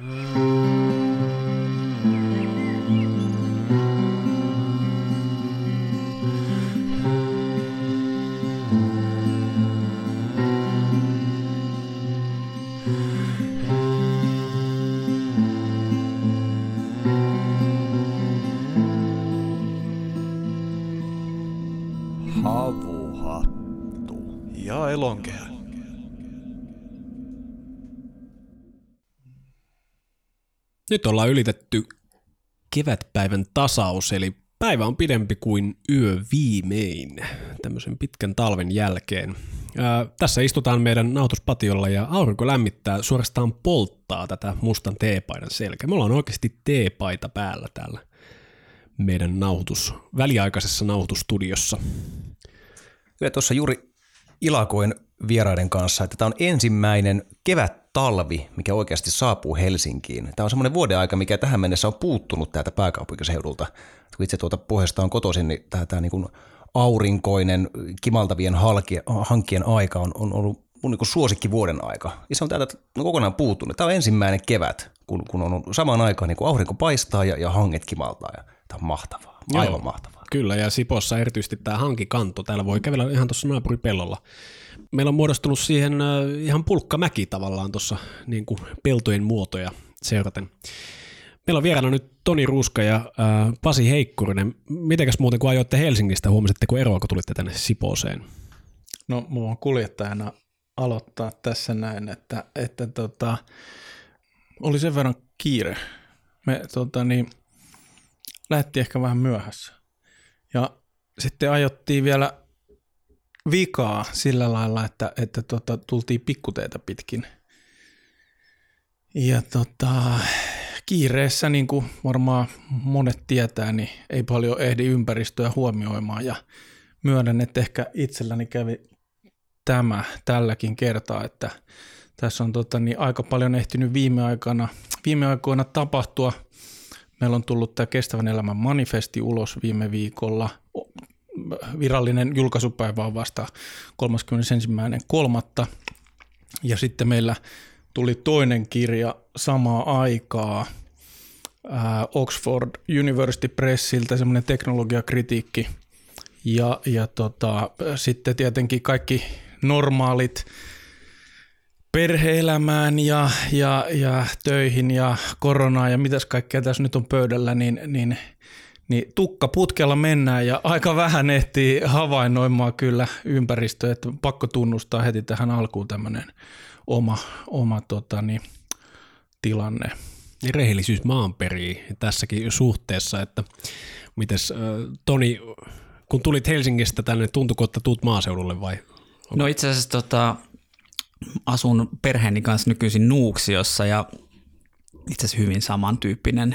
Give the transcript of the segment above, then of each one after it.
Havuhattu. Ja elonkehä. Nyt ollaan ylitetty kevätpäivän tasaus, eli päivä on pidempi kuin yö viimein tämmöisen pitkän talven jälkeen. Tässä istutaan meidän nauhoituspatiolla ja aurinko lämmittää, suorastaan polttaa tätä mustan teepaidan selkä. Me ollaan oikeasti teepaita päällä täällä meidän väliaikaisessa nauhoitustudiossa. Kyllä tuossa juuri ilakoin vieraiden kanssa, että tämä on ensimmäinen kevät-talvi, mikä oikeasti saapuu Helsinkiin. Tämä on semmoinen vuoden aika, mikä tähän mennessä on puuttunut täältä pääkaupunkiseudulta. Kun itse tuolta pohjasta on kotoisin, niin tämä niin kuin aurinkoinen, kimaltavien hankkien aika on ollut mun niin kuin suosikki vuoden aika. Ja se on täältä kokonaan puuttunut. Tämä on ensimmäinen kevät, kun on samaan aikaan niin kuin aurinko paistaa ja hanget kimaltaa. Ja tämä on mahtavaa, aivan mahtavaa. Kyllä, ja Sipossa erityisesti tämä hankikanto. Täällä voi kävellä ihan tuossa naapuripellolla. Meillä on muodostunut siihen ihan pulkkamäki tavallaan tuossa niin kuin peltojen muotoja seuraten. Meillä on vieraana nyt Toni Ruuska ja Pasi Heikkurinen. Mitenkäs muuten kun ajoitte Helsingistä, huomasitteko eroa, kun tulitte tänne Sipooseen? No mulla on kuljettajana aloittaa tässä näin, että oli sen verran kiire. Me lähdettiin ehkä vähän myöhässä. Ja sitten ajottiin vielä vikaa sillä lailla, että tultiin pikkuteitä pitkin. Ja kiireessä, niin kuin varmaan monet tietää, niin ei paljon ehdi ympäristöä huomioimaan. Ja myönnän, että ehkä itselläni kävi tälläkin kertaa, että tässä on aika paljon ehtinyt viime aikoina tapahtua. Meillä on tullut tämä Kestävän elämän manifesti ulos viime viikolla. Virallinen julkaisupäivä on vasta 31.3. Ja sitten meillä tuli toinen kirja samaa aikaa Oxford University Pressiltä, semmoinen teknologiakritiikki. Ja sitten tietenkin kaikki normaalit perhe-elämään ja töihin ja koronaan ja mitäs kaikkea tässä nyt on pöydällä, niin tukka putkella mennään ja aika vähän ehtii havainnoimaan kyllä ympäristöä, että pakko tunnustaa heti tähän alkuun tämmöinen oma tilanne. Rehellisyys maan perii tässäkin suhteessa, että mites Toni, kun tulit Helsingistä tänne, tuntuiko, että tuut maaseudulle vai? No itse asiassa asun perheeni kanssa nykyisin Nuuksiossa ja itse asiassa hyvin samantyyppinen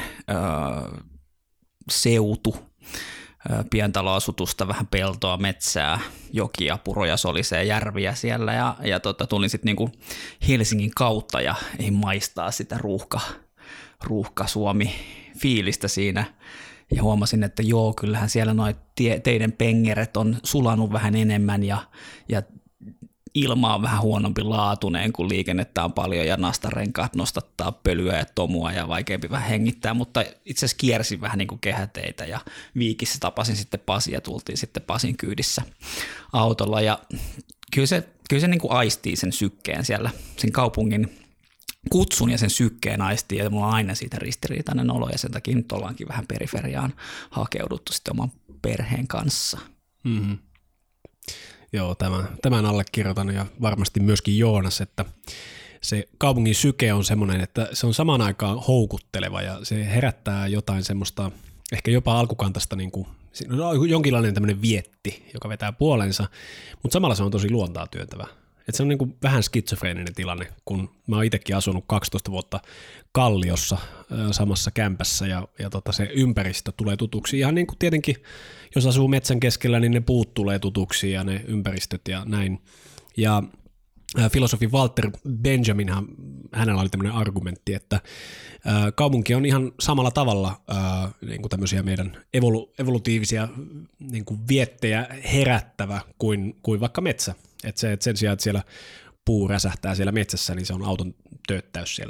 seutu, pientaloasutusta, vähän peltoa, metsää, jokia, puroja, solisee, järviä siellä ja tulin sitten niinku Helsingin kautta ja ei maistaa sitä ruuhka Suomi-fiilistä siinä ja huomasin, että joo, kyllähän siellä noi teiden pengeret on sulanut vähän enemmän ja ilma on vähän huonompi laatuneen, kun liikennettä on paljon ja nastarenkaat nostattaa pölyä ja tomua ja vaikeampi vähän hengittää, mutta itse asiassa kiersin vähän niin kuin kehäteitä ja Viikissä tapasin sitten Pasin ja tultiin sitten Pasin kyydissä autolla ja kyllä se niin kuin aistii sen sykkeen siellä, sen kaupungin kutsun ja sen sykkeen aistii ja mulla on aina siitä ristiriitainen olo ja sen takia nyt ollaankin vähän periferiaan hakeuduttu sitten oman perheen kanssa. Mm-hmm. Joo, tämän allekirjoitan ja varmasti myöskin Joonas, että se kaupungin syke on semmoinen, että se on samaan aikaan houkutteleva ja se herättää jotain semmoista, ehkä jopa alkukantaista niin kuin, jonkinlainen tämmöinen vietti, joka vetää puolensa, mutta samalla se on tosi luontaa työntävä. Että se on niin kuin vähän skitsofreeninen tilanne, kun mä oon itsekin asunut 12 vuotta Kalliossa samassa kämpässä ja se ympäristö tulee tutuksi. Ihan niin kuin tietenkin, jos asuu metsän keskellä, niin ne puut tulee tutuksi ja ne ympäristöt ja näin. Ja filosofi Walter Benjamin, hänellä oli tämmöinen argumentti, että kaupunki on ihan samalla tavalla niin kuin tämmöisiä meidän evolutiivisia niin kuin viettejä herättävä kuin vaikka metsä. Että sen sijaan, että siellä puu räsähtää siellä metsässä, niin se on auton tööttäys siellä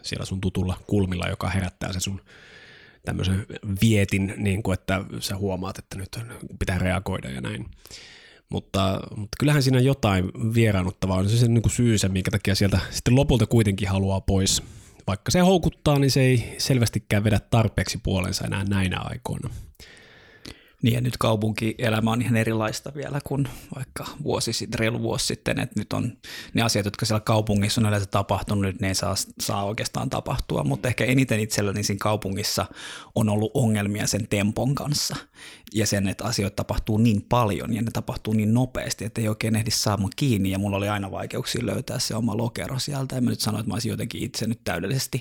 siellä sun tutulla kulmilla, joka herättää se sun tämmöisen vietin, niin kuin, että sä huomaat, että nyt pitää reagoida ja näin. Mutta kyllähän siinä jotain vieraannuttavaa on se niin kuin syy, minkä takia sieltä sitten lopulta kuitenkin haluaa pois. Vaikka se houkuttaa, niin se ei selvästikään vedä tarpeeksi puolensa enää näinä aikoina. Niin ja nyt kaupunkielämä on ihan erilaista vielä kuin vaikka reilu vuosi sitten, että nyt on ne asiat, jotka siellä kaupungissa on yleensä tapahtunut, nyt ne ei saa oikeastaan tapahtua, mutta ehkä eniten itselläni siinä kaupungissa on ollut ongelmia sen tempon kanssa ja sen, että asioita tapahtuu niin paljon ja ne tapahtuu niin nopeasti, että ei oikein ehdi saamaan kiinni ja mulla oli aina vaikeuksia löytää se oma lokero sieltä. En mä nyt sano, että mä olisin jotenkin itse nyt täydellisesti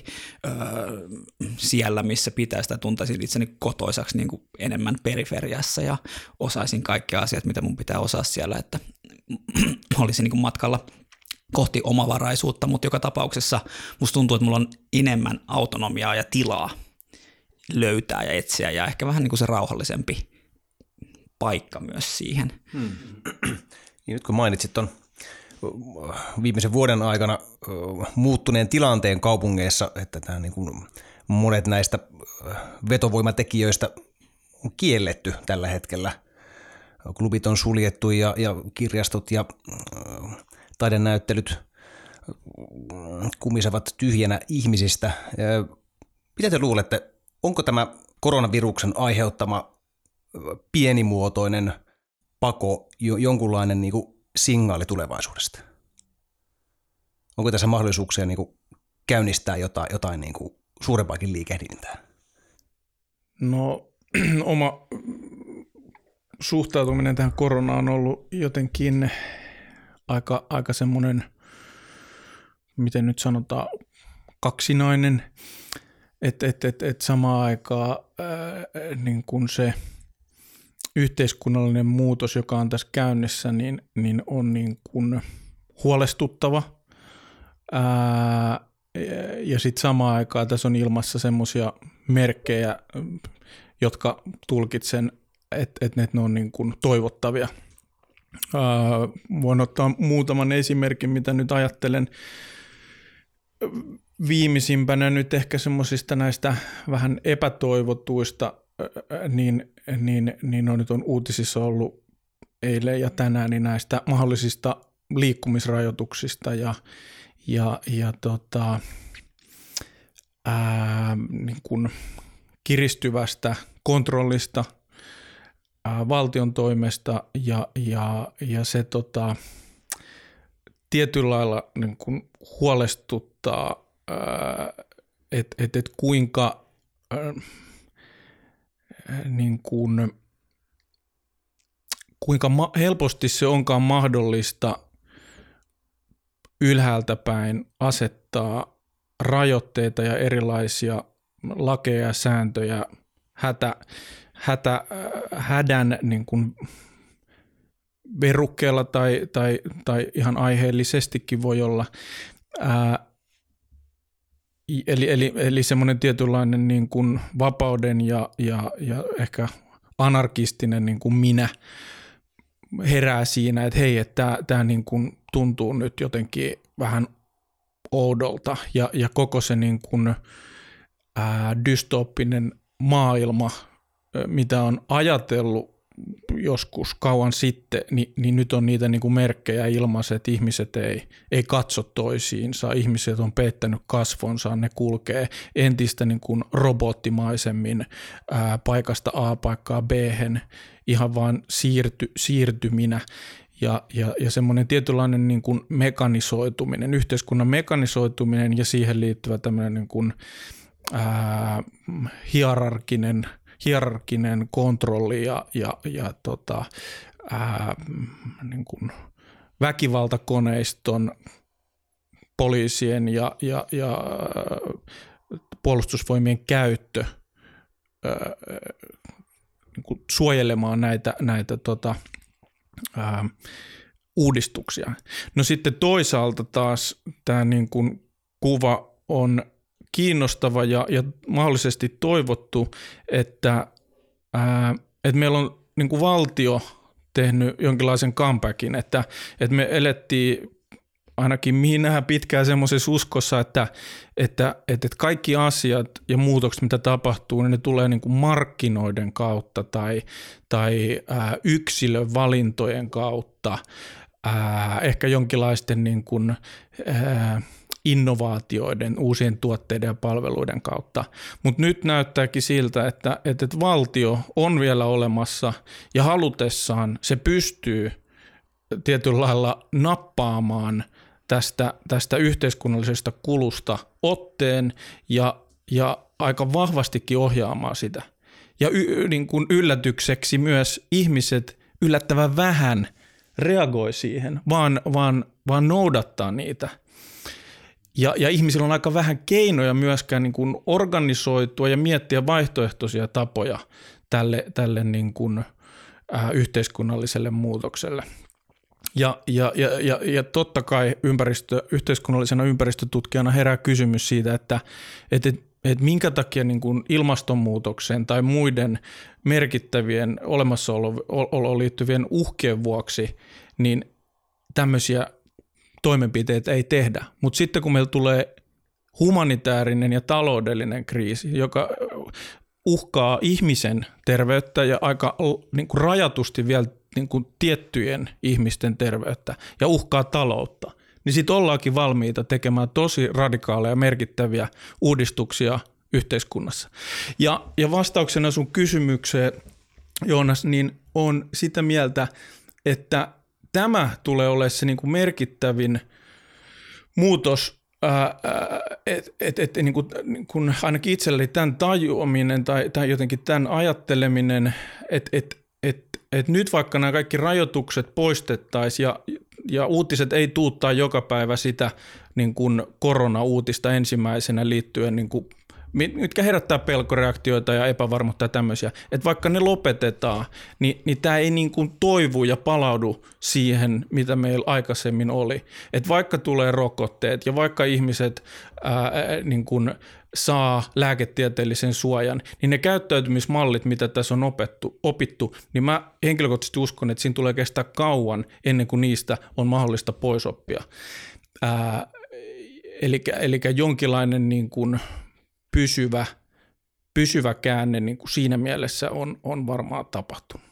siellä, missä pitäisi tai tuntaisin itseni kotoisaksi niin kuin enemmän periferiassa ja osaisin kaikki asiat, mitä mun pitää osaa siellä, että olisin niin kuin matkalla kohti omavaraisuutta, mutta joka tapauksessa musta tuntuu, että mulla on enemmän autonomiaa ja tilaa löytää ja etsiä ja ehkä vähän niin kuin se rauhallisempi paikka myös siihen. Ja nyt kun mainitsit ton viimeisen vuoden aikana muuttuneen tilanteen kaupungeissa, että tämä niin kuin monet näistä vetovoimatekijöistä on kielletty tällä hetkellä. Klubit on suljettu ja kirjastot ja taidenäyttelyt kumisevat tyhjänä ihmisistä. Mitä te luulette, onko tämä koronaviruksen aiheuttama pienimuotoinen pako jonkunlainen niin kuin signaali tulevaisuudesta? Onko tässä mahdollisuuksia niin kuin käynnistää jotain niin kuin suurempaakin liikehdintää? No oma suhtautuminen tähän koronaan on ollut jotenkin aika semmoinen, miten nyt sanotaan, kaksinainen, että samaan aikaan niin kuin se yhteiskunnallinen muutos, joka on tässä käynnissä, niin on niin kuin huolestuttava. Ja sitten samaan aikaan tässä on ilmassa semmoisia merkkejä, jotka tulkitsen, että ne on niin kuin toivottavia. Voin ottaa muutaman esimerkin, mitä nyt ajattelen. Viimeisimpänä nyt ehkä semmoisista näistä vähän epätoivotuista, niin on nyt on uutisissa ollut eilen ja tänään niin näistä mahdollisista liikkumisrajoituksista ja niin kuin kiristyvästä kontrollista valtion toimesta ja se tietyllä lailla niin kuin huolestuttaa, että kuinka niin kuin, kuinka helposti se onkaan mahdollista ylhäältä päin asettaa rajoitteita ja erilaisia lakeja ja sääntöjä hädän niin kuin verukkeella tai ihan aiheellisestikin voi olla. Eli semmoinen tietynlainen niin kuin vapauden ja ehkä anarkistinen niin kuin minä herää siinä, että hei, että tämä niin kuin tuntuu nyt jotenkin vähän oudolta ja koko se niin kuin dystooppinen maailma, mitä on ajatellut joskus kauan sitten, niin nyt on niitä niin kuin merkkejä ilmassa, että ihmiset ei katso toisiinsa, ihmiset on peittänyt kasvonsa, ne kulkee entistä niin kuin robottimaisemmin paikasta A paikkaan B-hen, ihan vaan siirtyminä ja semmoinen tietynlainen niin kuin mekanisoituminen, yhteiskunnan mekanisoituminen ja siihen liittyvä tämmöinen niin kuin hierarkinen kontrolli ja niin kuin väkivaltakoneiston, poliisien ja puolustusvoimien käyttö niin kuin suojelemaan näitä uudistuksia. No sitten toisaalta taas tämä niin kuin kuva on kiinnostava ja mahdollisesti toivottu, että meillä on niin kuin valtio tehnyt jonkinlaisen comebackin, että me elettiin ainakin minä pitkään semmoisessa uskossa, että kaikki asiat ja muutokset, mitä tapahtuu, niin ne tulee niin kuin markkinoiden kautta tai yksilön valintojen kautta, ehkä jonkinlaisten niin kuin, innovaatioiden, uusien tuotteiden ja palveluiden kautta. Mutta nyt näyttääkin siltä, että valtio on vielä olemassa ja halutessaan se pystyy tietyllä lailla nappaamaan tästä yhteiskunnallisesta kulusta otteen ja aika vahvastikin ohjaamaan sitä. Ja niin kuin yllätykseksi myös ihmiset yllättävän vähän reagoi siihen, vaan noudattaa niitä. Ja ihmisillä on aika vähän keinoja myöskään niin kuin organisoitua ja miettiä vaihtoehtoisia tapoja tälle niin kuin, yhteiskunnalliselle muutokselle. Ja totta kai yhteiskunnallisena ympäristötutkijana herää kysymys siitä, että minkä takia niin kuin ilmastonmuutokseen tai muiden merkittävien olemassaoloon liittyvien uhkien vuoksi niin tämmöisiä toimenpiteitä ei tehdä. Mutta sitten kun meillä tulee humanitaarinen ja taloudellinen kriisi, joka uhkaa ihmisen terveyttä ja aika niin kuin rajatusti vielä niin kuin tiettyjen ihmisten terveyttä ja uhkaa taloutta, niin sitten ollaankin valmiita tekemään tosi radikaaleja merkittäviä uudistuksia yhteiskunnassa. Ja vastauksena sun kysymykseen, Joonas, niin on sitä mieltä, että tämä tulee olemaan se niin kuin merkittävin muutos, että niin kuin ainakin itselleni tämän tajuaminen tai jotenkin tämän ajatteleminen, että nyt vaikka nämä kaikki rajoitukset poistettaisiin ja uutiset ei tuuttaa joka päivä sitä niin kuin korona-uutista ensimmäisenä liittyen, niin kuin, mitkä herättää pelkoreaktioita ja epävarmuutta ja tämmöisiä, että vaikka ne lopetetaan, niin tämä ei niin kuin toivu ja palaudu siihen, mitä meillä aikaisemmin oli. Että vaikka tulee rokotteet ja vaikka ihmiset niin kuin saa lääketieteellisen suojan, niin ne käyttäytymismallit, mitä tässä on opittu, niin mä henkilökohtaisesti uskon, että siinä tulee kestää kauan ennen kuin niistä on mahdollista poisoppia. Eli jonkinlainen niin kuin pysyvä käänne niin kuin siinä mielessä on varmaan tapahtunut.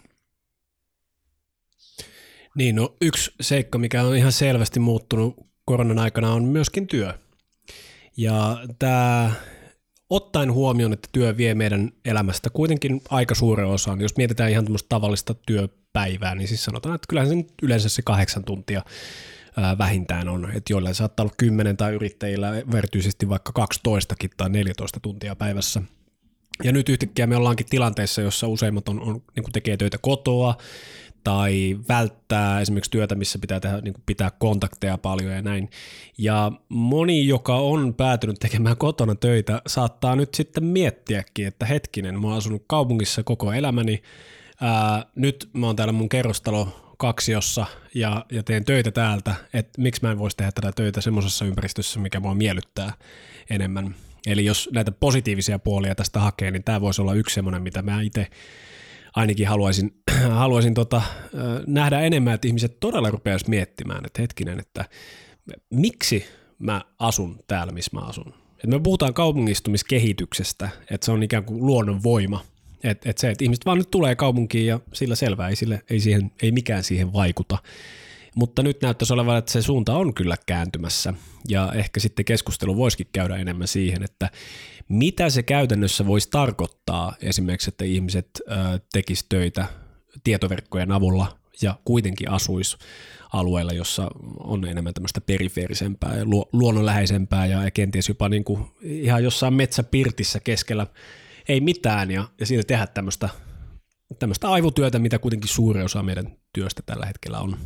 Niin, no yksi seikka, mikä on ihan selvästi muuttunut koronan aikana, on myöskin työ. Ja tämä ottaen huomioon, että työ vie meidän elämästä kuitenkin aika suuren osan. Jos mietitään ihan tämmöistä tavallista työpäivää, niin siis sanotaan, että kyllähän se nyt yleensä se 8 tuntia vähintään on, että joillain saattaa olla 10 tai yrittäjillä erityisesti vaikka 12kin tai 14 tuntia päivässä. Ja nyt yhtäkkiä me ollaankin tilanteessa, jossa useimmat on niin kuin tekee töitä kotoa tai välttää esimerkiksi työtä, missä pitää tehdä, niin kuin pitää kontakteja paljon ja näin. Ja moni, joka on päätynyt tekemään kotona töitä, saattaa nyt sitten miettiäkin, että hetkinen, mä oon asunut kaupungissa koko elämäni, nyt mä oon täällä mun kerrostalo-kaksiossa ja teen töitä täältä, että miksi mä en voisi tehdä tätä töitä semmoisessa ympäristössä, mikä mua miellyttää enemmän. Eli jos näitä positiivisia puolia tästä hakee, niin tämä voisi olla yksi semmoinen, mitä mä itse ainakin haluaisin nähdä enemmän, että ihmiset todella rupeaisi miettimään, että hetkinen, että miksi mä asun täällä, missä mä asun. Et me puhutaan kaupungistumiskehityksestä, että se on ikään kuin luonnon voima. Että se, että ihmiset vaan nyt tulee kaupunkiin ja sillä selvää, ei mikään siihen vaikuta. Mutta nyt näyttäisi olevan, että se suunta on kyllä kääntymässä ja ehkä sitten keskustelu voisikin käydä enemmän siihen, että mitä se käytännössä voisi tarkoittaa esimerkiksi, että ihmiset tekisivät töitä tietoverkkojen avulla ja kuitenkin asuisi alueella, jossa on enemmän tämmöistä perifeerisempää ja luonnonläheisempää ja kenties jopa niin kuin ihan jossain metsäpirtissä keskellä ei mitään ja siitä tehdä tämmöistä aivotyötä, mitä kuitenkin suuri osa meidän työstä tällä hetkellä on.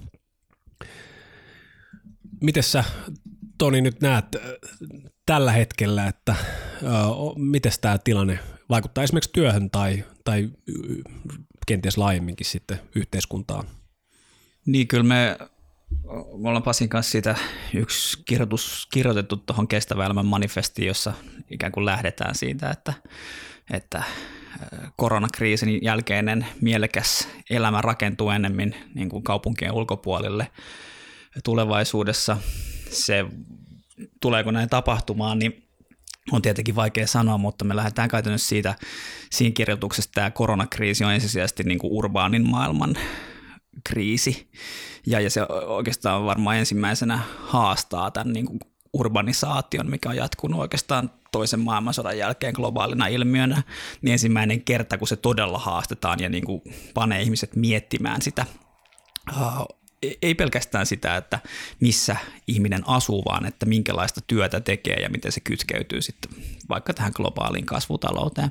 Miten sä, Toni, nyt näet tällä hetkellä, että miten tämä tilanne vaikuttaa esimerkiksi työhön tai kenties laajemminkin sitten yhteiskuntaan? Niin, kyllä me ollaan Pasin kanssa siitä yksi kirjoitettu tuohon kestävän elämän manifestiin, jossa ikään kuin lähdetään siitä, että koronakriisin jälkeinen mielekäs elämä rakentuu enemmän niin kuin kaupunkien ulkopuolelle tulevaisuudessa. se tuleeko näin tapahtumaan, niin on tietenkin vaikea sanoa, mutta me lähdetään käytännössä siinä kirjoituksessa tämä koronakriisi on ensisijaisesti niin kuin urbaanin maailman kriisi, ja se oikeastaan varmaan ensimmäisenä haastaa tämän niin kuin urbanisaation, mikä on jatkunut oikeastaan toisen maailmansodan jälkeen globaalina ilmiönä, niin ensimmäinen kerta, kun se todella haastetaan ja niin kuin panee ihmiset miettimään sitä, ei pelkästään sitä, että missä ihminen asuu, vaan että minkälaista työtä tekee ja miten se kytkeytyy sitten vaikka tähän globaaliin kasvutalouteen.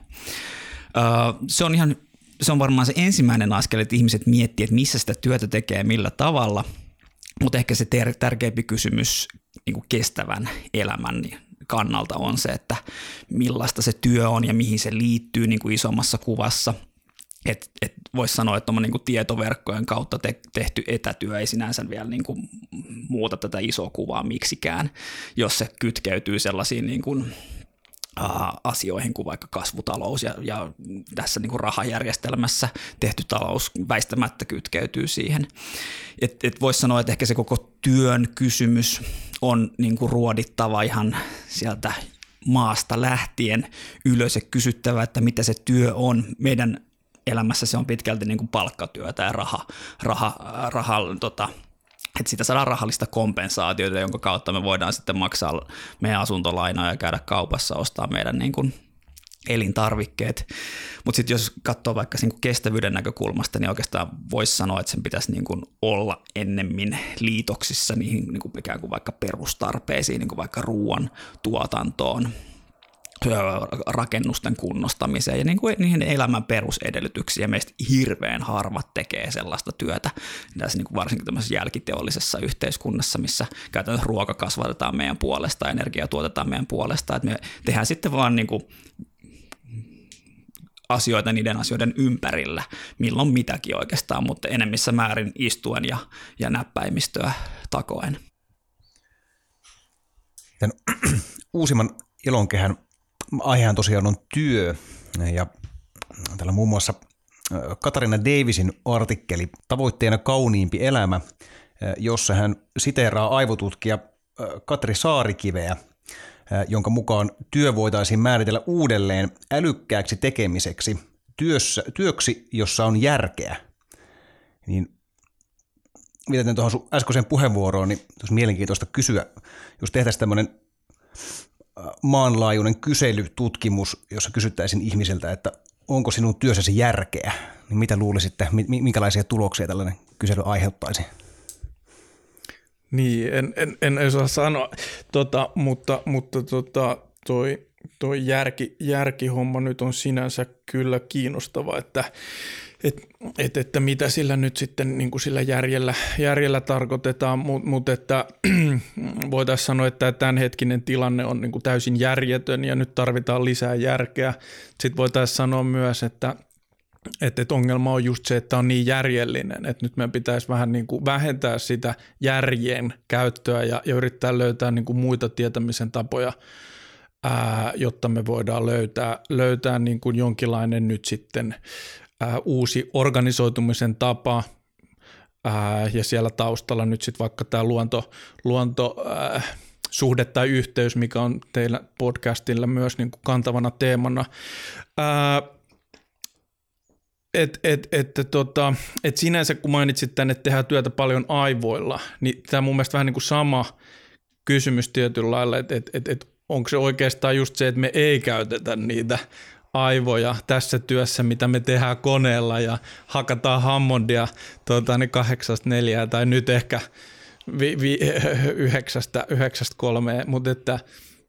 Se on varmaan se ensimmäinen askel, että ihmiset miettii, että missä sitä työtä tekee, millä tavalla, mutta ehkä se tärkeämpi kysymys niin kuin kestävän elämän kannalta on se, että millaista se työ on ja mihin se liittyy niin kuin isommassa kuvassa. Et voisi sanoa, että niin kuin tietoverkkojen kautta tehty etätyö ei sinänsä vielä niin kuin muuta tätä isoa kuvaa miksikään, jos se kytkeytyy sellaisiin niin kuin asioihin kuin vaikka kasvutalous ja tässä niin kuin rahajärjestelmässä tehty talous väistämättä kytkeytyy siihen. Et voisi sanoa, että ehkä se koko työn kysymys on niin kuin ruodittava ihan sieltä maasta lähtien ylös ja kysyttävä, että mitä se työ on. Meidän elämässä se on pitkälti niin kuin palkkatyötä ja että siitä saadaan rahallista kompensaatiota, jonka kautta me voidaan sitten maksaa meidän asuntolainaa ja käydä kaupassa ostaa meidän niin kuin elintarvikkeet. Mutta sitten jos katsoo vaikka niin kuin kestävyyden näkökulmasta, niin oikeastaan voisi sanoa, että sen pitäisi niin kuin olla ennemmin liitoksissa niihin niin kuin ikään kuin vaikka perustarpeisiin, niin kuin vaikka ruoan tuotantoon, rakennusten kunnostamiseen ja niin kuin niihin elämän perusedellytyksiin. Ja meistä hirveän harvat tekee sellaista työtä, tässä niin kuin varsinkin tämmöisessä jälkiteollisessa yhteiskunnassa, missä käytännössä ruoka kasvatetaan meidän puolesta, energia tuotetaan meidän puolesta. Että me tehdään sitten vaan niin kuin asioita niiden asioiden ympärillä, milloin mitäkin oikeastaan, mutta enemmissä määrin istuen ja näppäimistöä takoen. Tämän uusimman Ilonkehän aihehan tosiaan on työ, ja täällä muun muassa Katarina Davisin artikkeli Tavoitteena kauniimpi elämä, jossa hän siteeraa aivotutkija Katri Saarikiveä, jonka mukaan työ voitaisiin määritellä uudelleen älykkääksi tekemiseksi, työksi, jossa on järkeä. Niin viitaten tuohon sun äskeiseen puheenvuoroon, niin olisi mielenkiintoista kysyä, jos tehtäisiin tämmöinen maanlaajuinen kyselytutkimus, jossa kysyttäisiin ihmisiltä, että onko sinun työssäsi järkeä, niin mitä luulisitte, minkälaisia tuloksia tällainen kysely aiheuttaisi? Niin, en osaa sanoa, mutta toi järkihomma nyt on sinänsä kyllä kiinnostava, että mitä sillä nyt sitten niin kuin sillä järjellä tarkoitetaan, mutta että voitaisiin sanoa, että tämänhetkinen tilanne on niin kuin täysin järjetön ja nyt tarvitaan lisää järkeä. Sitten voitaisiin sanoa myös, että ongelma on just se, että on niin järjellinen, että nyt meidän pitäisi vähän niin kuin vähentää sitä järjen käyttöä ja yrittää löytää niin kuin muita tietämisen tapoja, jotta me voidaan löytää niin kuin jonkinlainen nyt sitten uusi organisoitumisen tapa ja siellä taustalla nyt sitten vaikka tämä luontosuhde tai yhteys, mikä on teillä podcastilla myös niin kuin kantavana teemana. Et sinänsä kun mainitsit tänne, että tehdään työtä paljon aivoilla, niin tämä on mun mielestä vähän niin kuin sama kysymys tietyllä lailla, että onko se oikeastaan just se, että me ei käytetä niitä aivoja tässä työssä, mitä me tehdään koneella ja hakataan Hammondia 8-4 tai nyt ehkä 9-3, mutta että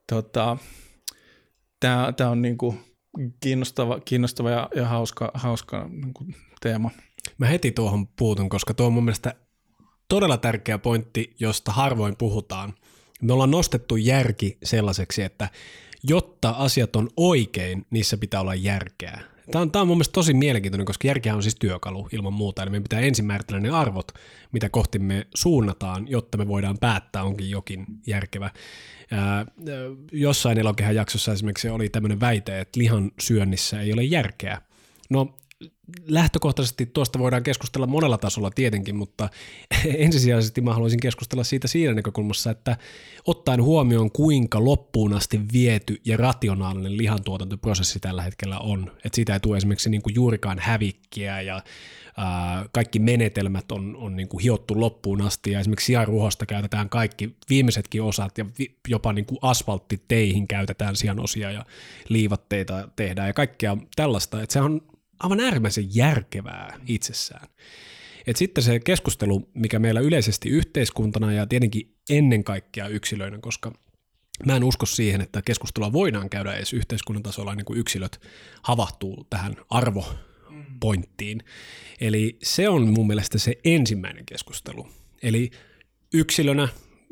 tämä on niinku kiinnostava ja hauska niinku teema. Mä heti tuohon puutun, koska tuo on mun mielestä todella tärkeä pointti, josta harvoin puhutaan. Me ollaan nostettu järki sellaiseksi, että jotta asiat on oikein, niissä pitää olla järkeä. Tämä on mun mielestä tosi mielenkiintoinen, koska järkeä on siis työkalu ilman muuta. Eli meidän pitää ensin määritellä ne arvot, mitä kohti me suunnataan, jotta me voidaan päättää onkin jokin järkevä. Jossain Elokehän jaksossa esimerkiksi oli tämmöinen väite, että lihan syönnissä ei ole järkeä. No lähtökohtaisesti tuosta voidaan keskustella monella tasolla tietenkin, mutta ensisijaisesti mä haluaisin keskustella siitä siinä näkökulmassa, että ottaen huomioon kuinka loppuun asti viety ja rationaalinen lihantuotantoprosessi tällä hetkellä on, että siitä ei tule esimerkiksi niin kuin juurikaan hävikkiä ja kaikki menetelmät on niin kuin hiottu loppuun asti ja esimerkiksi sianruhosta käytetään kaikki viimeisetkin osat ja jopa niin kuin asfalttiteihin käytetään sianosia ja liivatteita tehdään ja kaikkea tällaista, että se on aivan äärimmäisen järkevää itsessään. Et sitten se keskustelu, mikä meillä yleisesti yhteiskuntana ja tietenkin ennen kaikkea yksilöinä, koska mä en usko siihen, että keskustelua voidaan käydä edes yhteiskunnan tasolla niin kuin yksilöt havahtuu tähän arvopointtiin. Eli se on mun mielestä se ensimmäinen keskustelu. Eli yksilönä,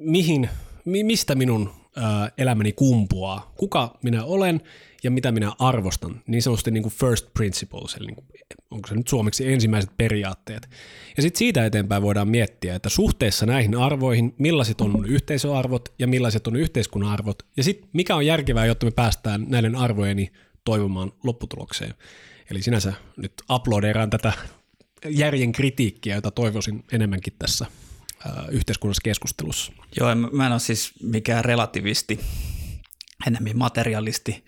mistä minun elämäni kumpuaa, kuka minä olen ja mitä minä arvostan, niin sanotusti niin kuin first principles, eli niin kuin, onko se nyt suomeksi ensimmäiset periaatteet. Ja sitten siitä eteenpäin voidaan miettiä, että suhteessa näihin arvoihin, millaiset on mun yhteisöarvot ja millaiset on yhteiskunnan arvot, ja sitten mikä on järkevää, jotta me päästään näiden arvojeni toivomaan lopputulokseen. Eli sinänsä nyt uploadeeraan tätä järjen kritiikkiä, jota toivoisin enemmänkin tässä yhteiskunnallisessa keskustelussa. Joo, mä en ole siis mikään relativisti, enemmän materialisti,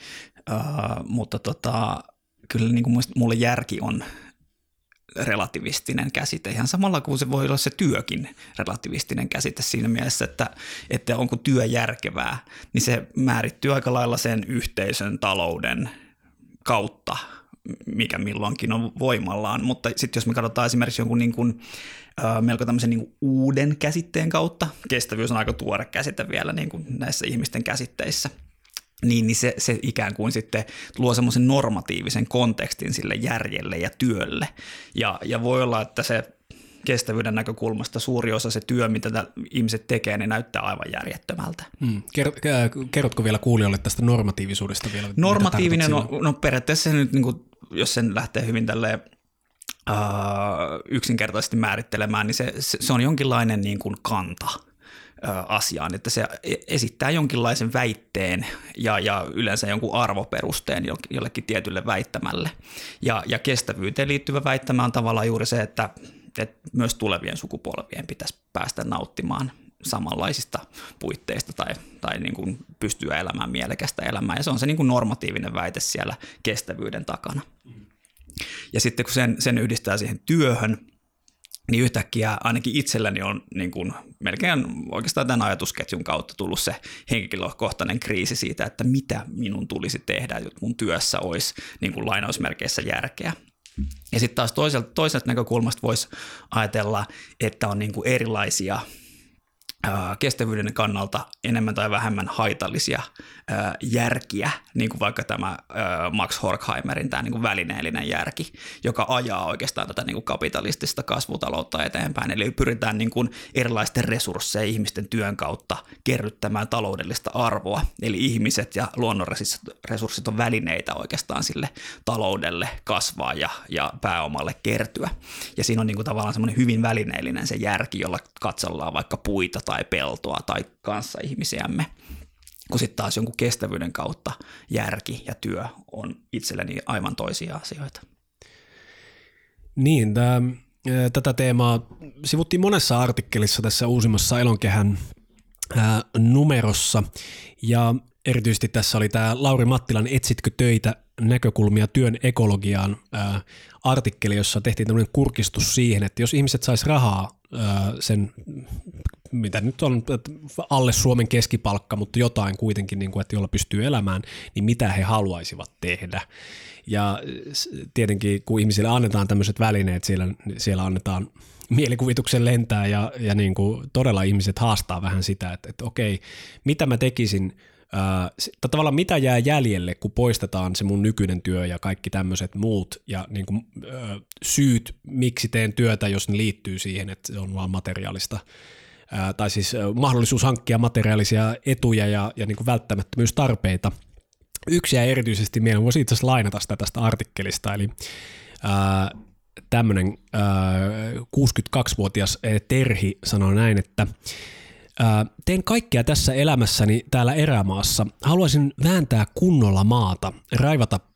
mutta kyllä niin kuin mulle järki on relativistinen käsite, ihan samalla kuin se voi olla se työkin relativistinen käsite siinä mielessä, että onko työ järkevää, niin se määrittyy aika lailla sen yhteisön talouden kautta, mikä milloinkin on voimallaan, mutta sitten jos me katsotaan esimerkiksi jonkun niin kuin, melko tämmöisen niin kuin uuden käsitteen kautta, kestävyys on aika tuore käsite vielä niin kuin näissä ihmisten käsitteissä, niin se ikään kuin sitten luo semmoisen normatiivisen kontekstin sille järjelle ja työlle, ja voi olla, että se kestävyyden näkökulmasta suuri osa se työ, mitä ihmiset tekee, niin näyttää aivan järjettömältä. Kerrotko vielä kuulijoille tästä normatiivisuudesta vielä? Normatiivinen, no periaatteessa nyt, niin kuin, jos sen lähtee hyvin tälleen yksinkertaisesti määrittelemään, niin se on jonkinlainen niin kuin kanta asiaan, että se esittää jonkinlaisen väitteen ja yleensä jonkun arvoperusteen jollekin tietylle väittämälle. Ja kestävyyteen liittyvä väittämä on tavallaan juuri se, että myös tulevien sukupolvien pitäisi päästä nauttimaan samanlaisista puitteista tai niin kuin pystyä elämään mielekästä elämää. Ja se on se niin kuin normatiivinen väite siellä kestävyyden takana. Ja sitten kun sen yhdistää siihen työhön, niin yhtäkkiä ainakin itselläni on niin kuin melkein oikeastaan tämän ajatusketjun kautta tullut se henkilökohtainen kriisi siitä, että mitä minun tulisi tehdä, jotta mun työssä olisi niin kuin lainausmerkeissä järkeä. Ja sitten taas toiselta näkökulmasta voisi ajatella, että on niin kuin erilaisia kestävyyden kannalta enemmän tai vähemmän haitallisia järkiä, niin kuin vaikka tämä Max Horkheimerin tämä niin kuin välineellinen järki, joka ajaa oikeastaan tätä niin kuin kapitalistista kasvutaloutta eteenpäin. Eli pyritään niin kuin erilaisten resursseja ihmisten työn kautta kerryttämään taloudellista arvoa. Eli ihmiset ja luonnonresurssit on välineitä oikeastaan sille taloudelle kasvaa ja pääomalle kertyä. Ja siinä on niin kuin tavallaan semmoinen hyvin välineellinen se järki, jolla katsellaan vaikka puita tai peltoa tai kanssaihmisiämme, kun sitten taas jonkun kestävyyden kautta järki ja työ on itselleni aivan toisia asioita. Niin, tätä teemaa sivuttiin monessa artikkelissa tässä uusimmassa Elonkehän numerossa, ja erityisesti tässä oli tämä Lauri Mattilan Etsitkö töitä? Näkökulmia työn ekologiaan artikkeli, jossa tehtiin tämmöinen kurkistus siihen, että jos ihmiset sais rahaa sen, mitä nyt on alle Suomen keskipalkka, mutta jotain kuitenkin, niin kuin, että jolla pystyy elämään, niin mitä he haluaisivat tehdä. Ja tietenkin, kun ihmisille annetaan tämmöiset välineet, siellä annetaan mielikuvituksen lentää ja niin kuin todella ihmiset haastaa vähän sitä, että okei, mitä mä tekisin, tavallaan mitä jää jäljelle, kun poistetaan se mun nykyinen työ ja kaikki tämmöiset muut ja niin kuin, syyt, miksi teen työtä, jos ne liittyy siihen, että se on vaan materiaalista. Tai siis mahdollisuus hankkia materiaalisia etuja ja niin kuin välttämättömyystarpeita. Yksi ja erityisesti meidän voisi itse asiassa lainata sitä tästä artikkelista, eli tämmöinen 62-vuotias Terhi sanoi näin, että teen kaikkea tässä elämässäni täällä erämaassa. Haluaisin vääntää kunnolla maata, raivata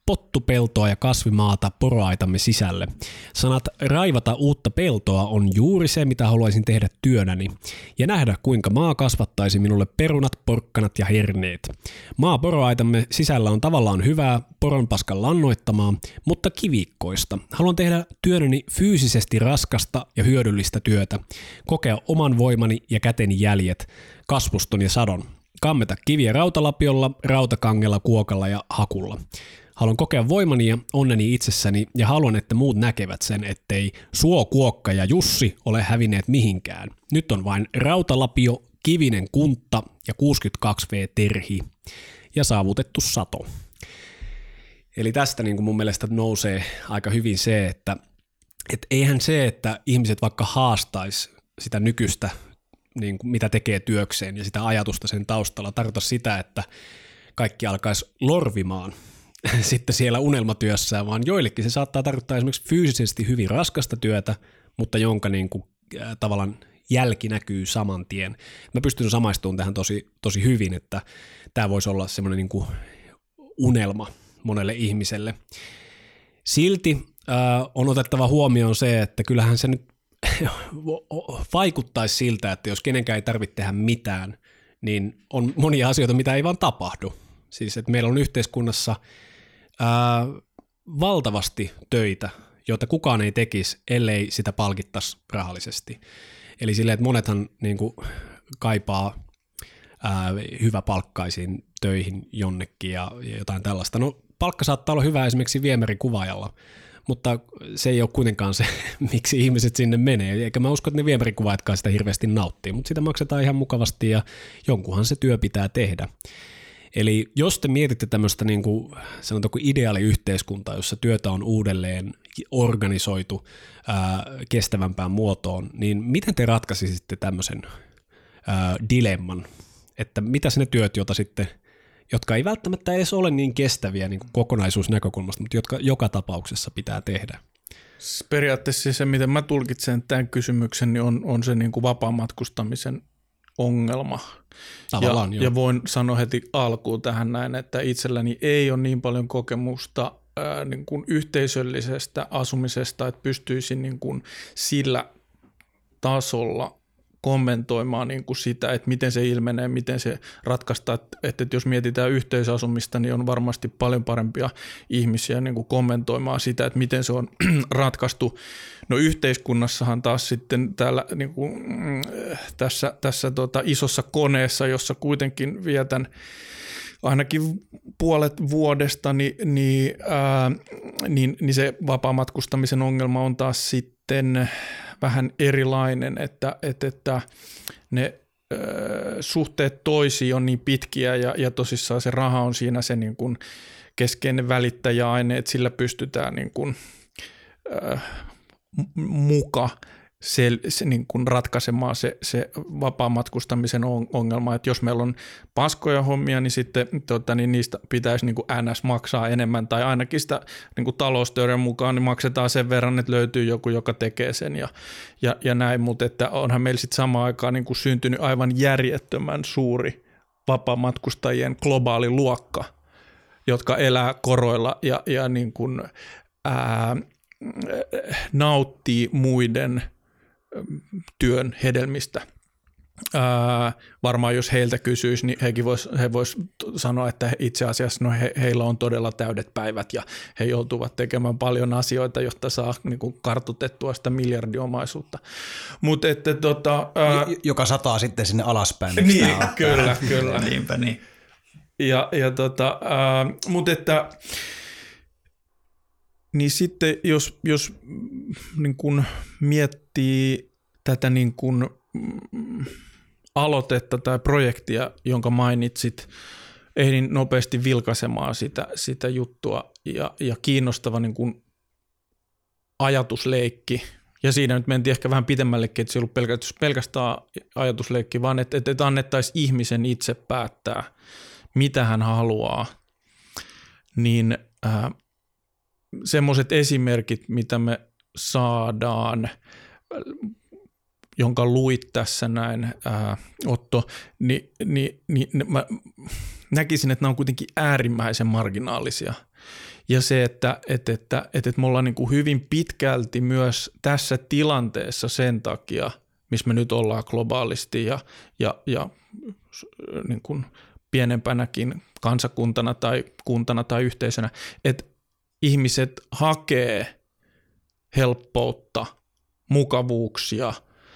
pottupeltoa ja kasvimaata poroaitamme sisälle. Sanat raivata uutta peltoa on juuri se, mitä haluaisin tehdä työnäni, ja nähdä, kuinka maa kasvattaisi minulle perunat, porkkanat ja herneet. Maa poroaitamme sisällä on tavallaan hyvää, poronpaskan lannoittamaa, mutta kivikkoista. Haluan tehdä työnäni fyysisesti raskasta ja hyödyllistä työtä, kokea oman voimani ja käteni jäljet, kasvuston ja sadon. Kammeta kiviä rautalapiolla, rautakangella, kuokalla ja hakulla. Haluan kokea voimani ja onneni itsessäni ja haluan, että muut näkevät sen, ettei Suokuokka ja Jussi ole hävinneet mihinkään. Nyt on vain rautalapio, kivinen kunta ja 62V terhi ja saavutettu sato. Eli tästä niin kuin mun mielestä nousee aika hyvin se, että eihän se, että ihmiset vaikka haastaisi sitä nykyistä, niin kuin mitä tekee työkseen ja sitä ajatusta sen taustalla, tarkoita sitä, että kaikki alkaisi lorvimaan sitten siellä unelmatyössään, vaan joillekin se saattaa tarkoittaa esimerkiksi fyysisesti hyvin raskasta työtä, mutta jonka niin kuin, tavallaan jälki näkyy saman tien. Mä pystyn samaistumaan tähän tosi hyvin, että tämä voisi olla semmoinen niin kuin unelma monelle ihmiselle. Silti on otettava huomioon se, että kyllähän se nyt vaikuttaisi siltä, että jos kenenkään ei tarvitse tehdä mitään, niin on monia asioita, mitä ei vaan tapahdu. Siis että meillä on yhteiskunnassa valtavasti töitä, joita kukaan ei tekisi, ellei sitä palkittaisi rahallisesti. Eli silleen, että monethan niin kuin kaipaa hyväpalkkaisiin töihin jonnekin ja jotain tällaista. No palkka saattaa olla hyvä esimerkiksi viemärikuvaajalla, mutta se ei ole kuitenkaan se, miksi ihmiset sinne menee. Eikä mä usko, että ne viemärikuvaajatkaan sitä hirveästi nauttii, mutta sitä maksetaan ihan mukavasti ja jonkunhan se työ pitää tehdä. Eli jos te mietitte tämmöistä niin kuin, sanotaanko ideaaliyhteiskuntaa, jossa työtä on uudelleen organisoitu kestävämpään muotoon, niin miten te ratkaisisitte tämmöisen dilemman, että mitä ne työt, jotka ei välttämättä edes ole niin kestäviä niin kuin kokonaisuusnäkökulmasta, mutta jotka joka tapauksessa pitää tehdä? Periaatteessa se, miten mä tulkitsen tämän kysymyksen, niin on se niin kuin vapaamatkustamisen ongelma. Ja voin sanoa heti alkuun tähän näin, että itselläni ei ole niin paljon kokemusta niin kuin yhteisöllisestä asumisesta, että pystyisin niin kuin sillä tasolla kommentoimaan niin kuin sitä, että miten se ilmenee, miten se ratkaistaan. Että jos mietitään yhteisasumista, niin on varmasti paljon parempia ihmisiä niin kuin kommentoimaan sitä, että miten se on ratkaistu. No yhteiskunnassahan taas sitten täällä niin kuin, tässä isossa koneessa, jossa kuitenkin vietän ainakin puolet vuodesta, niin se vapaamatkustamisen ongelma on taas sitten vähän erilainen, että ne suhteet toisiin on niin pitkiä ja tosissaan se raha on siinä se niin kuin keskeinen välittäjäaine, että sillä pystytään niin kuin, muka se niin kuin ratkaisemaan se vapaamatkustamisen ongelma, että jos meillä on paskoja hommia, niin sitten niin niistä pitäisi niin kuin NS maksaa enemmän, tai ainakin sitä niin kuin talousteorian mukaan niin maksetaan sen verran, että löytyy joku, joka tekee sen ja näin, mutta että onhan meillä sitten samaan aikaan niin kuin syntynyt aivan järjettömän suuri vapaamatkustajien globaali luokka, jotka elää koroilla ja niin kuin, nauttii muiden työn hedelmistä. Varmaan jos heiltä kysyisi, niin he vois sanoa, että itse asiassa heillä on todella täydet päivät ja he joutuvat tekemään paljon asioita, jotta saa niin kuin kartutettua sitä miljardiomaisuutta. Mut että, joka sataa sitten sinne alaspäin. Niin, kyllä. Niinpä niin. Mutta että niin sitten jos niin kun miettii tätä niin kun aloitetta tai projektia, jonka mainitsit, ehdin nopeasti vilkaisemaan sitä juttua ja kiinnostava niin kun ajatusleikki. Ja siinä nyt mentiin ehkä vähän pidemmällekin, että se ei ollut pelkästään ajatusleikki, vaan että annettaisiin ihmisen itse päättää, mitä hän haluaa. Niin semmoiset esimerkit, mitä me saadaan, jonka luit tässä näin, Otto, näkisin, että nämä on kuitenkin äärimmäisen marginaalisia. Ja se, että me ollaan niin kuin hyvin pitkälti myös tässä tilanteessa sen takia, missä me nyt ollaan globaalisti ja niin kuin pienempänäkin kansakuntana tai kuntana tai yhteisönä, että ihmiset hakee helppoutta, mukavuuksia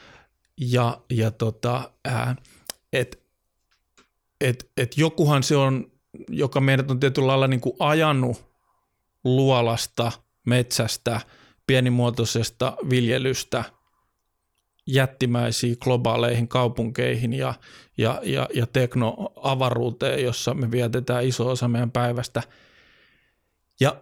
että jokuhan se on, joka meidät on tietyllä lailla niin kuin ajanut luolasta, metsästä, pienimuotoisesta viljelystä jättimäisiin globaaleihin kaupunkeihin ja teknoavaruuteen, jossa me vietetään iso osa meidän päivästä. Ja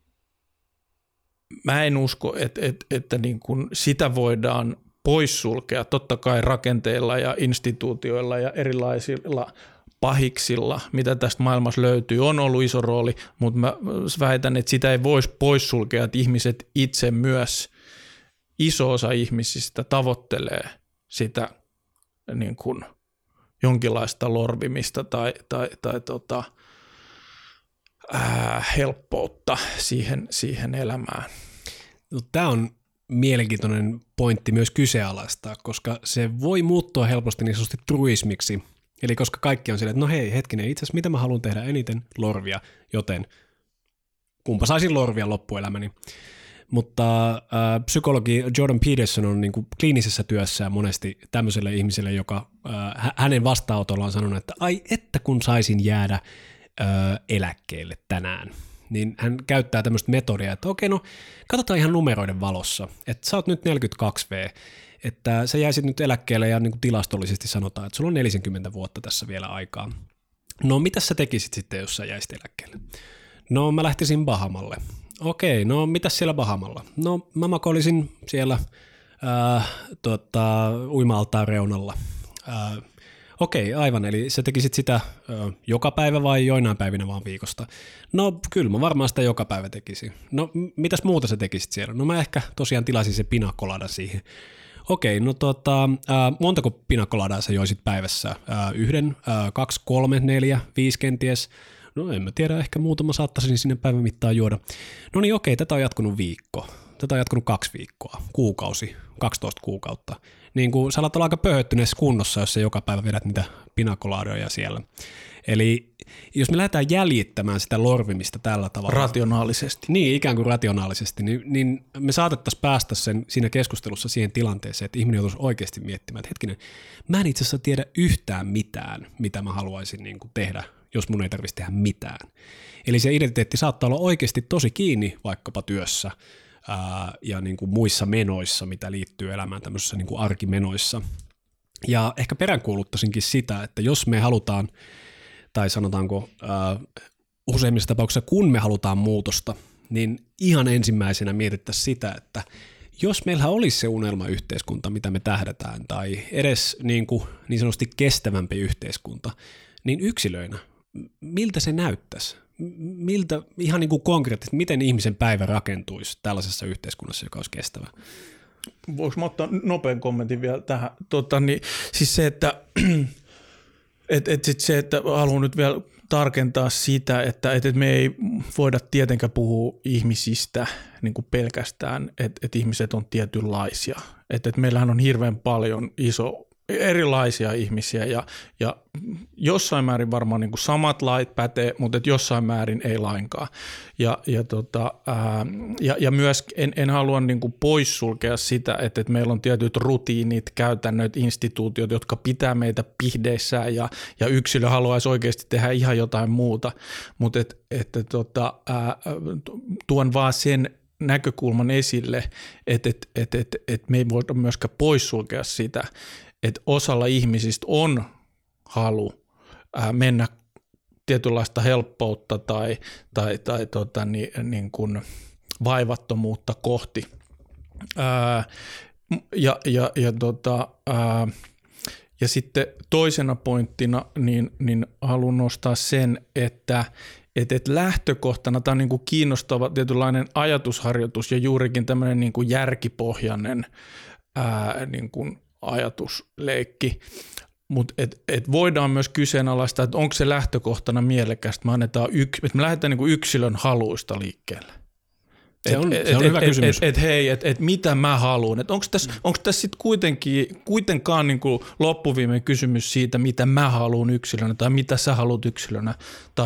mä en usko, että niin kuin sitä voidaan poissulkea. Totta kai rakenteilla ja instituutioilla ja erilaisilla pahiksilla, mitä tästä maailmassa löytyy, on ollut iso rooli, mutta mä väitän, että sitä ei voisi poissulkea, että ihmiset itse myös, iso osa ihmisistä tavoittelee sitä niin kuin jonkinlaista lorvimista tai helppoutta siihen elämään. No, tämä on mielenkiintoinen pointti myös kyseenalaistaa, koska se voi muuttua helposti niin sanotusti truismiksi. Eli koska kaikki on silleen, että no hei, hetkinen, itse asiassa mitä mä haluan tehdä eniten? Lorvia, joten kumpa saisin lorvia loppuelämäni. Mutta psykologi Jordan Peterson on niin kuin kliinisessä työssään monesti tämmöiselle ihmiselle, joka hänen vastaanotollaan on sanonut, että ai että kun saisin jäädä eläkkeelle tänään. Niin hän käyttää tämmöistä metodia, että okei, no katsotaan ihan numeroiden valossa, että sä oot nyt 42V, että sä jäisit nyt eläkkeelle ja niin kuin tilastollisesti sanotaan, että sulla on 40 vuotta tässä vielä aikaa. No mitäs sä tekisit sitten, jos sä jäisit eläkkeelle? No mä lähtisin Bahamalle. Okei, no mitäs siellä Bahamalla? No mä makoilisin siellä uima-altaan reunalla. Okei, aivan, eli sä tekisit sitä joka päivä vai joinain päivinä vaan viikosta? No kyllä, mä varmaan sitä joka päivä tekisin. No mitäs muuta sä tekisit siellä? No mä ehkä tosiaan tilasin se pinakolaada siihen. Okei, no montako pinakoladaa sä joisit päivässä? 1, 2, 3, 4, 5 kenties? No en mä tiedä, ehkä muutama saattaisin sinne päivän mittaan juoda. No niin okei, tätä on jatkunut viikko. Tätä on jatkunut 2 viikkoa, kuukausi, 12 kuukautta. Niin kuin sä alat olla aika pöhöttyneessä kunnossa, jos sä joka päivä vedät niitä pinakolaadoja siellä. Eli jos me lähdetään jäljittämään sitä lorvimista tällä tavalla. Rationaalisesti. Niin, ikään kuin rationaalisesti, niin me saatettaisiin päästä siinä keskustelussa siihen tilanteeseen, että ihminen joutuisi oikeasti miettimään, että hetkinen, mä en itse asiassa tiedä yhtään mitään, mitä mä haluaisin niin kuin tehdä, jos mun ei tarvitsisi tehdä mitään. Eli se identiteetti saattaa olla oikeasti tosi kiinni vaikkapa työssä ja niin kuin muissa menoissa, mitä liittyy elämään tämmöisissä niin kuin arkimenoissa. Ja ehkä peräänkuuluttaisinkin sitä, että jos me halutaan, tai sanotaanko useimmissa tapauksissa, kun me halutaan muutosta, niin ihan ensimmäisenä mietittäisiin sitä, että jos meillä olisi se unelmayhteiskunta, mitä me tähdätään, tai edes niin sanotusti kestävämpi yhteiskunta, niin yksilöinä, miltä se näyttäisi? Miltä ihan niin kuin konkreettisesti, miten ihmisen päivä rakentuisi tällaisessa yhteiskunnassa, joka olisi kestävä? Voinko mä ottaa nopean kommentin vielä tähän? Siis se, että että haluan nyt vielä tarkentaa sitä, että me ei voida tietenkään puhua ihmisistä niin kuin pelkästään, että ihmiset on tietynlaisia. Että meillähän on hirveän paljon erilaisia ihmisiä ja jossain määrin varmaan niin kuin samat lait pätee, mutta jossain määrin ei lainkaan. Ja myös en halua niin kuin poissulkea sitä, että meillä on tietyt rutiinit, käytännöt, instituutiot, jotka pitää meitä pihdeissään ja yksilö haluaisi oikeasti tehdä ihan jotain muuta, mutta tuon vaan sen näkökulman esille, että me ei voida myöskään poissulkea sitä, että osalla ihmisistä on halu mennä tietynlaista helppoutta tai niin kuin vaivattomuutta kohti. Ja sitten toisena pointtina niin haluan nostaa sen, että lähtökohtana tämä on niin kuin kiinnostava tietynlainen ajatusharjoitus ja juurikin tämmöinen niin kuin järkipohjainen niin kuin ajatusleikki, et voidaan myös kyseenalaistaa, että onko se lähtökohtana mielekästä, että me lähdetään niin kuin yksilön haluista liikkeelle. Se on hyvä kysymys. Että mitä mä haluan. Onko tässä sitten kuitenkaan niin kuin loppuviimein kysymys siitä, mitä mä haluan yksilönä tai mitä sä haluat yksilönä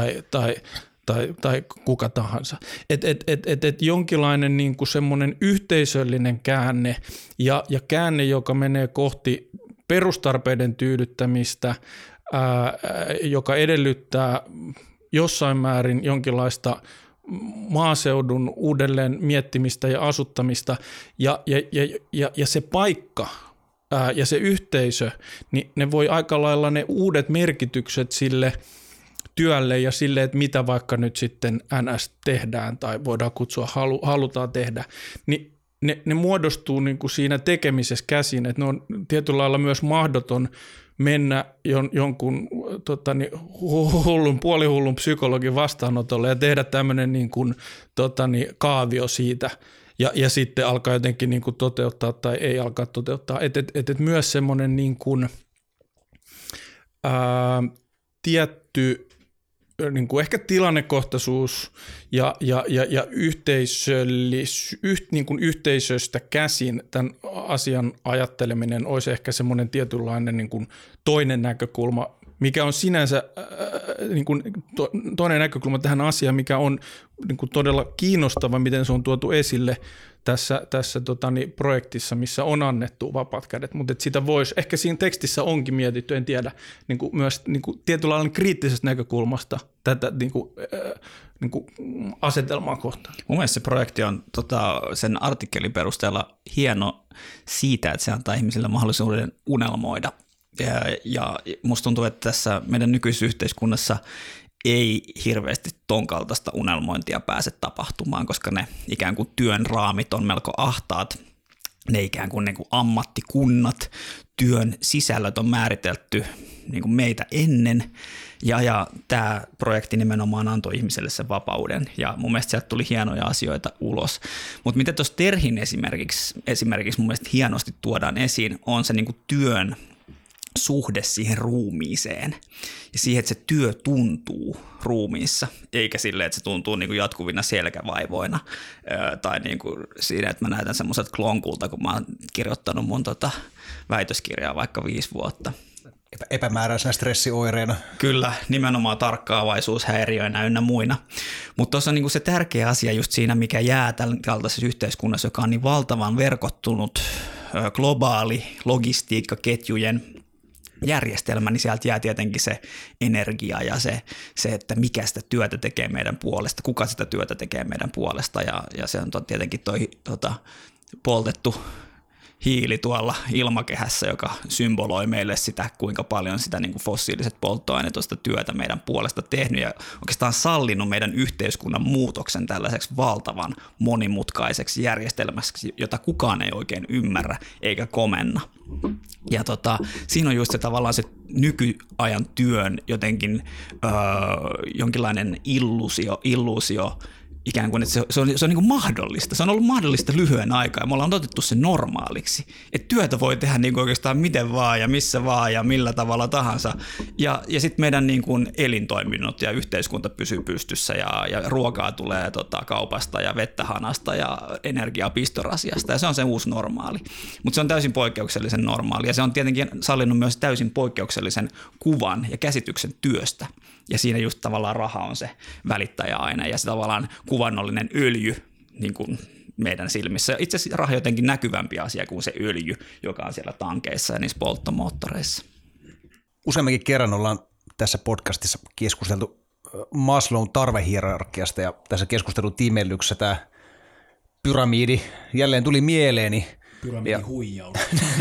tai kuka tahansa. Et jonkinlainen niin kuin semmoinen yhteisöllinen käänne ja käänne, joka menee kohti perustarpeiden tyydyttämistä, joka edellyttää jossain määrin jonkinlaista maaseudun uudelleen miettimistä ja asuttamista ja se paikka ja se yhteisö, niin ne voi aika lailla ne uudet merkitykset sille työlle ja sille, että mitä vaikka nyt sitten NS tehdään tai voidaan kutsua halutaan tehdä, niin ne muodostuu niin kuin siinä tekemisessä käsin, että ne on tietyllä lailla myös mahdoton mennä jonkun puolihullun psykologin vastaanotolle ja tehdä tämmöinen niin kuin, kaavio siitä ja sitten alkaa jotenkin niin kuin toteuttaa tai ei alkaa toteuttaa. Et myös semmoinen niin kuin, tietty niin kuin ehkä tilannekohtaisuus ja niin kuin yhteisöstä käsin tämän asian ajatteleminen olisi ehkä semmoinen tietynlainen niin kuin toinen näkökulma, mikä on sinänsä niin kuin toinen näkökulma tähän asiaan, mikä on niin kuin todella kiinnostava, miten se on tuotu esille tässä projektissa, missä on annettu vapaat kädet, mutta sitä voisi, ehkä siinä tekstissä onkin mietitty, en tiedä, niin kuin myös niin kuin tietynlainen kriittisestä näkökulmasta tätä niin kuin asetelmaa kohtaan. Mun mielestä se projekti on sen artikkelin perusteella hieno siitä, että se antaa ihmisille mahdollisuuden unelmoida. Ja musta tuntuu, että tässä meidän nykyisessä yhteiskunnassa ei hirveästi ton kaltaista unelmointia pääse tapahtumaan, koska ne ikään kuin työn raamit on melko ahtaat. Ne ikään kuin, ammattikunnat, työn sisällöt on määritelty niin kuin meitä ennen. Ja tämä projekti nimenomaan antoi ihmiselle sen vapauden ja mun mielestä sieltä tuli hienoja asioita ulos. Mutta mitä tuossa Terhin esimerkiksi mun mielestä hienosti tuodaan esiin, on se niin kuin työn suhde siihen ruumiiseen ja siihen, että se työ tuntuu ruumiissa, eikä silleen, että se tuntuu niin kuin jatkuvina selkävaivoina tai niin kuin siinä, että mä näytän semmoiset klonkulta, kun mä oon kirjoittanut mun väitöskirjaa vaikka 5 vuotta. Epämääräisenä stressioireena. Kyllä, nimenomaan tarkkaavaisuushäiriöinä ynnä muina. Mutta tuossa on niinku se tärkeä asia just siinä, mikä jää tällaisessa yhteiskunnassa, joka on niin valtavan verkottunut globaali logistiikkaketjujen järjestelmä, niin sieltä jää tietenkin se energia ja se että mikä sitä työtä tekee meidän puolesta, kuka sitä työtä tekee meidän puolesta ja se on tietenkin toi poltettu hiili tuolla ilmakehässä, joka symboloi meille sitä, kuinka paljon sitä niin kuin fossiiliset polttoaineet on sitä työtä meidän puolesta tehnyt ja oikeastaan sallinut meidän yhteiskunnan muutoksen tällaiseksi valtavan monimutkaiseksi järjestelmäksi, jota kukaan ei oikein ymmärrä eikä komenna. Ja siinä on just se tavallaan se nykyajan työn jotenkin jonkinlainen illuusio, ikään kuin, että se on niin kuin mahdollista. Se on ollut mahdollista lyhyen aikaa ja me ollaan otettu se normaaliksi. Että työtä voi tehdä niin kuin oikeastaan miten vaan ja missä vaan ja millä tavalla tahansa. Ja sitten meidän niin kuin elintoiminnot ja yhteiskunta pysyy pystyssä ja ruokaa tulee kaupasta ja vettä hanasta ja energiaa pistorasiasta ja se on se uusi normaali. Mutta se on täysin poikkeuksellisen normaali ja se on tietenkin sallinut myös täysin poikkeuksellisen kuvan ja käsityksen työstä. Ja siinä just tavallaan raha on se välittäjäaine ja se tavallaan kuvannollinen öljy niin kuin meidän silmissä. Itse asiassa raha on jotenkin näkyvämpi asia kuin se öljy, joka on siellä tankeissa ja niissä polttomoottoreissa. Useamminkin kerran ollaan tässä podcastissa keskusteltu Maslown tarvehierarkiasta ja tässä keskustelun tiimellyksessä tämä pyramidi jälleen tuli mieleeni. Pyramidihuijaus.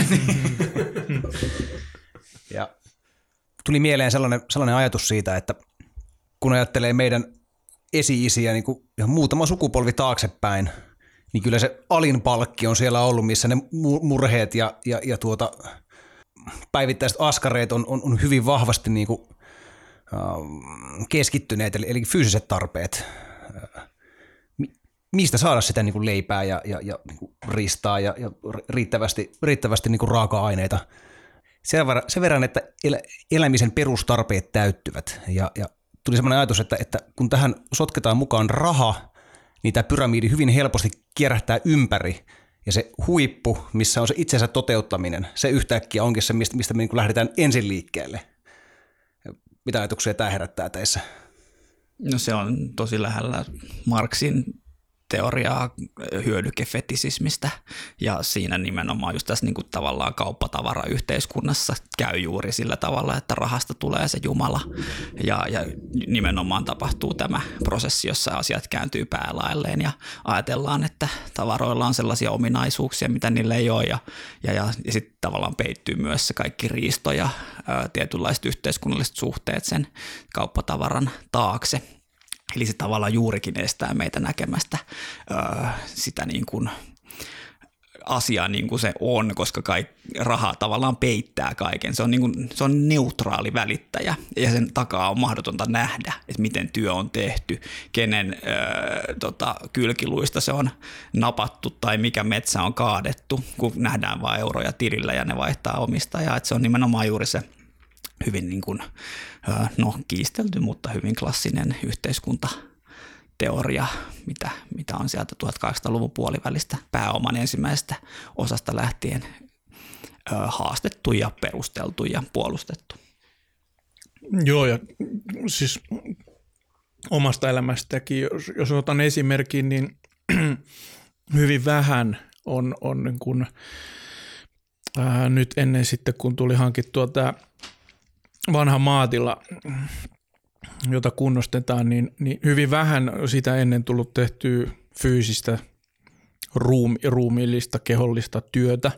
Ja tuli mieleen sellainen ajatus siitä, että kun ajattelee meidän esi-isiä niin kuin ihan muutama sukupolvi taaksepäin, niin kyllä se alin palkki on siellä ollut, missä ne murheet ja päivittäiset askareet on hyvin vahvasti niin kuin, keskittyneet, eli fyysiset tarpeet. Mistä saada sitä niin kuin leipää ja niin kuin ristaa ja riittävästi niin kuin raaka-aineita. sen verran, että elämisen perustarpeet täyttyvät. Ja tuli semmoinen ajatus, että kun tähän sotketaan mukaan raha, niin tämä pyramidi hyvin helposti kierähtää ympäri. Ja se huippu, missä on se itsensä toteuttaminen, se yhtäkkiä onkin se, mistä me niin kuin lähdetään ensin liikkeelle. Mitä ajatuksia tämä herättää teissä? No se on tosi lähellä Marxin teoriaa hyödykefetisismistä, ja siinä nimenomaan just tässä niin kuin tavallaan kauppatavarayhteiskunnassa käy juuri sillä tavalla, että rahasta tulee se Jumala, ja nimenomaan tapahtuu tämä prosessi, jossa asiat kääntyy päälailleen, ja ajatellaan, että tavaroilla on sellaisia ominaisuuksia, mitä niille ei ole, ja sitten tavallaan peittyy myös se kaikki riisto ja tietynlaiset yhteiskunnalliset suhteet sen kauppatavaran taakse. Eli se tavallaan juurikin estää meitä näkemästä sitä niin kuin asiaa niin kuin se on, koska raha tavallaan peittää kaiken. Se on neutraali välittäjä ja sen takaa on mahdotonta nähdä, että miten työ on tehty, kenen kylkiluista se on napattu tai mikä metsä on kaadettu, kun nähdään vain euroja tilillä ja ne vaihtaa omistajaa. Että se on nimenomaan juuri se hyvin niin kuin, kiistelty, mutta hyvin klassinen yhteiskuntateoria, mitä on sieltä 1800-luvun puolivälistä pääoman ensimmäisestä osasta lähtien haastettu ja perusteltu ja puolustettu. Joo, ja siis omasta elämästäkin, jos otan esimerkin, niin hyvin vähän on niin kuin, nyt ennen sitten, kun tuli hankittua tämä vanha maatila, jota kunnostetaan, niin hyvin vähän sitä ennen tullut tehtyä fyysistä, ruumiillista, kehollista työtä,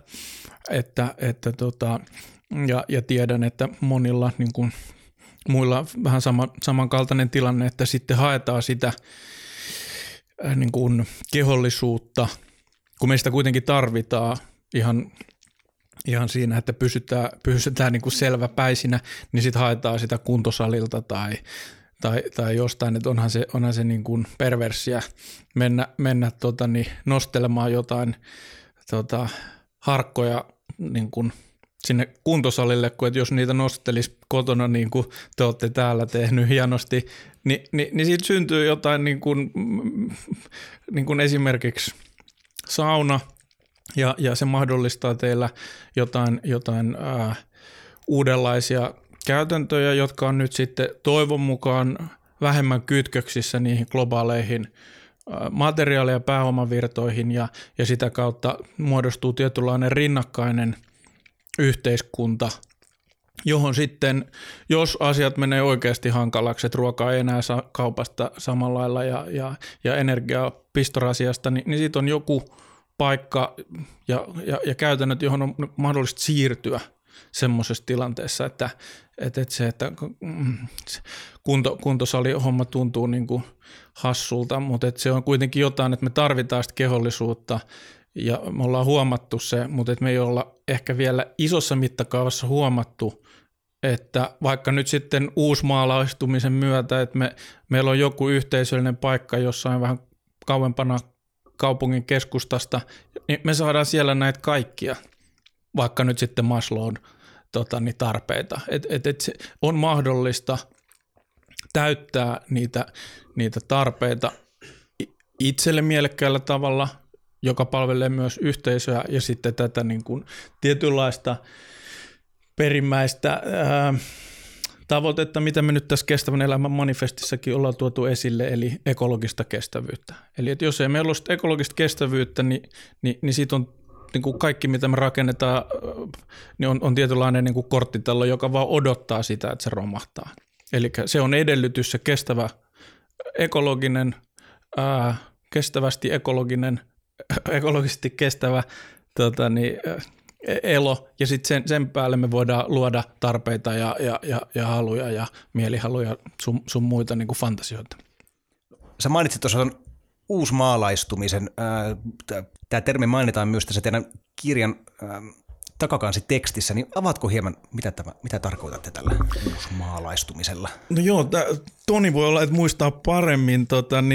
ja tiedän, että monilla niin kuin muilla vähän samankaltainen tilanne, että sitten haetaan sitä niin kuin kehollisuutta, kun meistä kuitenkin tarvitaan ihan siinä, että pysytään niin kuin selväpäisinä, niin sitten haetaan sitä kuntosalilta tai jostain, että onhan se niin kuin perversiä mennä nostelemaan jotain harkkoja niin kuin sinne kuntosalille, kun että jos niitä nostelisi kotona niin kuin te olette täällä tehnyt hienosti, niin siitä syntyy jotain niin kuin esimerkiksi sauna, ja se mahdollistaa teillä jotain uudenlaisia käytäntöjä, jotka on nyt sitten toivon mukaan vähemmän kytköksissä niihin globaaleihin materiaali- ja pääomavirtoihin, ja sitä kautta muodostuu tietynlainen rinnakkainen yhteiskunta, johon sitten, jos asiat menee oikeasti hankalaksi, että ruokaa ei enää saa kaupasta samalla lailla ja energiaa pistorasiasta, niin siitä on joku paikka ja käytännöt, johon on mahdollista siirtyä semmoisessa tilanteessa, että kuntosalihomma tuntuu niin kuin hassulta, mutta että se on kuitenkin jotain, että me tarvitaan sitä kehollisuutta ja me ollaan huomattu se, mutta että me ei olla ehkä vielä isossa mittakaavassa huomattu, että vaikka nyt sitten uusmaalaistumisen myötä, että meillä on joku yhteisöllinen paikka jossain vähän kauempana kaupungin keskustasta, niin me saadaan siellä näitä kaikkia, vaikka nyt sitten Maslown tarpeita. Et se on mahdollista täyttää niitä tarpeita itselle mielekkäällä tavalla, joka palvelee myös yhteisöä, ja sitten tätä niin kuin tietynlaista perimmäistä tavoitetta, mitä me nyt tässä kestävän elämän manifestissakin ollaan tuotu esille, eli ekologista kestävyyttä. Eli että jos ei meillä ole ekologista kestävyyttä, niin siitä on niin kuin kaikki, mitä me rakennetaan, niin on tietynlainen niin kuin korttitalo, joka vaan odottaa sitä, että se romahtaa. Eli se on edellytys, se kestävä ekologinen, ekologisesti kestävä elo, ja sitten sen päälle me voidaan luoda tarpeita ja haluja ja mielihaluja sun muita niin kuin fantasioita. Sä mainitsit tuossa uusmaalaistumisen. Tämä termi mainitaan myös tässä teidän kirjan takakansitekstissä, niin avaatko hieman, mitä tarkoitatte tällä uusmaalaistumisella? No joo, Toni voi olla, että muistaa paremmin,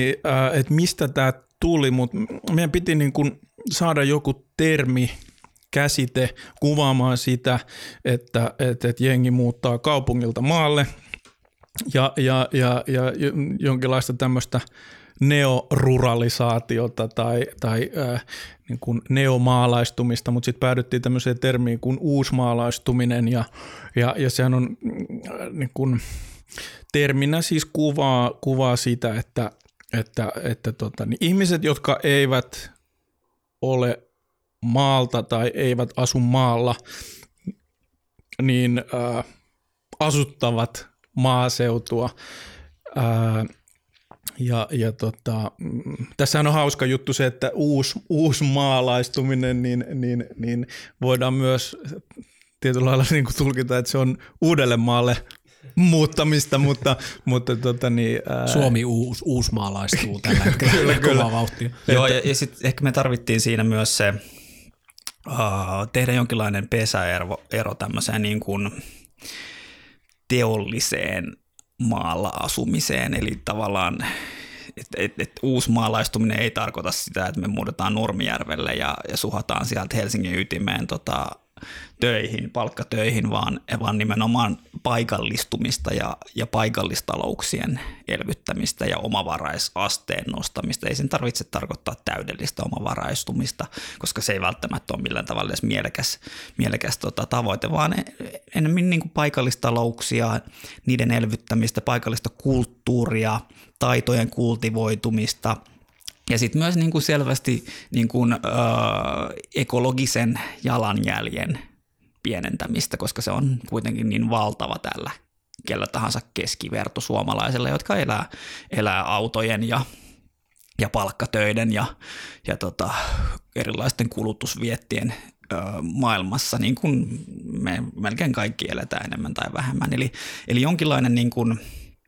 että mistä tämä tuli, mutta meidän piti niin kuin saada joku termi käsite kuvaamaan sitä, että jengi muuttaa kaupungilta maalle ja jonkinlaista tämmöistä neoruralisaatiota tai niin kuin neomaalaistumista, mutta sitten päädyttiin tämmöiseen termiin kuin uusmaalaistuminen ja sehän on niin kuin terminä siis kuvaa sitä, että niin ihmiset, jotka eivät ole maalta tai eivät asu maalla, niin asuttavat maaseutua. Tässähän on hauska juttu se, että uusmaalaistuminen, niin voidaan myös tietyllä lailla niin kuin tulkita, että se on Uudellemaalle muuttamista, mutta Suomi uusmaalaistuu tällä hetkellä kovaa vauhtia. Joo, ja sitten ehkä me tarvittiin siinä myös se tehdä jonkinlainen pesäero tämmöiseen niin kuin teolliseen maalla asumiseen, eli tavallaan että uusmaalaistuminen ei tarkoita sitä, että me muutetaan Nurmijärvelle ja suhataan sieltä Helsingin ytimeen töihin, palkkatöihin, vaan nimenomaan paikallistumista ja paikallistalouksien elvyttämistä ja omavaraisasteen nostamista. Ei sen tarvitse tarkoittaa täydellistä omavaraistumista, koska se ei välttämättä ole millään tavalla edes mielekäs tavoite, vaan enemmän niin kuin paikallistalouksia, niiden elvyttämistä, paikallista kulttuuria, taitojen kultivoitumista. Ja sitten myös niin kuin selvästi niin kuin, ekologisen jalanjäljen pienentämistä, koska se on kuitenkin niin valtava tällä kellä tahansa keskiverto suomalaisella, jotka elää autojen ja palkkatöiden ja erilaisten kulutusviettien maailmassa, niin kuin me melkein kaikki eletään enemmän tai vähemmän. Eli jonkinlainen niin kuin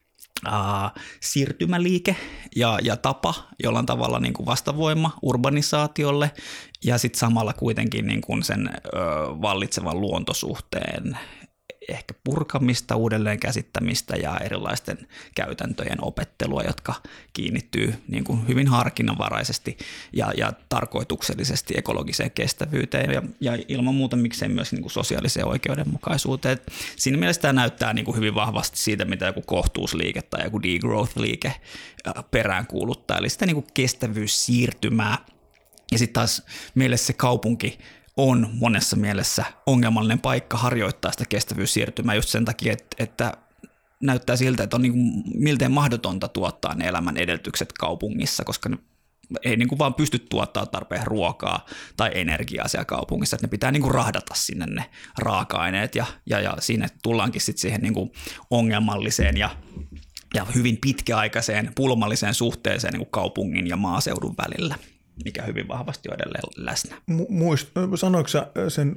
siirtymäliike ja tapa, jollain tavalla niin kuin vastavoima urbanisaatiolle ja sitten samalla kuitenkin niin kuin sen vallitsevan luontosuhteen ehkä purkamista, uudelleen käsittämistä ja erilaisten käytäntöjen opettelua, jotka kiinnittyy niin kuin hyvin harkinnanvaraisesti ja tarkoituksellisesti ekologiseen kestävyyteen ja ilman muuta miksei myös niin kuin sosiaaliseen oikeudenmukaisuuteen. Et siinä mielessä tämä näyttää niin kuin hyvin vahvasti siitä, mitä joku kohtuusliike tai joku degrowth-liike peräänkuuluttaa, eli sitä niin kuin kestävyyssiirtymää. Ja sitten taas meille se kaupunki on monessa mielessä ongelmallinen paikka harjoittaa sitä kestävyyssiirtymää just sen takia, että näyttää siltä, että on niin kuin miltei mahdotonta tuottaa ne elämän edellytykset kaupungissa, koska ne ei niin kuin vaan pysty tuottaa tarpeen ruokaa tai energiaa siellä kaupungissa, että ne pitää niin kuin rahdata sinne ne raaka-aineet ja siinä tullaankin sitten siihen niin kuin ongelmalliseen ja hyvin pitkäaikaiseen pulmalliseen suhteeseen niin kuin kaupungin ja maaseudun välillä, mikä hyvin vahvasti on edelleen läsnä. Sanoitko sä sen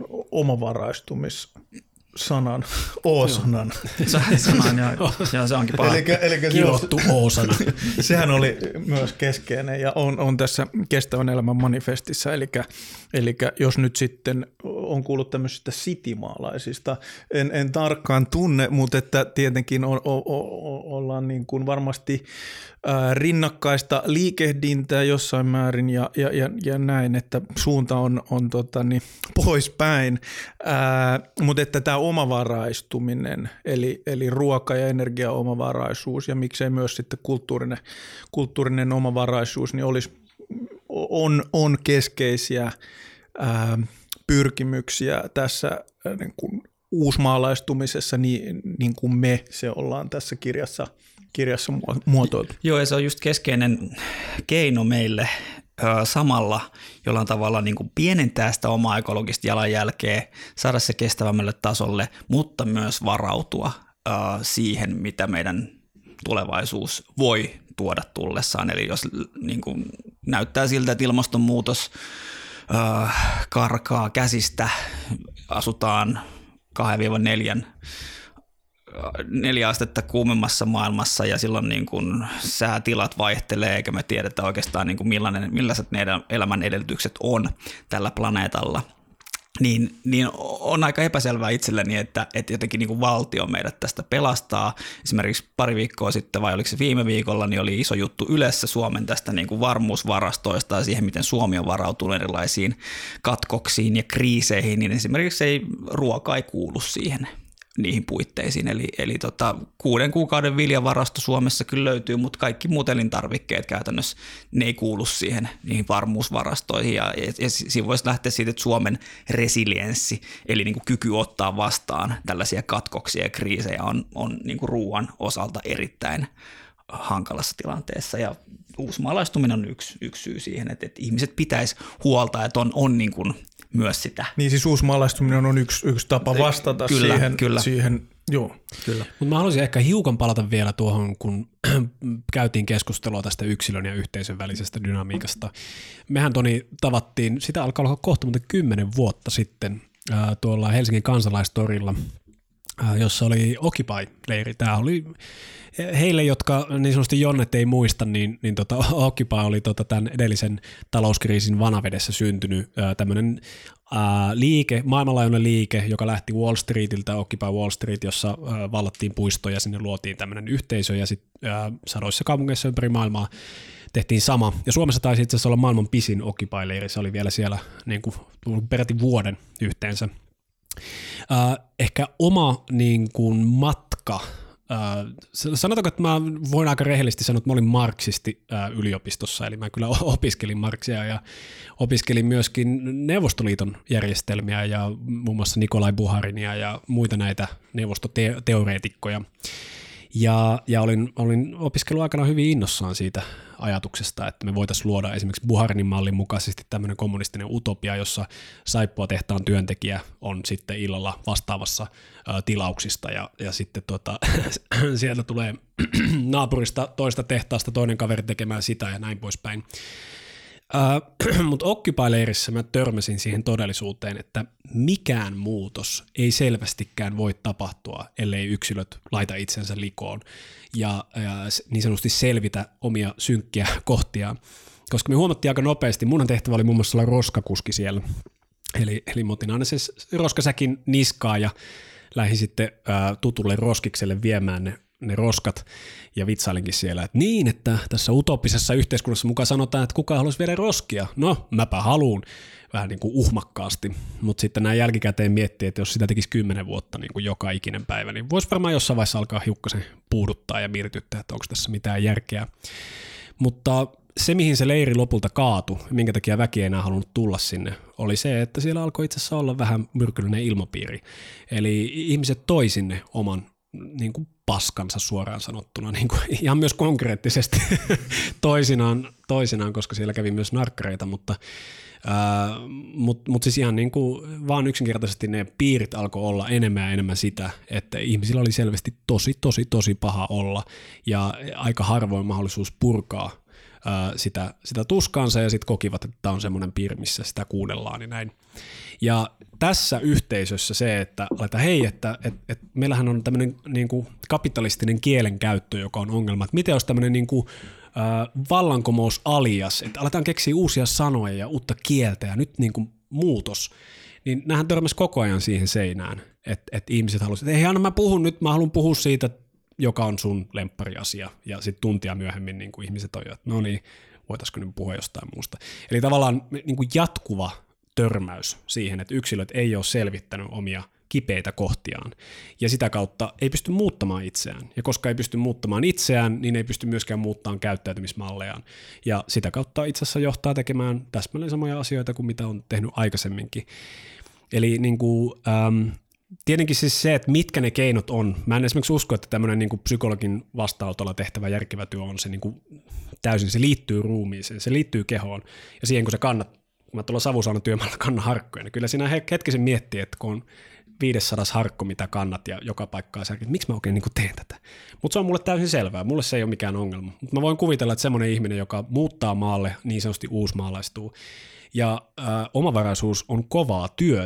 omavaraistamissanan, O-sanan? Sanan, ja se onkin paha. Kirottu O-sana. Sehän oli myös keskeinen ja on tässä kestävän elämän manifestissa, eli jos nyt sitten on kuullut tämmöisistä citymaalaisista, en tarkkaan tunne, mutta että tietenkin ollaan niin kuin varmasti rinnakkaista liikehdintää jossain määrin ja näin, että suunta on poispäin, mutta että tämä omavaraistuminen, eli ruoka- ja energiaomavaraisuus ja miksei myös sitten kulttuurinen omavaraisuus, niin on keskeisiä pyrkimyksiä tässä niin kuin uusmaalaistumisessa niin kuin me se ollaan tässä kirjassa muotoiltu. Joo, ja se on just keskeinen keino meille samalla jollain tavalla niin kuin pienentää sitä omaa ekologista jalanjälkeä, saada se kestävämmälle tasolle, mutta myös varautua siihen, mitä meidän tulevaisuus voi tuoda tullessaan. Eli jos niin kuin näyttää siltä, että ilmastonmuutos karkaa käsistä, asutaan 2-4 astetta kuumemmassa maailmassa ja silloin niin kuin säätilat vaihtelee eikä me tiedetä oikeastaan niin kuin millaiset meidän elämän edellytykset on tällä planeetalla, niin on aika epäselvää itselleni, että jotenkin niin kuin valtio meidät tästä pelastaa. Esimerkiksi pari viikkoa sitten, vai oliko se viime viikolla, niin oli iso juttu Ylessä Suomen tästä niin kuin varmuusvarastoista ja siihen, miten Suomi on varautunut erilaisiin katkoksiin ja kriiseihin, niin esimerkiksi ruoka ei kuulu niihin puitteisiin. Eli 6 kuukauden viljavarasto Suomessa kyllä löytyy, mutta kaikki muut elintarvikkeet käytännössä ne ei kuulu niihin varmuusvarastoihin. Ja siinä voisi lähteä siitä, että Suomen resilienssi, eli niin kuin kyky ottaa vastaan tällaisia katkoksia ja kriisejä on niin kuin ruoan osalta erittäin hankalassa tilanteessa. Ja uusmaalaistuminen on yksi syy siihen, että ihmiset pitäisi huolta, että on niin kuin myös sitä. Niin siis uusmaalaistuminen on yksi tapa vastata siihen. Joo. Kyllä. Mutta mä haluaisin ehkä hiukan palata vielä tuohon, kun käytiin keskustelua tästä yksilön ja yhteisön välisestä dynamiikasta. Mehän Toni tavattiin, sitä alkaa olla kohta 10 vuotta sitten tuolla Helsingin Kansalaistorilla, jossa oli Occupy-leiri. Tämä oli heille, jotka niin sanotusti Jonnet ei muista, niin Occupy oli tämän edellisen talouskriisin vanavedessä syntynyt tämmöinen liike, maailmanlaajuinen liike, joka lähti Wall Streetiltä, Occupy Wall Street, jossa vallattiin puistoja, sinne luotiin tämmöinen yhteisö ja sitten sadoissa kaupungeissa ympäri maailmaa tehtiin sama. Ja Suomessa taisi itse asiassa olla maailman pisin Occupy-leiri, se oli vielä siellä niin kuin peräti vuoden yhteensä. Ehkä oma niin kuin matka, sanotaanko, että mä voin aika rehellisesti sanoa, että mä olin marksisti yliopistossa, eli mä kyllä opiskelin Marksia ja opiskelin myöskin Neuvostoliiton järjestelmiä ja muun muassa Nikolai Buharinia ja muita näitä neuvostoteoreetikkoja. Ja olin opiskellut aikana hyvin innossaan siitä ajatuksesta, että me voitaisiin luoda esimerkiksi Buharinin mallin mukaisesti tämmöinen kommunistinen utopia, jossa saippua tehtaan työntekijä on sitten illalla vastaavassa tilauksista ja sitten sieltä tulee naapurista toista tehtaasta toinen kaveri tekemään sitä ja näin poispäin. Mutta Occupy-leirissä mä törmäsin siihen todellisuuteen, että mikään muutos ei selvästikään voi tapahtua, ellei yksilöt laita itsensä likoon ja niin sanotusti selvitä omia synkkiä kohtiaan. Koska me huomattiin aika nopeasti, munhan tehtävä oli muun muassa olla roskakuski siellä. Eli mä otin aina se roskasäkin niskaa ja lähdin sitten tutulle roskikselle viemään ne roskat ja vitsailinkin siellä, että niin, että tässä utopisessa yhteiskunnassa mukaan sanotaan, että kuka haluaisi viedä roskia. No, mäpä haluun, vähän niin kuin uhmakkaasti, mutta sitten näin jälkikäteen miettii, että jos sitä tekisi 10 vuotta niin kuin joka ikinen päivä, niin voisi varmaan jossain vaiheessa alkaa hiukkasen puuduttaa ja mietityttää, että onko tässä mitään järkeä. Mutta se, mihin se leiri lopulta kaatui, minkä takia väki ei enää halunnut tulla sinne, oli se, että siellä alkoi itse asiassa olla vähän myrkyllinen ilmapiiri. Eli ihmiset toi sinne oman niin kuin paskansa suoraan sanottuna, niin kuin ihan myös konkreettisesti toisinaan, koska siellä kävi myös narkkareita, mutta siis ihan niin kuin vaan yksinkertaisesti ne piirit alkoi olla enemmän ja enemmän sitä, että ihmisillä oli selvästi tosi paha olla ja aika harvoin mahdollisuus purkaa sitä tuskaansa ja sitten kokivat, että tämä on semmoinen piiri, missä sitä kuunnellaan ja näin. Ja tässä yhteisössä se, että meillähän on tämmöinen niin kuin kapitalistinen kielenkäyttö, joka on ongelma, että miten olisi tämmöinen niin kuin vallankumous alias, että aletaan keksiä uusia sanoja ja uutta kieltä ja nyt niin kuin muutos, niin nämähän törmäsi koko ajan siihen seinään, että ihmiset halusivat, että hei Anna, mä haluan puhua siitä, joka on sun lemppariasia, ja sitten tuntia myöhemmin niin kuin ihmiset on jo, että no niin, voitaisiko nyt puhua jostain muusta. Eli tavallaan niin kuin jatkuva törmäys siihen, että yksilöt ei ole selvittänyt omia kipeitä kohtiaan, ja sitä kautta ei pysty muuttamaan itseään, ja koska ei pysty muuttamaan itseään, niin ei pysty myöskään muuttamaan käyttäytymismallejaan, ja sitä kautta itse asiassa johtaa tekemään täsmälleen samoja asioita kuin mitä on tehnyt aikaisemminkin. Eli niin kuin, tietenkin siis se, että mitkä ne keinot on. Mä en esimerkiksi usko, että tämmöinen niin kuin psykologin vastaanotolla tehtävä järkevä työ on se niin kuin täysin, se liittyy ruumiiseen, se liittyy kehoon ja siihen, kun sä kannat, kun mä tuolla savusaunan työmaalla kannan harkkoja, niin kyllä siinä hetkisen miettii, että kun on 500 harkko, mitä kannat ja joka paikkaa sä, että miksi mä oikein niin kuin teen tätä. Mutta se on mulle täysin selvää, mulle se ei ole mikään ongelma. Mutta mä voin kuvitella, että semmoinen ihminen, joka muuttaa maalle, niin sanotusti uusmaalaistuu, ja omavaraisuus on kovaa työtä,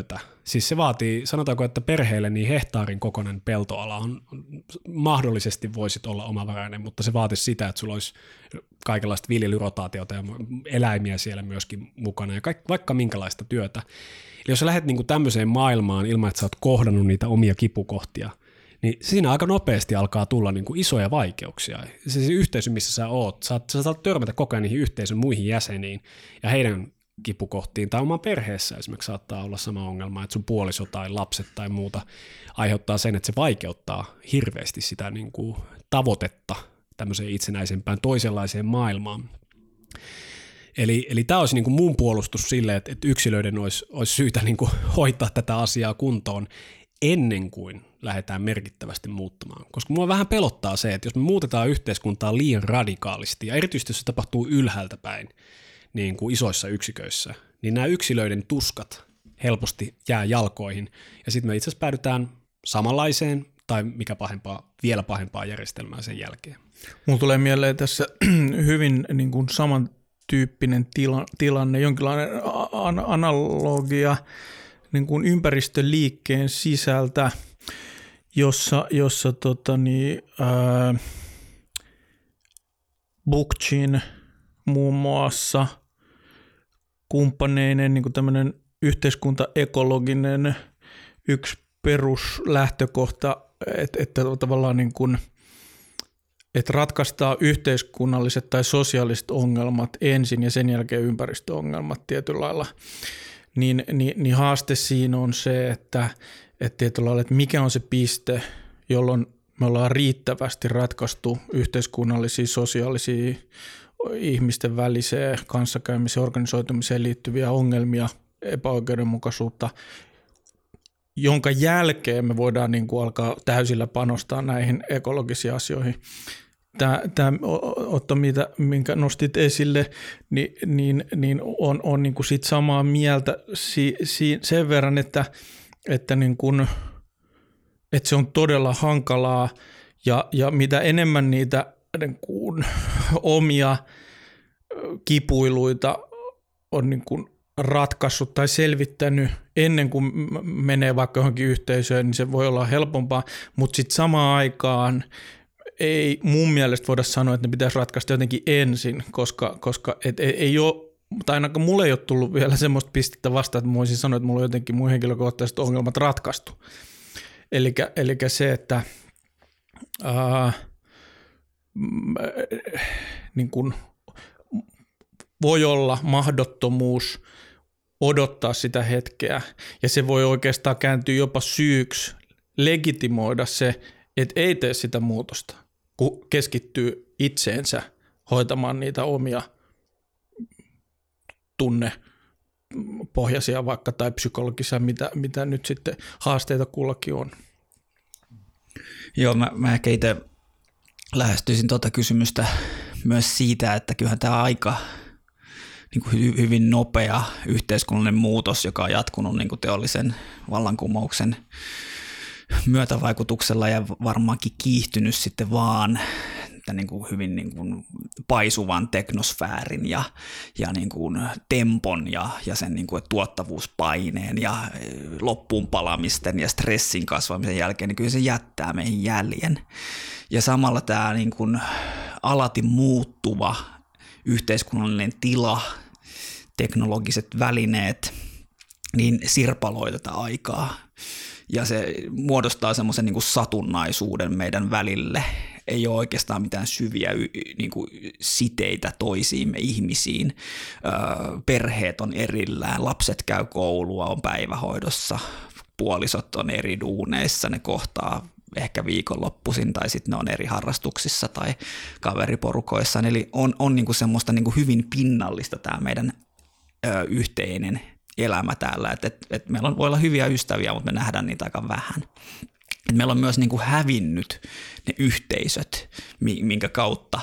Siis se vaatii, sanotaanko, että perheelle niin hehtaarin kokoinen peltoala on mahdollisesti voisit olla omavarainen, mutta se vaatisi sitä, että sulla olisi kaikenlaista viljelyrotaatiota ja eläimiä siellä myöskin mukana ja vaikka minkälaista työtä. Eli jos sä lähdet niin kuin tämmöiseen maailmaan ilman, että sä oot kohdannut niitä omia kipukohtia, niin siinä aika nopeasti alkaa tulla niin kuin isoja vaikeuksia. Se yhteisö, missä sä oot, sä saat törmätä koko ajan niihin yhteisön muihin jäseniin ja heidän kipukohtiin, tai oman perheessä esimerkiksi saattaa olla sama ongelma, että sun puoliso tai lapset tai muuta aiheuttaa sen, että se vaikeuttaa hirveästi sitä niin kuin tavoitetta tämmöiseen itsenäisempään toisenlaiseen maailmaan. Eli tämä olisi niin kuin mun puolustus sille, että yksilöiden olisi syytä niin kuin hoitaa tätä asiaa kuntoon ennen kuin lähdetään merkittävästi muuttamaan. Koska mua vähän pelottaa se, että jos me muutetaan yhteiskuntaa liian radikaalisti, ja erityisesti jos se tapahtuu ylhäältä päin, niin kuin isoissa yksiköissä, niin nämä yksilöiden tuskat helposti jää jalkoihin, ja sitten me itse asiassa päädytään samanlaiseen, tai mikä pahempaa, vielä pahempaa järjestelmää sen jälkeen. Mulla tulee mieleen tässä hyvin niin kuin samantyyppinen tilanne, jonkinlainen analogia niin kuin ympäristöliikkeen sisältä, jossa Bookchin muun muassa kumppaneinen niin kuin tämmöinen yhteiskuntaekologinen yksi peruslähtökohta, että tavallaan niin kuin, että ratkaistaan yhteiskunnalliset tai sosiaaliset ongelmat ensin ja sen jälkeen ympäristöongelmat tietyllä lailla, niin haaste siinä on se, että tietyllä lailla, että mikä on se piste, jolloin me ollaan riittävästi ratkaistu yhteiskunnallisia, sosiaalisia, ihmisten väliseen kanssakäymiseen, organisoitumiseen liittyviä ongelmia, epäoikeudenmukaisuutta, jonka jälkeen me voidaan niin kuin alkaa täysillä panostaa näihin ekologisiin asioihin. Tämä Otto, minkä nostit esille, niin on niin kuin sit samaa mieltä sen verran, että, niin kuin, että se on todella hankalaa ja mitä enemmän niitä niin kuin omia kipuiluita on niin kuin ratkaissut tai selvittänyt ennen kuin menee vaikka johonkin yhteisöön, niin se voi olla helpompaa, mutta sitten samaan aikaan ei mun mielestä voida sanoa, että ne pitäisi ratkaista jotenkin ensin, koska ei ole, tai ainakaan mulle ei ole tullut vielä semmoista pistettä vastaan, että mä voisin sanoa, että mulla on jotenkin mun henkilökohtaiset ongelmat ratkaistu. Eli se, että niin kuin voi olla mahdottomuus odottaa sitä hetkeä, ja se voi oikeastaan kääntyä jopa syyksi legitimoida se, että ei tee sitä muutosta, kun keskittyy itseensä hoitamaan niitä omia tunnepohjaisia vaikka tai psykologisia, mitä nyt sitten haasteita kullakin on. Joo, mä ehkä itse lähestyisin tuota kysymystä myös siitä, että kyllähän tämä aika niin kuin hyvin nopea yhteiskunnallinen muutos, joka on jatkunut niin kuin teollisen vallankumouksen myötävaikutuksella ja varmaankin kiihtynyt sitten vaan niin kuin hyvin niin kuin paisuvan teknosfäärin ja niin kuin tempon ja sen niin kuin tuottavuuspaineen ja loppuunpalamisten ja stressin kasvamisen jälkeen, niin kyllä se jättää meihin jäljen. Ja samalla tämä niin kuin alati muuttuva yhteiskunnallinen tila, teknologiset välineet, niin sirpaloi tätä aikaa. Ja se muodostaa semmoisen niin kuin satunnaisuuden meidän välille. Ei ole oikeastaan mitään syviä niin kuin siteitä toisiimme ihmisiin. Perheet on erillään, lapset käy koulua, on päivähoidossa, puolisot on eri duuneissa, ne kohtaa ehkä viikonloppuisin tai sitten ne on eri harrastuksissa tai kaveriporukoissa. Eli on niin kuin semmoista niin kuin hyvin pinnallista tämä meidän yhteinen elämä täällä, että meillä voi olla hyviä ystäviä, mutta me nähdään niitä aika vähän. Et meillä on myös niin kuin hävinnyt ne yhteisöt, minkä kautta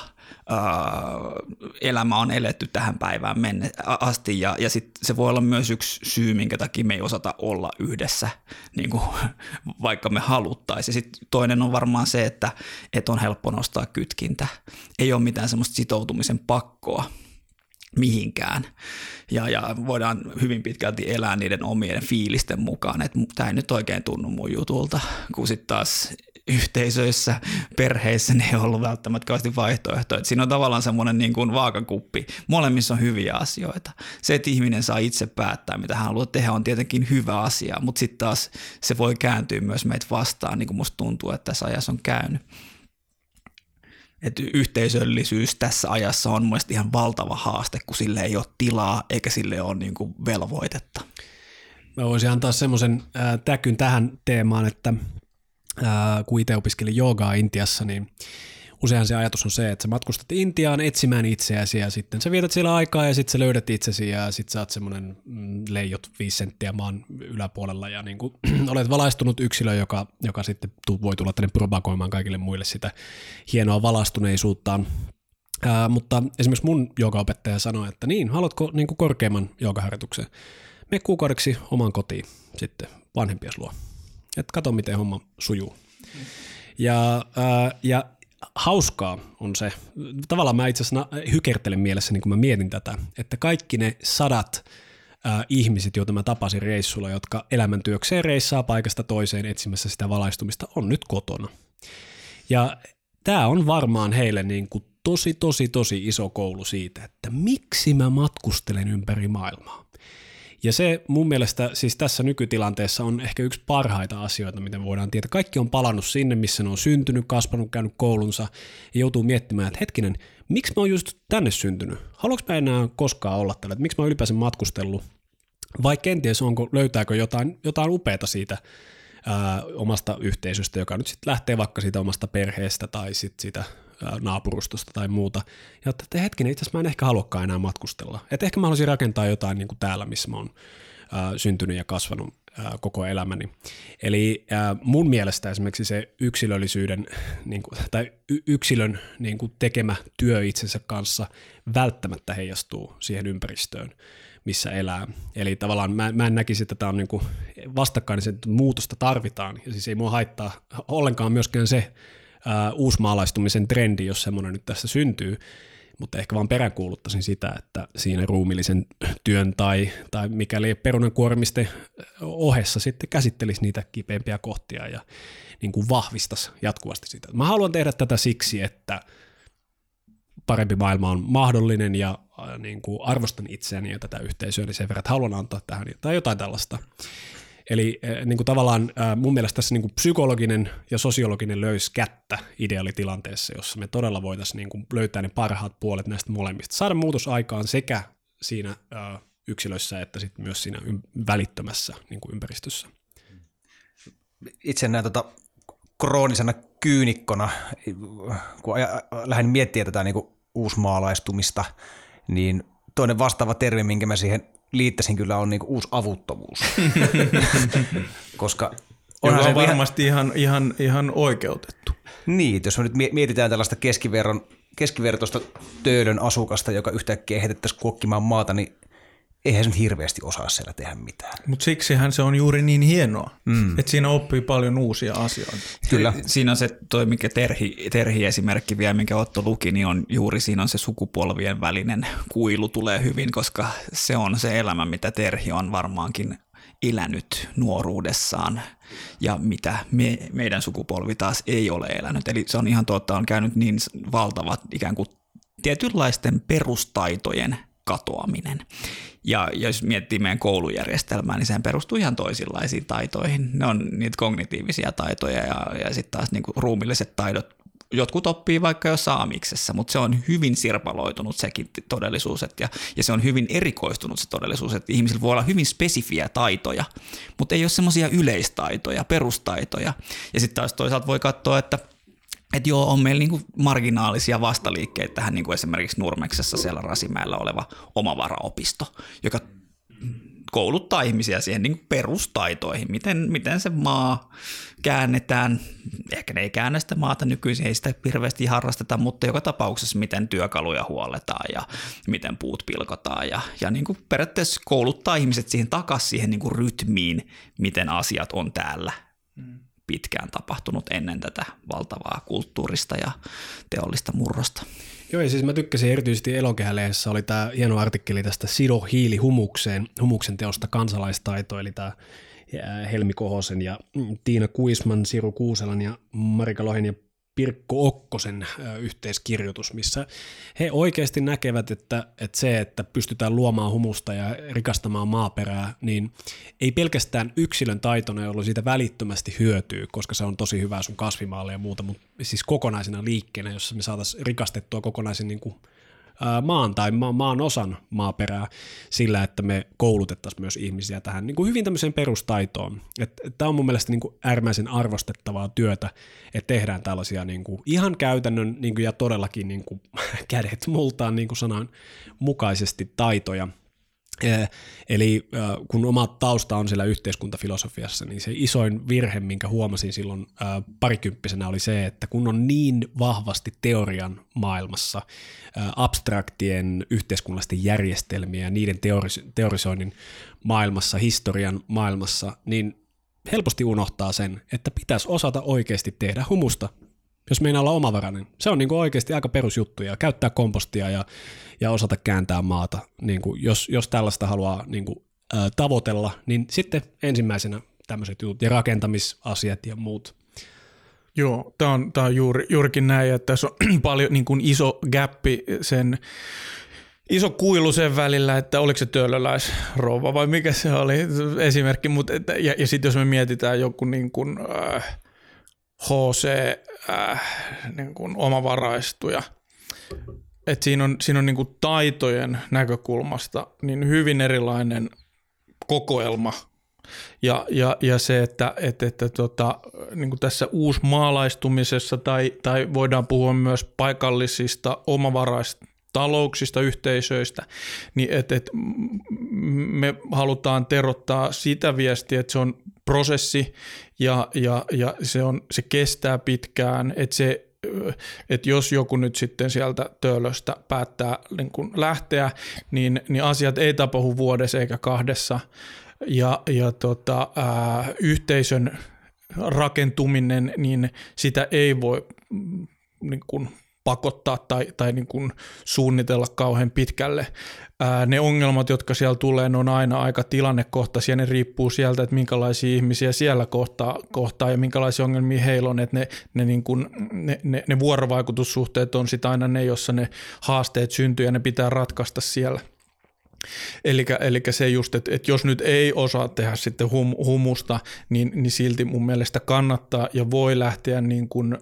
elämä on eletty tähän päivään asti, ja sit se voi olla myös yksi syy, minkä takia me ei osata olla yhdessä, niin kuin, vaikka me haluttaisiin. Sitten toinen on varmaan se, että on helppo nostaa kytkintä. Ei ole mitään semmoista sitoutumisen pakkoa. mihinkään. Ja voidaan hyvin pitkälti elää niiden omien fiilisten mukaan, että tämä ei nyt oikein tunnu mun jutulta, kun sitten taas yhteisöissä, perheissä ne ei ollut välttämättä kauheasti vaihtoehtoja. Et siinä on tavallaan semmoinen niin kuin vaakakuppi. Molemmissa on hyviä asioita. Se, että ihminen saa itse päättää, mitä hän haluaa tehdä, on tietenkin hyvä asia, mutta sitten taas se voi kääntyä myös meitä vastaan, niin kuin musta tuntuu, että tässä ajassa on käynyt. Että yhteisöllisyys tässä ajassa on mielestäni ihan valtava haaste, kun sille ei ole tilaa eikä sille ole niin kuin velvoitetta. Mä voisin antaa semmoisen täkyn tähän teemaan, että kun itse opiskelin joogaa Intiassa, niin usein se ajatus on se, että sä matkustat Intiaan etsimään itseäsi ja sitten sä vietät siellä aikaa ja sitten sä löydät itsesi ja sitten sä oot semmoinen leijot 5 senttiä maan yläpuolella ja niin kuin olet valaistunut yksilö, joka sitten voi tulla tänne propagoimaan kaikille muille sitä hienoa valaistuneisuuttaan. Mutta esimerkiksi mun joogaopettaja sanoi, että niin, haluatko niin kuin korkeamman joogaharjoituksen? Mene kuukaudeksi omaan kotiin sitten vanhempias luo. Että kato, miten homma sujuu. Ja hauskaa on se, tavallaan mä itse asiassa hykertelen mielessäni, kun mä mietin tätä, että kaikki ne 100 ihmiset, joita mä tapasin reissulla, jotka elämäntyökseen reissaa paikasta toiseen etsimässä sitä valaistumista, on nyt kotona. Ja tää on varmaan heille niin kuin tosi iso koulu siitä, että miksi mä matkustelen ympäri maailmaa. Ja se mun mielestä siis tässä nykytilanteessa on ehkä yksi parhaita asioita, miten voidaan tietää. Kaikki on palannut sinne, missä ne on syntynyt, kasvanut, käynyt koulunsa ja joutuu miettimään, että hetkinen, miksi mä oon just tänne syntynyt? Haluanko mä enää koskaan olla tällä? Että miksi mä oon ylipäänsä matkustellut? Vai kenties löytääkö jotain upeata siitä omasta yhteisöstä, joka nyt sitten lähtee vaikka siitä omasta perheestä tai sitten siitä naapurustosta tai muuta. Ja että hetkinen, itse asiassa mä en ehkä haluakaan enää matkustella. Että ehkä mä haluaisin rakentaa jotain niin kuin täällä, missä mä oon syntynyt ja kasvanut koko elämäni. Eli mun mielestä esimerkiksi se yksilöllisyyden niin kuin, tai yksilön niin kuin tekemä työ itsensä kanssa välttämättä heijastuu siihen ympäristöön, missä elää. Eli tavallaan mä en näkisi, että tämä on niin kuin vastakkain, niin muutosta tarvitaan. Ja siis ei mua haittaa ollenkaan myöskään se uusmaalaistumisen trendi, jos semmoinen nyt tässä syntyy, mutta ehkä vaan peräänkuuluttaisin sitä, että siinä ruumillisen työn tai mikäli perunankuormisten ohessa sitten käsittelisi niitä kipeimpiä kohtia ja niin kuin vahvistaisi jatkuvasti sitä. Mä haluan tehdä tätä siksi, että parempi maailma on mahdollinen ja niin kuin arvostan itseäni ja tätä yhteisöä, niin sen verran, että haluan antaa tähän tai jotain tällaista. Eli niin kuin tavallaan mun mielestä tässä niin kuin psykologinen ja sosiologinen löys kättä ideaalitilanteessa, jossa me todella voitaisiin niin kuin löytää ne parhaat puolet näistä molemmista. Saada muutos aikaan sekä siinä yksilöissä että sitten myös siinä välittömässä niin kuin ympäristössä. Itse näen kroonisena kyynikkona, kun lähdin miettimään tätä niin kuin uusmaalaistumista, niin toinen vastaava termi, minkä mä siihen liittäisin kyllä on niinku uusi avuttomuus. Koska onhan se varmasti ihan oikeutettu. Niin, jos me nyt mietitään tällaista keskivertoista töölön asukasta, joka yhtäkkiä heitettäisiin kuokkimaan maata, niin eihän se nyt hirveästi osaa siellä tehdä mitään. Mutta siksihän se on juuri niin hienoa, että siinä oppii paljon uusia asioita. Kyllä. Siinä on se, mikä Terhi-esimerkki vielä, minkä Otto luki, niin on juuri siinä on se sukupolvien välinen kuilu tulee hyvin, koska se on se elämä, mitä Terhi on varmaankin elänyt nuoruudessaan ja mitä meidän sukupolvi taas ei ole elänyt. Eli se on ihan totta, on käynyt niin valtavat ikään kuin tietynlaisten perustaitojen katoaminen. Ja jos miettii meidän koulujärjestelmää, niin sehän perustuu ihan toisenlaisiin taitoihin. Ne on niitä kognitiivisia taitoja ja sitten taas niinku ruumilliset taidot. Jotkut oppii vaikka jossain amiksessa, mutta se on hyvin sirpaloitunut sekin todellisuus ja se on hyvin erikoistunut se todellisuus, että ihmisillä voi olla hyvin spesifiä taitoja, mutta ei ole semmoisia yleistaitoja, perustaitoja. Ja sitten taas toisaalta voi katsoa, että joo, on meillä niinku marginaalisia vastaliikkeitä tähän niinku esimerkiksi Nurmeksessa siellä Rasimäellä oleva omavaraopisto, joka kouluttaa ihmisiä siihen niinku perustaitoihin, miten se maa käännetään. Ehkä ne ei käännä sitä maata nykyisin, ei sitä hirveästi harrasteta, mutta joka tapauksessa miten työkaluja huolletaan ja miten puut pilkotaan ja niinku periaatteessa kouluttaa ihmiset siihen takaisin siihen niinku rytmiin, miten asiat on täällä pitkään tapahtunut ennen tätä valtavaa kulttuurista ja teollista murrosta. Joo, ja siis mä tykkäsin erityisesti Elokehä-lehdessä oli tämä hieno artikkeli tästä Sido hiili humuksen teosta kansalaistaito, eli tämä Helmi Kohosen ja Tiina Kuisman, Siru Kuuselan ja Marika Lohen ja Pirkko Okkosen yhteiskirjoitus, missä he oikeasti näkevät, että se, että pystytään luomaan humusta ja rikastamaan maaperää, niin ei pelkästään yksilön taitona, jolloin siitä välittömästi hyötyy, koska se on tosi hyvää sun kasvimaalle ja muuta, mutta siis kokonaisena liikkeenä, jossa me saataisiin rikastettua kokonaisen niin kuin maan tai maan osan maaperää sillä, että me koulutettaisiin myös ihmisiä tähän niin kuin hyvin tämmöiseen perustaitoon. Tämä on mun mielestä niin kuin äärimmäisen arvostettavaa työtä, että tehdään tällaisia niin kuin ihan käytännön niin kuin ja todellakin niin kuin kädet multaan niin kuin sanan mukaisesti taitoja. Eli kun oma tausta on siellä yhteiskuntafilosofiassa, niin se isoin virhe, minkä huomasin silloin parikymppisenä oli se, että kun on niin vahvasti teorian maailmassa, abstraktien yhteiskunnallisten järjestelmien ja niiden teorisoinnin maailmassa, historian maailmassa, niin helposti unohtaa sen, että pitäisi osata oikeasti tehdä humusta, jos meinaa olla omavarainen. Se on niin kuin oikeasti aika perusjuttu ja käyttää kompostia ja osata kääntää maata. Niin kuin jos tällaista haluaa niin kuin, tavoitella, niin sitten ensimmäisenä tämmöiset jutut ja rakentamisasiat ja muut. Joo, tämä on juurikin näin, että tässä on paljon niin kuin iso gappi iso kuilu sen välillä, että oliko se töölöläisrouva vai mikä se oli esimerkki, mutta ja sitten jos me mietitään joku niin kuin HC niin kuin omavaraistuja, että siinä on niin kuin taitojen näkökulmasta niin hyvin erilainen kokoelma ja se, että niin kuin tässä uusmaalaistumisessa tai voidaan puhua myös paikallisista omavaraistalouksista, yhteisöistä, niin että me halutaan terottaa sitä viestiä, että se on prosessi ja se kestää pitkään, että jos joku nyt sitten sieltä töölöstä päättää niin kun lähteä, niin asiat ei tapahdu vuodessa eikä kahdessa ja yhteisön rakentuminen, niin sitä ei voi niin kun pakottaa tai niin kuin suunnitella kauhean pitkälle. Ne ongelmat, jotka siellä tulee, ne on aina aika tilannekohtaisia, ne riippuu sieltä, että minkälaisia ihmisiä siellä kohtaa ja minkälaisia ongelmia heillä on, että ne vuorovaikutussuhteet on sitä aina ne, jossa ne haasteet syntyy ja ne pitää ratkaista siellä. Eli se just, että jos nyt ei osaa tehdä sitten humusta, niin silti mun mielestä kannattaa ja voi lähteä niin kuin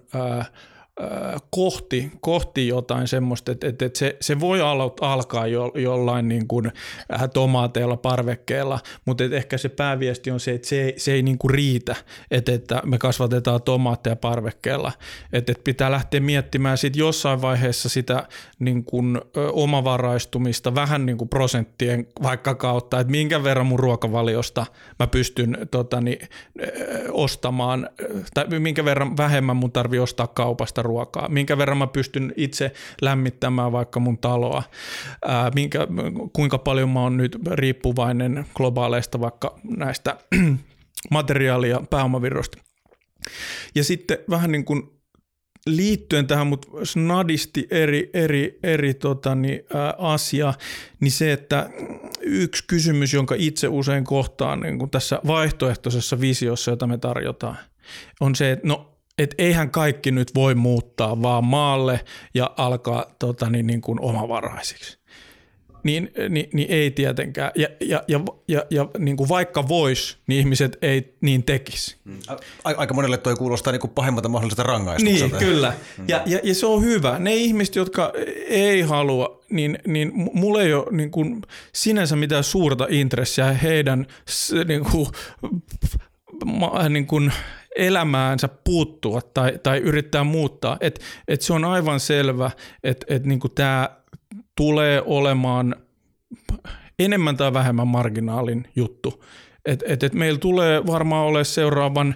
kohti jotain semmoista, että se voi alkaa jollain niin kuin tomaateilla, parvekkeella, mutta ehkä se pääviesti on se, että se ei niin kuin riitä, että me kasvatetaan tomaatteja parvekkeella, että pitää lähteä miettimään sitten jossain vaiheessa sitä niin kuin omavaraistumista vähän niin kuin prosenttien vaikka kautta, että minkä verran mun ruokavaliosta mä pystyn ostamaan, tai minkä verran vähemmän mun tarvii ostaa kaupasta ruokaa, minkä verran mä pystyn itse lämmittämään vaikka mun taloa, kuinka paljon mä oon nyt riippuvainen globaaleista vaikka näistä materiaali- ja pääomavirroista. Ja sitten vähän niin kuin liittyen tähän, mutta snadisti eri asia, niin se, että yksi kysymys, jonka itse usein kohtaan niin kuin tässä vaihtoehtoisessa visiossa, jota me tarjotaan, on se, että et eihän kaikki nyt voi muuttaa vaan maalle ja alkaa niin kuin omavaraisiksi. Niin ei tietenkään. Ja niin kuin vaikka vois, niin ihmiset ei niin tekisi. Aika monelle toi kuulostaa niin kuin pahimmalta mahdolliselta rangaistukselta. Niin, kyllä. Ja se on hyvä. Ne ihmiset, jotka ei halua, niin mulla ei ole niin kuin sinänsä mitään suurta intressiä heidän niin kuin elämäänsä puuttua tai yrittää muuttaa. Et se on aivan selvä, että niin kuin tämä tulee olemaan enemmän tai vähemmän marginaalin juttu. Et meillä tulee varmaan ole seuraavan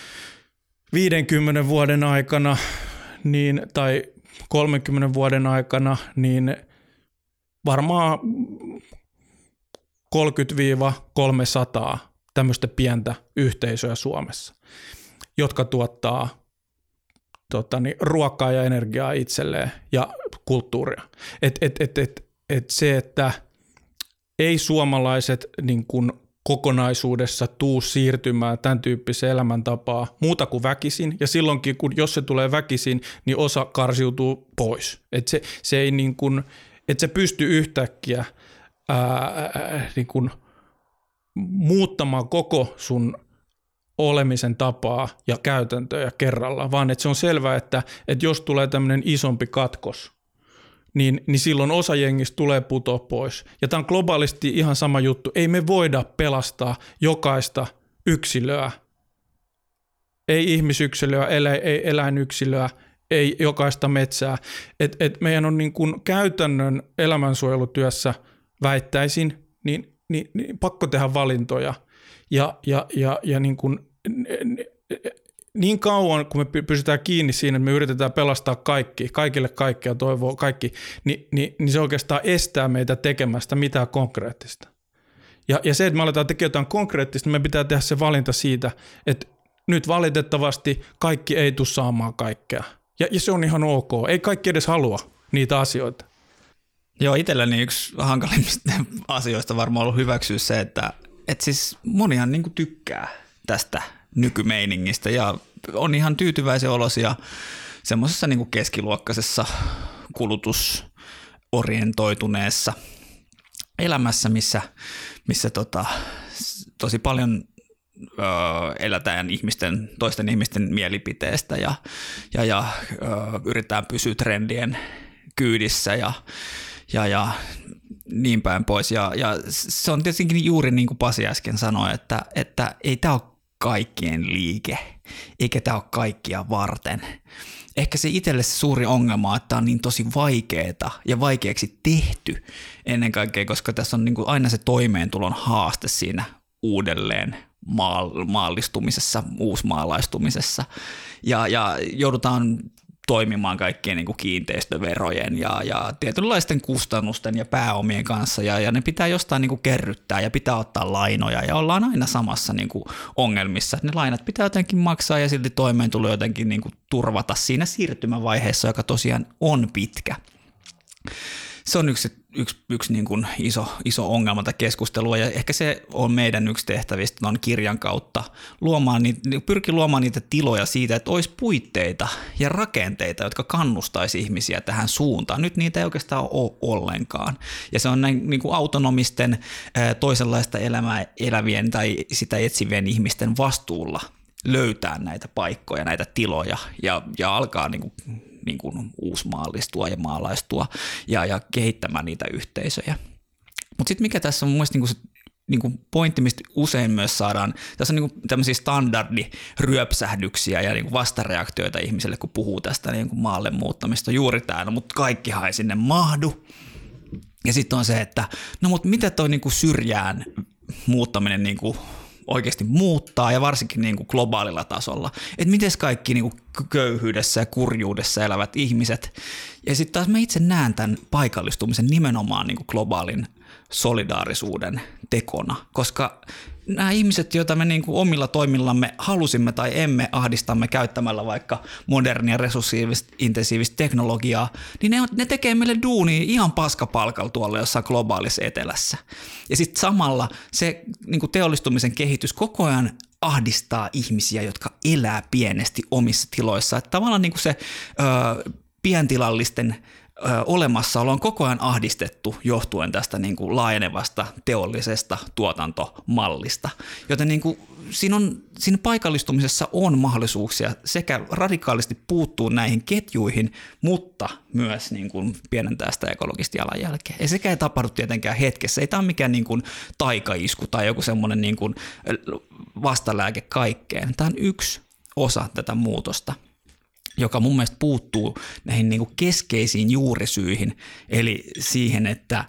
50 vuoden aikana tai 30 vuoden aikana niin varmaan 30-300 tämmöistä pientä yhteisöä Suomessa, jotka tuottaa ruokaa ja energiaa itselleen ja kulttuuria. Se, että ei suomalaiset niin kuin kokonaisuudessa tuu siirtymään tämän tyyppiseen elämäntapaa muuta kuin väkisin, ja silloinkin, jos se tulee väkisin, niin osa karsiutuu pois. Se ei niin kuin, että se pystyy yhtäkkiä niin kuin muuttamaan koko sun olemisen tapaa ja käytäntöjä kerralla, vaan että se on selvää, että jos tulee tämmöinen isompi katkos, niin silloin osa jengistä tulee putoa pois. Ja tämä on globaalisti ihan sama juttu. Ei me voida pelastaa jokaista yksilöä, ei ihmisyksilöä, ei eläinyksilöä, ei jokaista metsää. Meidän on niin kuin käytännön elämänsuojelutyössä väittäisin, niin pakko tehdä valintoja. Ja niin kauan, kun me pysytään kiinni siinä, että me yritetään pelastaa kaikille kaikkea, toivoa kaikki, niin se oikeastaan estää meitä tekemästä mitään konkreettista. Ja se, että me aletaan tekemään jotain konkreettista, me pitää tehdä se valinta siitä, että nyt valitettavasti kaikki ei tule saamaan kaikkea. Ja se on ihan ok. Ei kaikki edes halua niitä asioita. Joo, itselläni yksi hankalimmista asioista varmaan ollut hyväksyä se, että siis monihan niin kuin tykkää tästä nykymeiningistä ja on ihan tyytyväisen olosia semmoisessa niin kuin keskiluokkaisessa kulutusorientoituneessa elämässä, missä tosi paljon elätään toisten ihmisten mielipiteestä ja yritetään pysyä trendien kyydissä ja niin päin pois. Ja se on tietenkin juuri niin kuin Pasi äsken sanoi, että ei tämä ole kaikkien liike, eikä tämä ole kaikkia varten. Ehkä se itselle se suuri ongelma, että tämä on niin tosi vaikeaa ja vaikeaksi tehty ennen kaikkea, koska tässä on niin kuin aina se toimeentulon haaste siinä uudelleen maallistumisessa, uusmaalaistumisessa ja joudutaan toimimaan kaikkien niin kuin kiinteistöverojen ja tietynlaisten kustannusten ja pääomien kanssa ja ne pitää jostain niin kuin kerryttää ja pitää ottaa lainoja ja ollaan aina samassa niin kuin ongelmissa. Ne lainat pitää jotenkin maksaa ja silti toimeentulo jotenkin niin kuin turvata siinä siirtymävaiheessa, joka tosiaan on pitkä. Se on yksi niin kuin iso ongelma tai keskustelua ja ehkä se on meidän yksi tehtävistä tuon kirjan kautta pyrkii luomaan niitä tiloja siitä, että olisi puitteita ja rakenteita, jotka kannustaisi ihmisiä tähän suuntaan. Nyt niitä ei oikeastaan ole ollenkaan ja se on näin niin kuin autonomisten toisenlaista elämää elävien tai sitä etsivien ihmisten vastuulla löytää näitä paikkoja, näitä tiloja ja alkaa niin kuin uusmaallistua ja maalaistua ja kehittämään niitä yhteisöjä. Mutta sitten mikä tässä on mun mielestä niinku pointti, mistä usein myös saadaan, tässä on niinku tämmöisiä standardiryöpsähdyksiä ja niinku vastareaktioita ihmiselle, kun puhuu tästä niinku maalle muuttamista juuri täällä, mutta kaikkihan ei sinne mahdu. Ja sitten on se, että no mutta mitä toi niinku syrjään muuttaminen niinku oikeasti muuttaa ja varsinkin niin kuin globaalilla tasolla. Että miten kaikki niin kuin köyhyydessä ja kurjuudessa elävät ihmiset. Ja sitten taas mä itse näen tämän paikallistumisen nimenomaan niin kuin globaalin solidaarisuuden tekona, koska nämä ihmiset, joita me niin kuin omilla toimillamme halusimme tai emme ahdistamme käyttämällä vaikka modernia resurssiintensiivistä teknologiaa, niin ne tekee meille duunia ihan paskapalkalla tuolla jossain globaalissa etelässä. Ja sitten samalla se niin kuin teollistumisen kehitys koko ajan ahdistaa ihmisiä, jotka elää pienesti omissa tiloissa. Että tavallaan niin kuin se pientilallisten olemassaolo on koko ajan ahdistettu johtuen tästä niin kuin laajenevasta teollisesta tuotantomallista. Joten niin kuin siinä paikallistumisessa on mahdollisuuksia sekä radikaalisti puuttua näihin ketjuihin, mutta myös niin kuin pienentää sitä ekologista jalanjälkeä. Ja sekä ei tapahdu tietenkään hetkessä. Ei tämä ole mikään niin kuin taikaisku tai joku semmoinen niin kuin vastalääke kaikkeen. Tämä on yksi osa tätä muutosta, joka mun mielestä puuttuu näihin niin kuin keskeisiin juurisyihin, eli siihen, että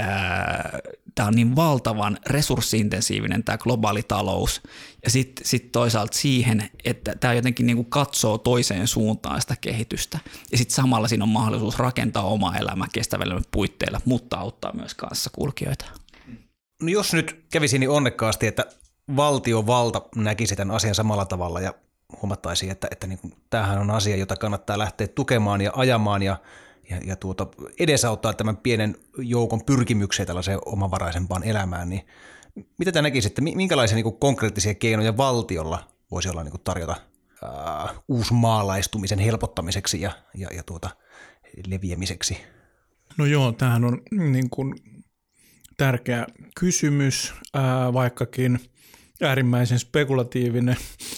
tämä on niin valtavan resurssiintensiivinen tämä globaali talous, ja sitten toisaalta siihen, että tämä jotenkin niin kuin katsoo toiseen suuntaan sitä kehitystä, ja sitten samalla siinä on mahdollisuus rakentaa oma elämä kestävällä puitteilla, mutta auttaa myös kanssakulkijoita. No jos nyt kävisi niin onnekkaasti, että valtiovalta näkisi tämän asian samalla tavalla ja huomattaisiin, että niin kuin, tämähän on asia, jota kannattaa lähteä tukemaan ja ajamaan ja ja edesauttaa tämän pienen joukon pyrkimyksiä tällaiseen omavaraisempaan elämään, niin mitä te näkisitte, minkälaisia niin kuin konkreettisia keinoja valtiolla voisi olla niin kuin tarjota uusmaalaistumisen helpottamiseksi ja leviämiseksi? No joo, tämähän on niin kuin tärkeä kysymys, vaikkakin äärimmäisen spekulatiivinen,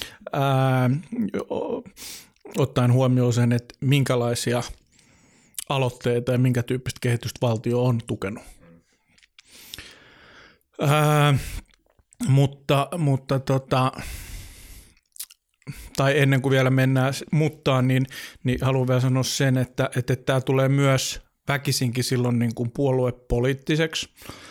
ottaen huomioon sen, että minkälaisia aloitteita ja minkä tyyppistä kehitystä valtio on tukenut. Tai ennen kuin vielä mennään muuttaan, niin haluan vielä sanoa sen, että tämä tulee myös väkisinkin silloin niin kuin puoluepoliittiseksi,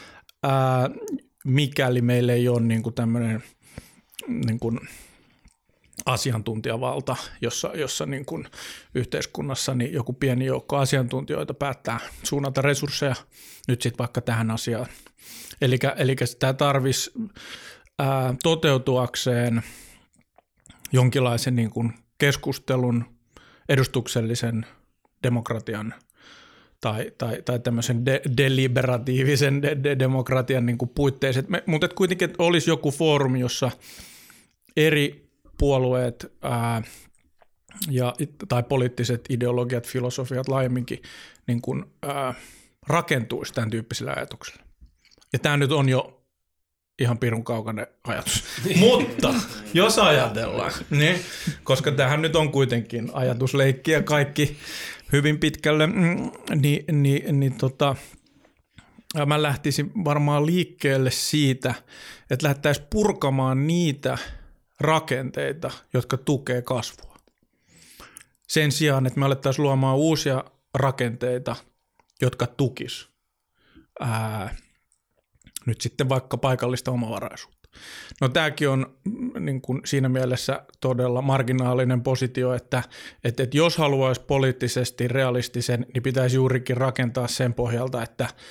mikäli meillä ei ole niin kuin tämmöinen niin kuin asiantuntijavalta, jossa niin kuin yhteiskunnassa niin joku pieni joukko asiantuntijoita päättää suunnata resursseja nyt sitten vaikka tähän asiaan. Eli tämä tarvitsisi toteutuakseen jonkinlaisen niin kuin keskustelun, edustuksellisen demokratian tai tämmöisen deliberatiivisen demokratian niin kuin puitteissa. Mutta kuitenkin olisi joku foorumi, jossa eri puolueet tai poliittiset ideologiat, filosofiat laajemminkin niin kuin, rakentuisi tämän tyyppisillä ajatuksilla. Ja tämä nyt on jo ihan pirun kaukainen ajatus. Mutta jos ajatellaan, niin, koska tämähän nyt on kuitenkin ajatusleikki ja kaikki hyvin pitkälle, mä lähtisin varmaan liikkeelle siitä, että lähdettäisiin purkamaan niitä rakenteita, jotka tukee kasvua. Sen sijaan, että me alettaisiin luomaan uusia rakenteita, jotka tukis nyt sitten vaikka paikallista omavaraisuutta. No tämäkin on niin kuin siinä mielessä todella marginaalinen positio, että jos haluaisi poliittisesti realistisen, niin pitäisi juurikin rakentaa sen pohjalta,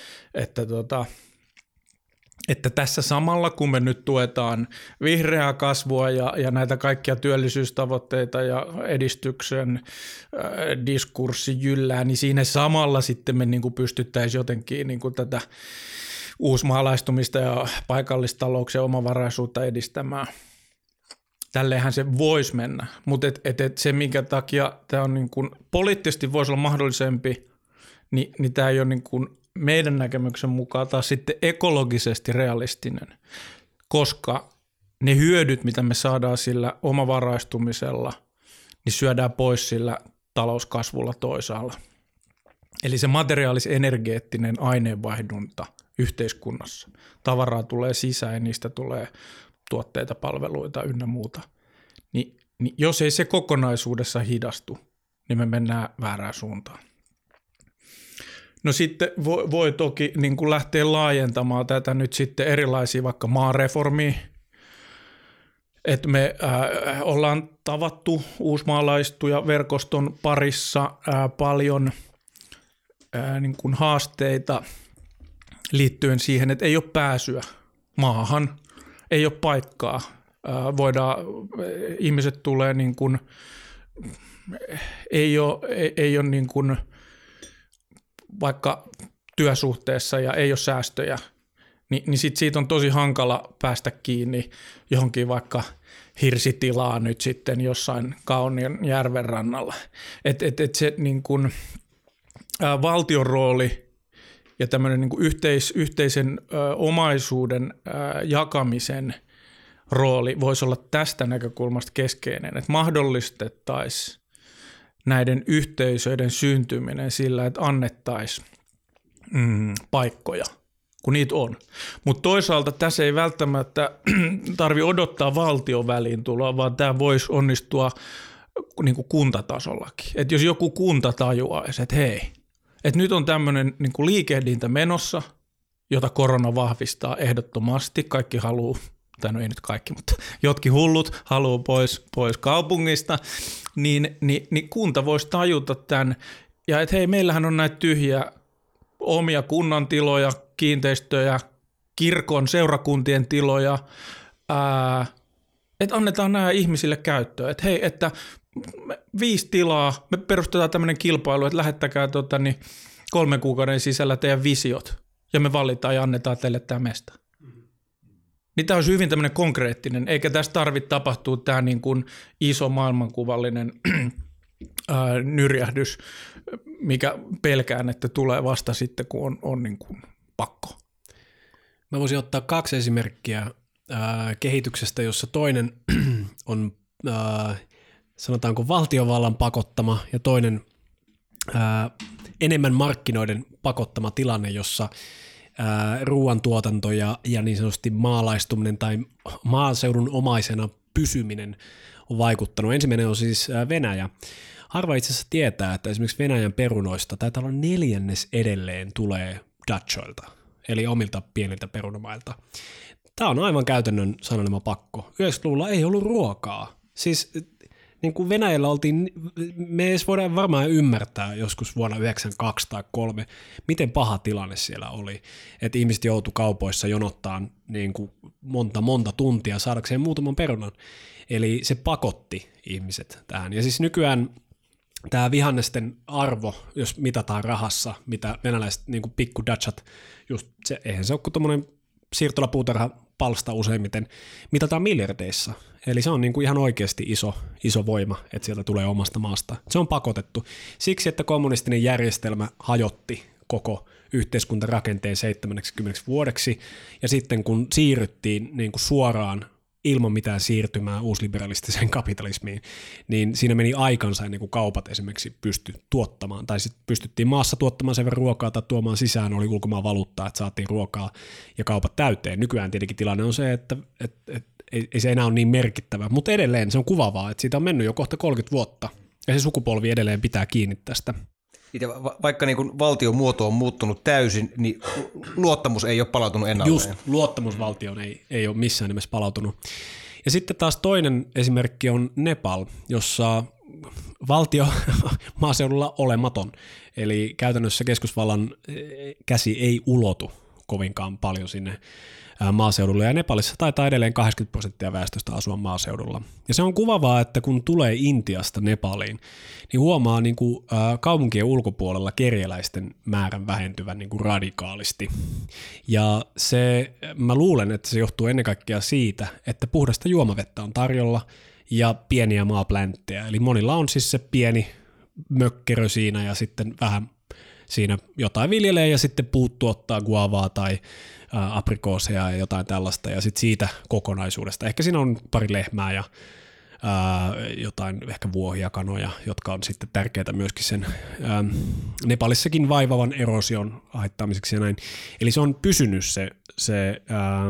että tässä samalla, kun me nyt tuetaan vihreää kasvua ja näitä kaikkia työllisyystavoitteita ja edistyksen diskurssi jyllää, niin siinä samalla sitten me niin kuin pystyttäisiin jotenkin niin kuin tätä uusmaalaistumista ja paikallistalouksia ja omavaraisuutta edistämään. Tälleenhän se voisi mennä, mutta se, minkä takia tämä on niin kuin poliittisesti voisi olla mahdollisempi, niin tämä ei ole niin kuin meidän näkemyksen mukaan taas sitten ekologisesti realistinen, koska ne hyödyt, mitä me saadaan sillä omavaraistumisella, niin syödään pois sillä talouskasvulla toisaalla. Eli se materiaalis-energeettinen aineenvaihdunta yhteiskunnassa. Tavaraa tulee sisään ja niistä tulee tuotteita, palveluita ynnä muuta. Niin jos ei se kokonaisuudessa hidastu, niin me mennään väärään suuntaan. No sitten voi toki niin kuin lähteä laajentamaan tätä nyt sitten erilaisia vaikka maareformia. Että me ollaan tavattu uusmaalaistuja verkoston parissa paljon niin kuin haasteita liittyen siihen, että ei ole pääsyä maahan, ei ole paikkaa. Ihmiset tulee niin kuin, ei ole niin kuin vaikka työsuhteessa ja ei ole säästöjä, niin siitä on tosi hankala päästä kiinni johonkin vaikka hirsitilaan nyt sitten jossain kauniin järven rannalla. Et se niin kuin, valtion rooli ja tämmöinen niin kuin yhteisen omaisuuden jakamisen rooli voisi olla tästä näkökulmasta keskeinen, että mahdollistettaisiin näiden yhteisöiden syntyminen sillä, että annettaisiin paikkoja, kun niitä on. Mutta toisaalta tässä ei välttämättä tarvitse odottaa valtion väliintuloa, vaan tämä voisi onnistua niin kuin kuntatasollakin. Että jos joku kunta tajuaisi, että hei, että nyt on tämmöinen niin kuin liikehdintä menossa, jota korona vahvistaa ehdottomasti, kaikki haluaa, tai no ei nyt kaikki, mutta jotkin hullut haluaa pois kaupungista, niin kunta voisi tajuta tämän, ja että hei, meillähän on näitä tyhjiä omia kunnan tiloja, kiinteistöjä, kirkon, seurakuntien tiloja, että annetaan nämä ihmisille käyttöön, että hei, että 5 tilaa, me perustetaan tämmöinen kilpailu, että lähettäkää 3 kuukauden sisällä teidän visiot ja me valitaan ja annetaan teille tämä mesta. Niin tämä olisi hyvin tämmöinen konkreettinen, eikä tässä tarvitse tapahtua tämä niin kuin iso maailmankuvallinen nyrjähdys, mikä pelkään, että tulee vasta sitten, kun on niin kuin pakko. Mä voisin ottaa 2 esimerkkiä kehityksestä, jossa toinen on sanotaanko valtiovallan pakottama ja toinen enemmän markkinoiden pakottama tilanne, jossa ruoantuotanto ja niin sanotusti maalaistuminen tai maaseudun omaisena pysyminen on vaikuttanut. Ensimmäinen on siis Venäjä. Harva itse asiassa tietää, että esimerkiksi Venäjän perunoista taitaa olla 4 edelleen tulee dachoilta, eli omilta pieniltä perunomailta. Tämä on aivan käytännön sanonema pakko. 90-luvulla ei ollut ruokaa. Siis niin kuin Venäjällä oltiin, me edes voidaan varmaan ymmärtää joskus vuonna 1992 tai 2003, miten paha tilanne siellä oli. Että ihmiset joutu kaupoissa jonottaan niin kuin monta tuntia saadakseen muutaman perunan. Eli se pakotti ihmiset tähän. Ja siis nykyään tämä vihannesten arvo, jos mitataan rahassa, mitä venäläiset niin kuin pikku dachat, just se, eihän se ole kuin tuommoinen siirtolapuutarhapalsta useimmiten, mitataan miljardeissa. Eli se on niin kuin ihan oikeasti iso voima, että sieltä tulee omasta maasta. Se on pakotettu. Siksi, että kommunistinen järjestelmä hajotti koko yhteiskuntarakenteen 70 vuodeksi, ja sitten kun siirryttiin niin kuin suoraan ilman mitään siirtymää uusliberalistiseen kapitalismiin, niin siinä meni aikansa ennen kuin kaupat esimerkiksi pystyi tuottamaan, tai sitten pystyttiin maassa tuottamaan sen verran ruokaa tai tuomaan sisään, oli ulkomaan valuuttaa, että saatiin ruokaa ja kaupat täyteen. Nykyään tietenkin tilanne on se, että ei se enää ole niin merkittävä, mutta edelleen se on kuvaavaa, että siitä on mennyt jo kohta 30 vuotta, ja se sukupolvi edelleen pitää kiinni tästä. Vaikka niin kuin valtion muoto on muuttunut täysin, niin luottamus ei ole palautunut ennalleen. Just, luottamus valtioon ei ole missään nimessä palautunut. Ja sitten taas toinen esimerkki on Nepal, jossa valtio maaseudulla olematon, eli käytännössä keskusvallan käsi ei ulotu kovinkaan paljon sinne maaseudulle, ja Nepalissa taitaa edelleen 80% väestöstä asua maaseudulla. Ja se on kuvaavaa, että kun tulee Intiasta Nepaliin, niin huomaa niin kuin, kaupunkien ulkopuolella kerjäläisten määrän vähentyvän niin kuin radikaalisti. Ja mä luulen, että se johtuu ennen kaikkea siitä, että puhdasta juomavettä on tarjolla ja pieniä maapläntejä. Eli monilla on siis se pieni mökkerö siinä ja sitten vähän siinä jotain viljelee ja sitten puut tuottaa guavaa tai aprikooseja ja jotain tällaista ja sitten siitä kokonaisuudesta. Ehkä siinä on pari lehmää ja jotain ehkä vuohia, kanoja, jotka on sitten tärkeitä myöskin sen Nepalissakin vaivavan erosion haittaamiseksi ja näin. Eli se on pysynyt se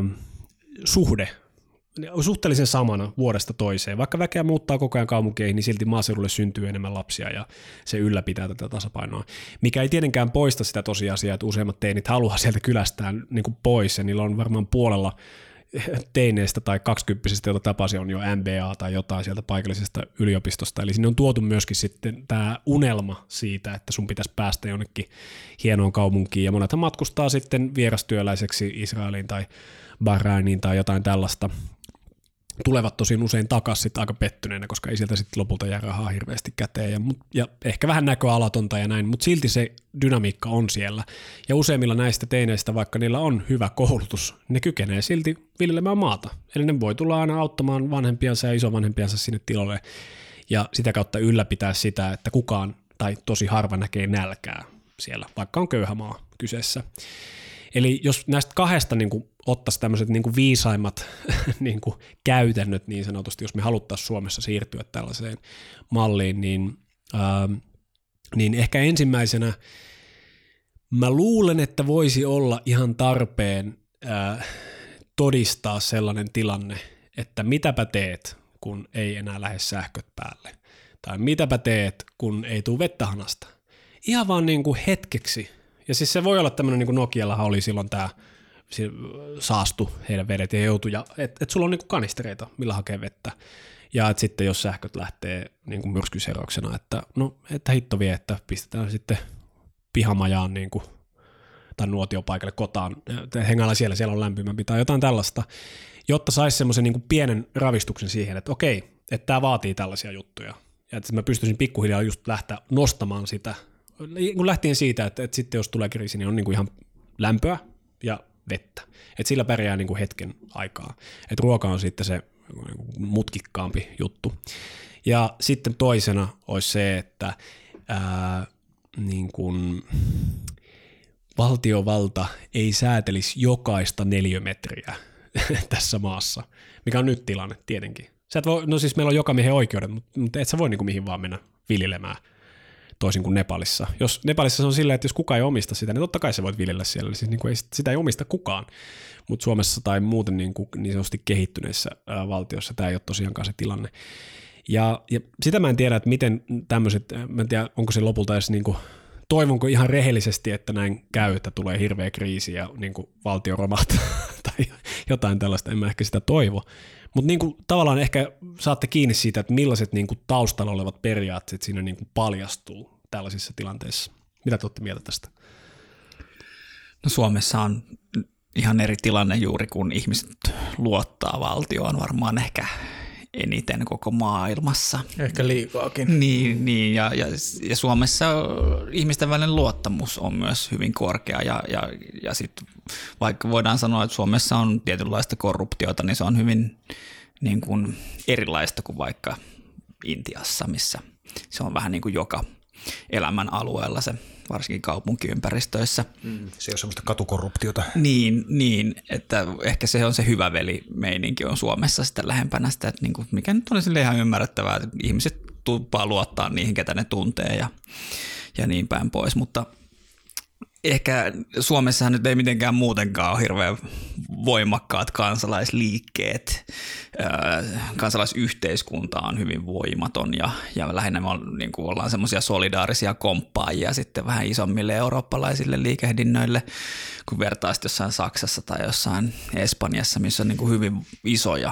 suhde suhteellisen samana vuodesta toiseen. Vaikka väkeä muuttaa koko ajan kaupunkeihin, niin silti maaseudulle syntyy enemmän lapsia ja se ylläpitää tätä tasapainoa. Mikä ei tietenkään poista sitä tosiasiaa, että useimmat teinit haluaa sieltä kylästään niin kuin pois ja niillä on varmaan puolella teineistä tai 20-vuotiaista, jota tapasin, on jo MBA tai jotain sieltä paikallisesta yliopistosta. Eli sinne on tuotu myöskin sitten tämä unelma siitä, että sun pitäisi päästä jonnekin hienoon kaupunkiin. Ja monethan matkustaa sitten vierastyöläiseksi Israeliin tai Bahrainiin tai jotain tällaista. Tulevat tosin usein takaisin sitten aika pettyneenä, koska ei sieltä sitten lopulta jää rahaa hirveästi käteen ja ehkä vähän näköalatonta ja näin, mutta silti se dynamiikka on siellä. Ja useimmilla näistä teineistä, vaikka niillä on hyvä koulutus, ne kykenee silti viljelemään maata. Eli ne voi tulla aina auttamaan vanhempiansa ja isovanhempiansa sinne tilolle ja sitä kautta ylläpitää sitä, että kukaan tai tosi harva näkee nälkää siellä, vaikka on köyhä maa kyseessä. Eli jos näistä kahdesta niin kuin ottaisi tämmöiset niin kuin viisaimmat niin kuin käytännöt niin sanotusti, jos me haluttaisiin Suomessa siirtyä tällaiseen malliin, niin ehkä ensimmäisenä mä luulen, että voisi olla ihan tarpeen todistaa sellainen tilanne, että mitäpä teet, kun ei enää lähde sähköt päälle, tai mitäpä teet, kun ei tule vettä hanasta. Ihan vaan niin kuin hetkeksi. Ja siis se voi olla tämmöinen, niin kuin Nokiallahan oli silloin tämä, saastu heidän vedet ja joutui, että sulla on niin kuin kanistereita, millä hakee vettä. Ja että sitten jos sähköt lähtee niin kuin myrskyseurauksena, että hitto vie, että pistetään sitten pihamajaan niin kuin, tai nuotiopaikalle kotaan, hengailla siellä on lämpimämpi tai jotain tällaista, jotta saisi semmoisen niin kuin pienen ravistuksen siihen, että okei, että tämä vaatii tällaisia juttuja. ja että mä pystyisin pikkuhiljaa just lähteä nostamaan sitä, kun lähtien siitä, että sitten jos tulee kriisi, niin on niin kuin ihan lämpöä ja vettä, että sillä pärjää niin kuin hetken aikaa, että ruoka on sitten se mutkikkaampi juttu. Ja sitten toisena olisi se, että niin kuin valtiovalta ei säätelisi jokaista neliömetriä tässä maassa, mikä on nyt tilanne tietenkin. Sä et voi, no siis meillä on jokamiehen oikeudet, mutta et sä voi niin kuin mihin vaan mennä viljelemään toisin kuin Nepalissa. Jos Nepalissa se on silleen, että jos kukaan ei omista sitä, niin totta kai sä voit viljellä siellä. Siis niin kuin sitä ei omista kukaan, mutta Suomessa tai muuten niin sanotusti kehittyneissä valtioissa tämä ei ole tosiaankaan se tilanne. Ja sitä mä en tiedä, että miten tämmöiset, mä en tiedä, onko se lopulta edes niin kuin, toivonko ihan rehellisesti, että näin käy, että tulee hirveä kriisi ja niin kuin valtio romahtaa tai jotain tällaista, en mä ehkä sitä toivo. Mutta niin kuin, tavallaan ehkä saatte kiinni siitä, että millaiset niin kuin, taustalla olevat periaatteet siinä niin kuin, paljastuu tällaisissa tilanteissa. Mitä te olette mieltä tästä? No Suomessa on ihan eri tilanne juuri, kun ihmiset luottaa valtioon varmaan ehkä eniten koko maailmassa. Ehkä liikaakin. Niin ja Suomessa ihmisten välinen luottamus on myös hyvin korkea ja sitten vaikka voidaan sanoa, että Suomessa on tietynlaista korruptiota, niin se on hyvin niin kuin erilaista kuin vaikka Intiassa, missä se on vähän niin kuin joka elämän alueella se, varsinkin kaupunkiympäristöissä. Se on semmoista katukorruptiota. Niin, että ehkä se on se hyvä veli-meininki on Suomessa sitten lähempänä sitä, että niinku, mikä nyt on sille ihan ymmärrettävää, että ihmiset tuppaa luottaa niihin, ketä ne tuntee ja niin päin pois, mutta ehkä Suomessahan nyt ei mitenkään muutenkaan ole hirveän voimakkaat kansalaisliikkeet. Kansalaisyhteiskunta on hyvin voimaton ja lähinnä me niin kuin ollaan semmoisia solidaarisia komppaajia sitten vähän isommille eurooppalaisille liikehdinnöille, kun vertaa sitten jossain Saksassa tai jossain Espanjassa, missä on niin kuin hyvin isoja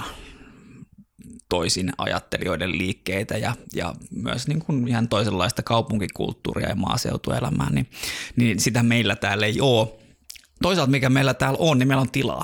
toisin ajattelijoiden liikkeitä ja myös niin kuin ihan toisenlaista kaupunkikulttuuria ja maaseutuelämää, niin sitä meillä täällä ei ole. Toisaalta mikä meillä täällä on, niin meillä on tilaa.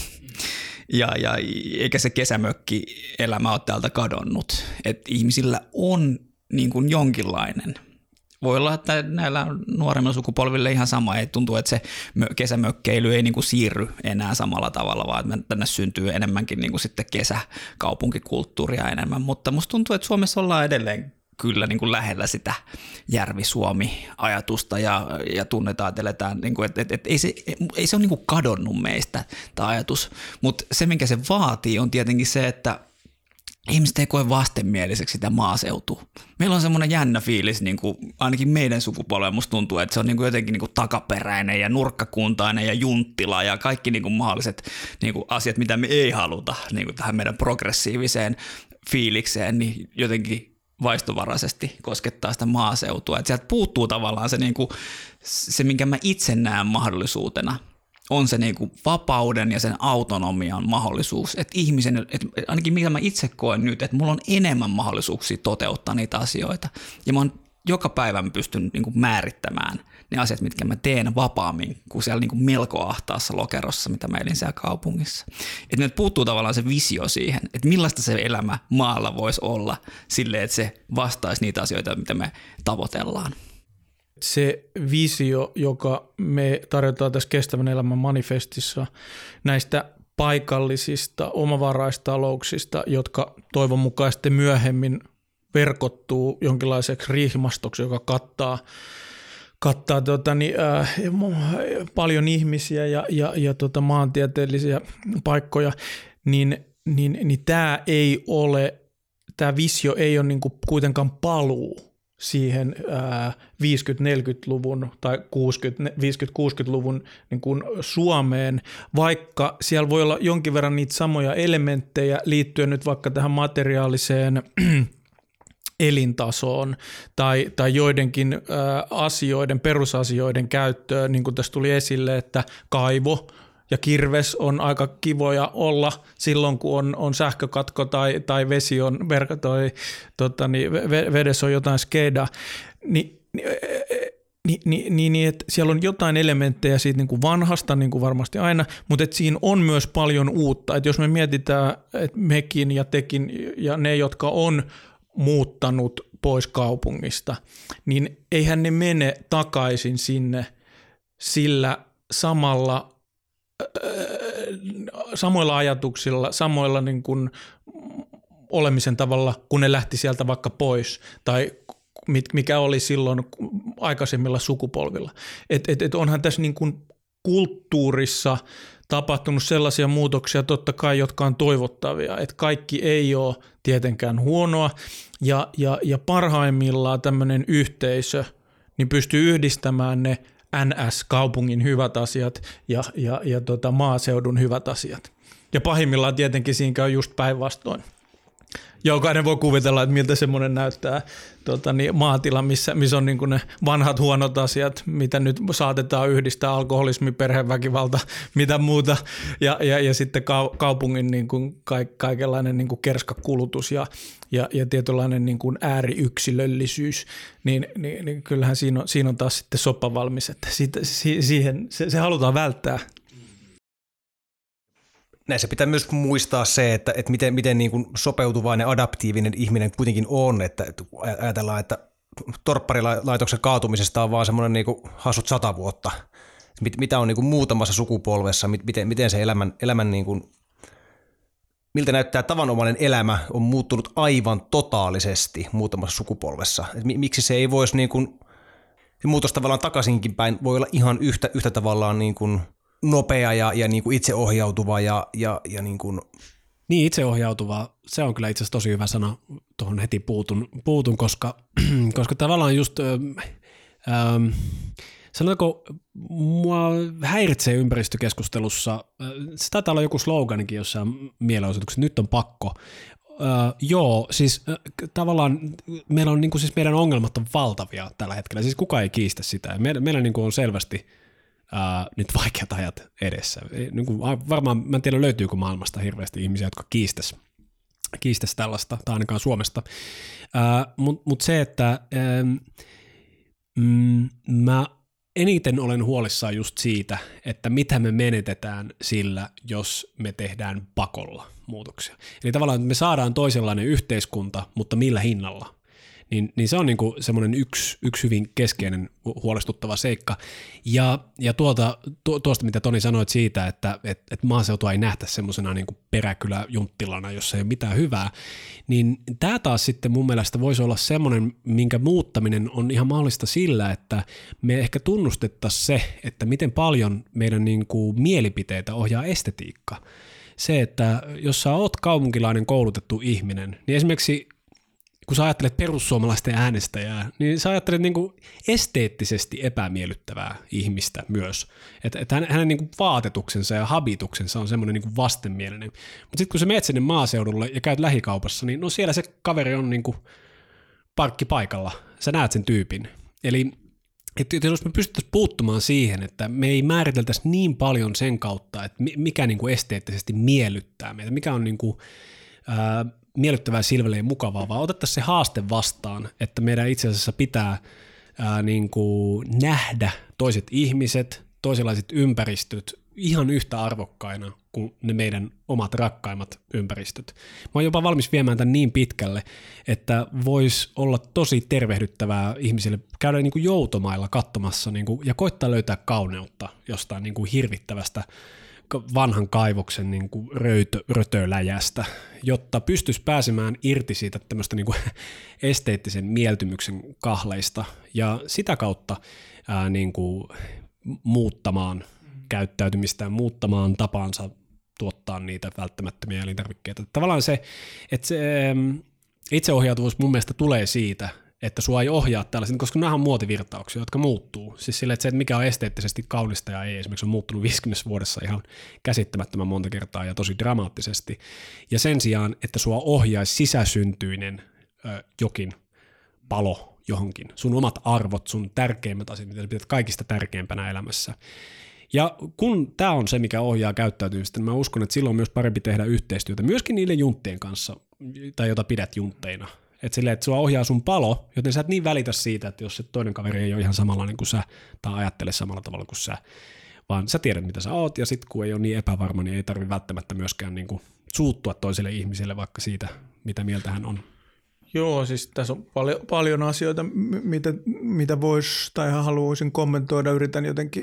Ja eikä se kesämökkielämä ole täältä kadonnut. Et ihmisillä on niin kuin jonkinlainen. Voi olla, että näillä nuoremmilla sukupolville ihan sama. Ei tuntuu, että se kesämökkeily ei niin kuin siirry enää samalla tavalla, vaan että tänne syntyy enemmänkin niin kuin sitten kesäkaupunkikulttuuria enemmän. Mutta musta tuntuu, että Suomessa ollaan edelleen kyllä niin kuin lähellä sitä Järvi-Suomi-ajatusta ja tunnetaan, että eletään, niin kuin, että ei se ole niin kuin kadonnut meistä tämä ajatus. Mutta se, minkä se vaatii, on tietenkin se, että ihmiset ei koe vastenmieliseksi sitä maaseutua. Meillä on semmoinen jännä fiilis, niin kuin ainakin meidän sukupolven musta tuntuu, että se on niin kuin jotenkin niin kuin takaperäinen ja nurkkakuntainen ja junttila ja kaikki niin kuin mahdolliset niin kuin asiat, mitä me ei haluta niin kuin tähän meidän progressiiviseen fiilikseen, niin jotenkin vaistovaraisesti koskettaa sitä maaseutua. Että sieltä puuttuu tavallaan se, niin kuin, se, minkä mä itse näen mahdollisuutena, on se niin kuin vapauden ja sen autonomian mahdollisuus, että ihmisen, että ainakin mitä mä itse koen nyt, että mulla on enemmän mahdollisuuksia toteuttaa niitä asioita, ja mä oon joka päivä pystyn niin kuin määrittämään ne asiat, mitkä mä teen vapaammin kuin siellä niin kuin melko ahtaassa lokerossa, mitä mä elin siellä kaupungissa. Että nyt puuttuu tavallaan se visio siihen, että millaista se elämä maalla voisi olla silleen, että se vastaisi niitä asioita, mitä me tavoitellaan. Se visio, joka me tarjotaan tässä kestävän elämän manifestissa näistä paikallisista omavaraistalouksista, jotka toivon mukaan sitten myöhemmin verkottuu jonkinlaiseksi rihmastoksi, joka kattaa paljon ihmisiä ja maantieteellisiä paikkoja, niin tämä visio ei ole niinku kuitenkaan paluu siihen 50-40-luvun tai 50-60-luvun niin kuin Suomeen, vaikka siellä voi olla jonkin verran niitä samoja elementtejä liittyen nyt vaikka tähän materiaaliseen elintasoon tai joidenkin perusasioiden käyttöön, niin kuin tässä tuli esille, että kaivo ja kirves on aika kivoja olla silloin, kun on sähkökatko tai vesi on vedessä on jotain skedaa, niin että siellä on jotain elementtejä siitä niin kuin vanhasta, niin kuin varmasti aina, mutta että siinä on myös paljon uutta. Että jos me mietitään, että mekin ja tekin ja ne, jotka on muuttanut pois kaupungista, niin eihän ne mene takaisin sinne sillä samoilla ajatuksilla, samoilla niin kuin olemisen tavalla, kun ne lähti sieltä vaikka pois tai mikä oli silloin aikaisemmilla sukupolvilla. Et onhan tässä niin kuin kulttuurissa tapahtunut sellaisia muutoksia totta kai, jotka on toivottavia, että kaikki ei ole tietenkään huonoa ja parhaimmillaan tämmöinen yhteisö niin pystyy yhdistämään ne NS-kaupungin hyvät asiat ja maaseudun hyvät asiat. Ja pahimmillaan tietenkin siinä käy just päinvastoin. Jokainen voi kuvitella, että miltä semmoinen näyttää maatila, missä on niin kuin ne vanhat huonot asiat, mitä nyt saatetaan yhdistää, alkoholismi, perheväkivalta, mitä muuta, ja sitten kaupungin niin kuin kaikenlainen niin kuin kerskakulutus ja tietynlainen niin kuin ääriyksilöllisyys, niin kyllähän siinä on taas sitten soppa valmis, että se halutaan välttää. Näissä pitää myös muistaa se, että miten niin kuin sopeutuvainen, adaptiivinen ihminen kuitenkin on, että ajatellaan, että torpparilaitoksen kaatumisesta on vaan semmoinen niin kuin hassut 100 vuotta. Mitä on niin kuin muutamassa sukupolvessa, miten se elämän niin kuin, miltä näyttää tavanomainen elämä on muuttunut aivan totaalisesti muutamassa sukupolvessa. Miksi se ei voisi, niin kuin, se muutos tavallaan takaisinkin päin voi olla ihan yhtä tavallaan niin kuin nopea ja niin kuin itseohjautuva ja niin kuin. Niin, itseohjautuva, se on kyllä itse asiassa tosi hyvä sana, tuohon heti puutun koska tavallaan just, sanotaanko, mua häiritsee ympäristökeskustelussa, se taitaa olla joku sloganikin jossain mielenosoituksessa, nyt on pakko. Joo, siis tavallaan meillä on, niin kuin, siis meidän ongelmat on valtavia tällä hetkellä, siis kukaan ei kiistä sitä, meillä niin kuin on selvästi nyt vaikeat ajat edessä. Niin kuin varmaan, mä en tiedä löytyykö maailmasta hirveästi ihmisiä, jotka kiistäisi tällaista, tai ainakaan Suomesta. Mutta se, että mä eniten olen huolissaan just siitä, että mitä me menetetään sillä, jos me tehdään pakolla muutoksia. Eli tavallaan me saadaan toisenlainen yhteiskunta, mutta millä hinnalla? Niin se on niinku semmoinen yksi hyvin keskeinen huolestuttava seikka. Ja tuosta, mitä Toni sanoit siitä, että maaseutua ei nähtä semmoisena niinku peräkyläjunttilana, jossa ei ole mitään hyvää, niin tämä taas sitten mun mielestä voisi olla semmoinen, minkä muuttaminen on ihan mahdollista sillä, että me ehkä tunnustettaisiin se, että miten paljon meidän niinku mielipiteitä ohjaa estetiikka. Se, että jos sä oot kaupunkilainen koulutettu ihminen, niin esimerkiksi kun sä ajattelet perussuomalaisten äänestäjää, niin sä ajattelet niin kuin esteettisesti epämiellyttävää ihmistä myös. Että hänen niin kuin vaatetuksensa ja habituksensa on semmoinen niin kuin vastenmielinen. Mutta sitten kun sä menet sinne maaseudulle ja käyt lähikaupassa, niin no siellä se kaveri on niin kuin parkkipaikalla. Sä näet sen tyypin. Eli että jos me pystyttäisiin puuttumaan siihen, että me ei määriteltäisi niin paljon sen kautta, että mikä niin kuin esteettisesti miellyttää meitä, mikä on niin kuin, miellyttävää, silvelle ja mukavaa, vaan otettaisiin se haaste vastaan, että meidän itse asiassa pitää niin kuin nähdä toiset ihmiset, toisenlaiset ympäristöt ihan yhtä arvokkaina kuin ne meidän omat rakkaimmat ympäristöt. Mä oon jopa valmis viemään tämän niin pitkälle, että voisi olla tosi tervehdyttävää ihmisille käydä niin kuin joutomailla katsomassa niin kuin, ja koittaa löytää kauneutta jostain niin kuin hirvittävästä vanhan kaivoksen niin kuin rötöläjästä, jotta pystyisi pääsemään irti siitä tämmöistä niin kuin esteettisen mieltymyksen kahleista ja sitä kautta niin kuin muuttamaan käyttäytymistään, muuttamaan tapansa tuottaa niitä välttämättömiä elintarvikkeita. Tavallaan se, että se itseohjautuvuus mun mielestä tulee siitä, että sua ei ohjaa tällaisen, koska nämä on muotivirtauksia, jotka muuttuu. Siis sille, että se, että mikä on esteettisesti kaunista ja ei esimerkiksi on muuttunut 50 vuodessa ihan käsittämättömän monta kertaa ja tosi dramaattisesti. Ja sen sijaan, että sua ohjaisi sisäsyntyinen jokin palo johonkin, sun omat arvot, sun tärkeimmät asiat, mitä sä pidät kaikista tärkeimpänä elämässä. Ja kun tämä on se, mikä ohjaa käyttäytymistä, niin mä uskon, että silloin on myös parempi tehdä yhteistyötä myöskin niiden junttien kanssa, tai jota pidät juntteina. Että silleen, että sua ohjaa sun palo, joten sä et niin välitä siitä, että jos se toinen kaveri ei ole ihan samanlainen kuin sä, tai ajattele samalla tavalla kuin sä, vaan sä tiedät, mitä sä oot, ja sit kun ei ole niin epävarma, niin ei tarvitse välttämättä myöskään niin kuin suuttua toiselle ihmiselle vaikka siitä, mitä mieltä hän on. Joo, siis tässä on paljon asioita, mitä vois tai haluaisin kommentoida. Yritän jotenkin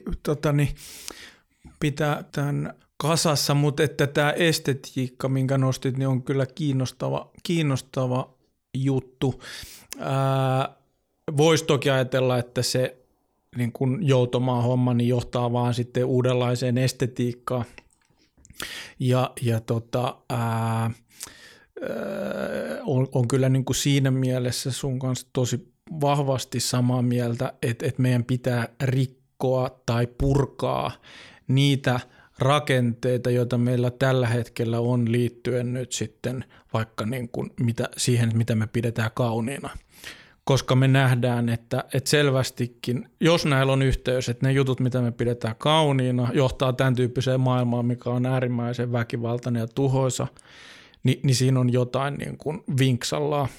pitää tämän kasassa, mutta että tämä estetiikka, minkä nostit, niin on kyllä kiinnostava juttu. Voisi toki ajatella, että se niin kuin joutomaan homma niin johtaa vaan sitten uudenlaiseen estetiikkaan. On kyllä niin kuin siinä mielessä sun kanssa tosi vahvasti samaa mieltä, että meidän pitää rikkoa tai purkaa niitä rakenteita, joita meillä tällä hetkellä on liittyen nyt sitten vaikka niin kuin siihen, mitä me pidetään kauniina. Koska me nähdään, että selvästikin, jos näillä on yhteys, että ne jutut, mitä me pidetään kauniina, johtaa tämän tyyppiseen maailmaan, mikä on äärimmäisen väkivaltainen ja tuhoisa, niin siinä on jotain niin kuin vinksallaan.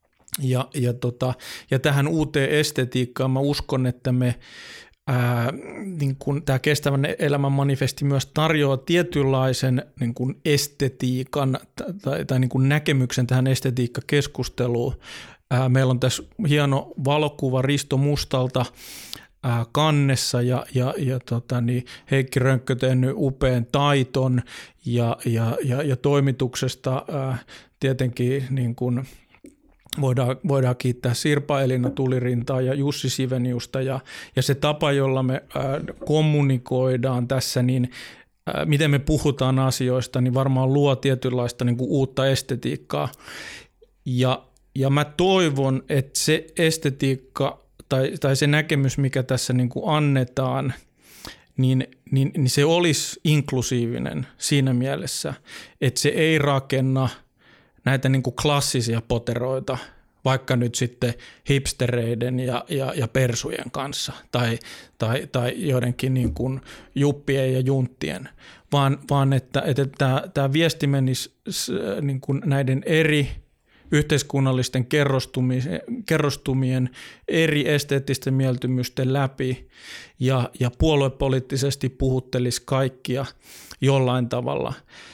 Ja tähän uuteen estetiikkaan mä uskon, että niin kuin tämä kestävän elämän manifesti myös tarjoaa tietynlaisen niin kuin estetiikan tai niin kuin näkemyksen tähän estetiikkakeskusteluun. Meillä on tässä hieno valokuva Risto Mustalta kannessa ja Heikki Rönkkö tehnyt upean taiton ja toimituksesta tietenkin niin kuin voidaan kiittää Sirpa-Elina Tulirintaa ja Jussi Siveniusta ja se tapa, jolla me kommunikoidaan tässä, niin miten me puhutaan asioista, niin varmaan luo tietynlaista niin kuin uutta estetiikkaa. Ja mä toivon, että se estetiikka tai se näkemys, mikä tässä niin kuin annetaan, niin se olisi inklusiivinen siinä mielessä, että se ei rakenna näitä niin kuin klassisia poteroita, vaikka nyt sitten hipstereiden ja persujen kanssa tai joidenkin niin kuin juppien ja junttien, vaan että tämä viesti menisi niin kuin näiden eri yhteiskunnallisten kerrostumien eri esteettisten mieltymysten läpi ja puoluepoliittisesti puhuttelisi kaikkia jollain tavalla.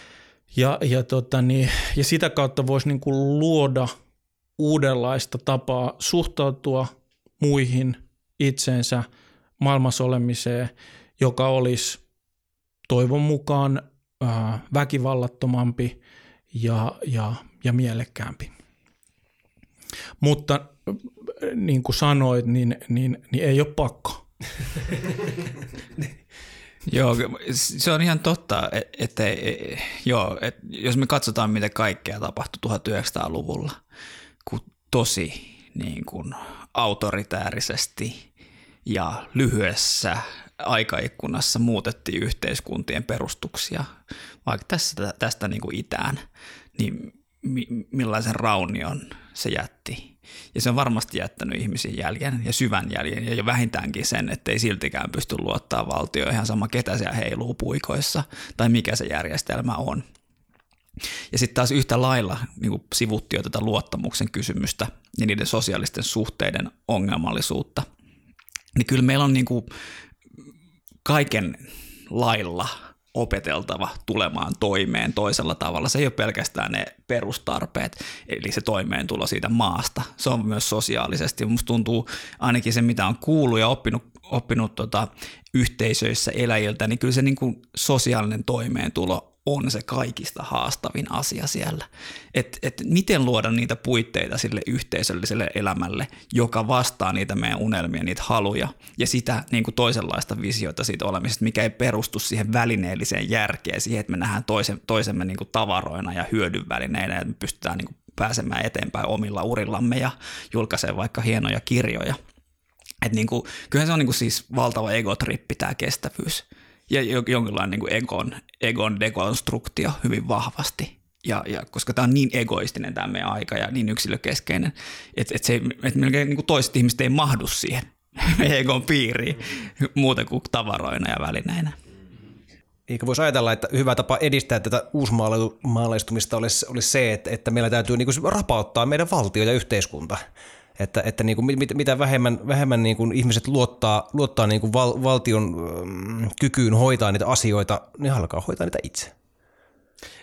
Ja sitä kautta voisi niin kuin luoda uudenlaista tapaa suhtautua muihin itseensä maailmassa olemiseen, joka olisi toivon mukaan väkivallattomampi ja mielekkäämpi. Mutta niin kuin sanoit, niin ei ole pakko. Joo, se on ihan totta, että jos me katsotaan, mitä kaikkea tapahtui 1900-luvulla, kun tosi niin kuin autoritäärisesti ja lyhyessä aikaikkunassa muutettiin yhteiskuntien perustuksia, vaikka tästä niin kuin itään, niin millaisen raunion se jätti. Ja se on varmasti jättänyt ihmisiin jäljen ja syvän jäljen ja vähintäänkin sen, että ei siltikään pysty luottaa valtioon ihan sama ketä siellä heiluu puikoissa tai mikä se järjestelmä on. Ja sitten taas yhtä lailla niin kuin sivuttiin jo tätä luottamuksen kysymystä ja niiden sosiaalisten suhteiden ongelmallisuutta. Niin kyllä meillä on niin kuin kaiken lailla opeteltava tulemaan toimeen toisella tavalla. Se ei ole pelkästään ne perustarpeet, eli se toimeentulo siitä maasta. Se on myös sosiaalisesti. Musta tuntuu ainakin se, mitä on kuullut ja oppinut yhteisöissä eläjiltä, niin kyllä se niin kuin sosiaalinen toimeentulo on se kaikista haastavin asia siellä. Et miten luoda niitä puitteita sille yhteisölliselle elämälle, joka vastaa niitä meidän unelmia, niitä haluja ja sitä niin kuin toisenlaista visiota siitä olemisesta, mikä ei perustu siihen välineelliseen järkeen, siihen, että me nähdään toisemme niin kuin tavaroina ja hyödynvälineinä ja me pystytään niin kuin pääsemään eteenpäin omilla urillamme ja julkaisemaan vaikka hienoja kirjoja. Et niin kuin, kyllähän se on niin kuin siis valtava egotrippi tämä kestävyys. Ja jonkinlainen niin kuin egon dekonstruktio hyvin vahvasti. Ja koska tämä on niin egoistinen tämä meidän aika ja niin yksilökeskeinen, että melkein niin kuin toiset ihmiset ei mahdu siihen egon piiriin muuten kuin tavaroina ja välineinä. Eikä voisi ajatella, että hyvä tapa edistää tätä uusmaalaistumista olisi se, että meillä täytyy niin kuin rapauttaa meidän valtio ja yhteiskunta. Että niin kuin mitä vähemmän niin kuin ihmiset luottaa niin kuin valtion kykyyn hoitaa niitä asioita, niin alkaa hoitaa niitä itse.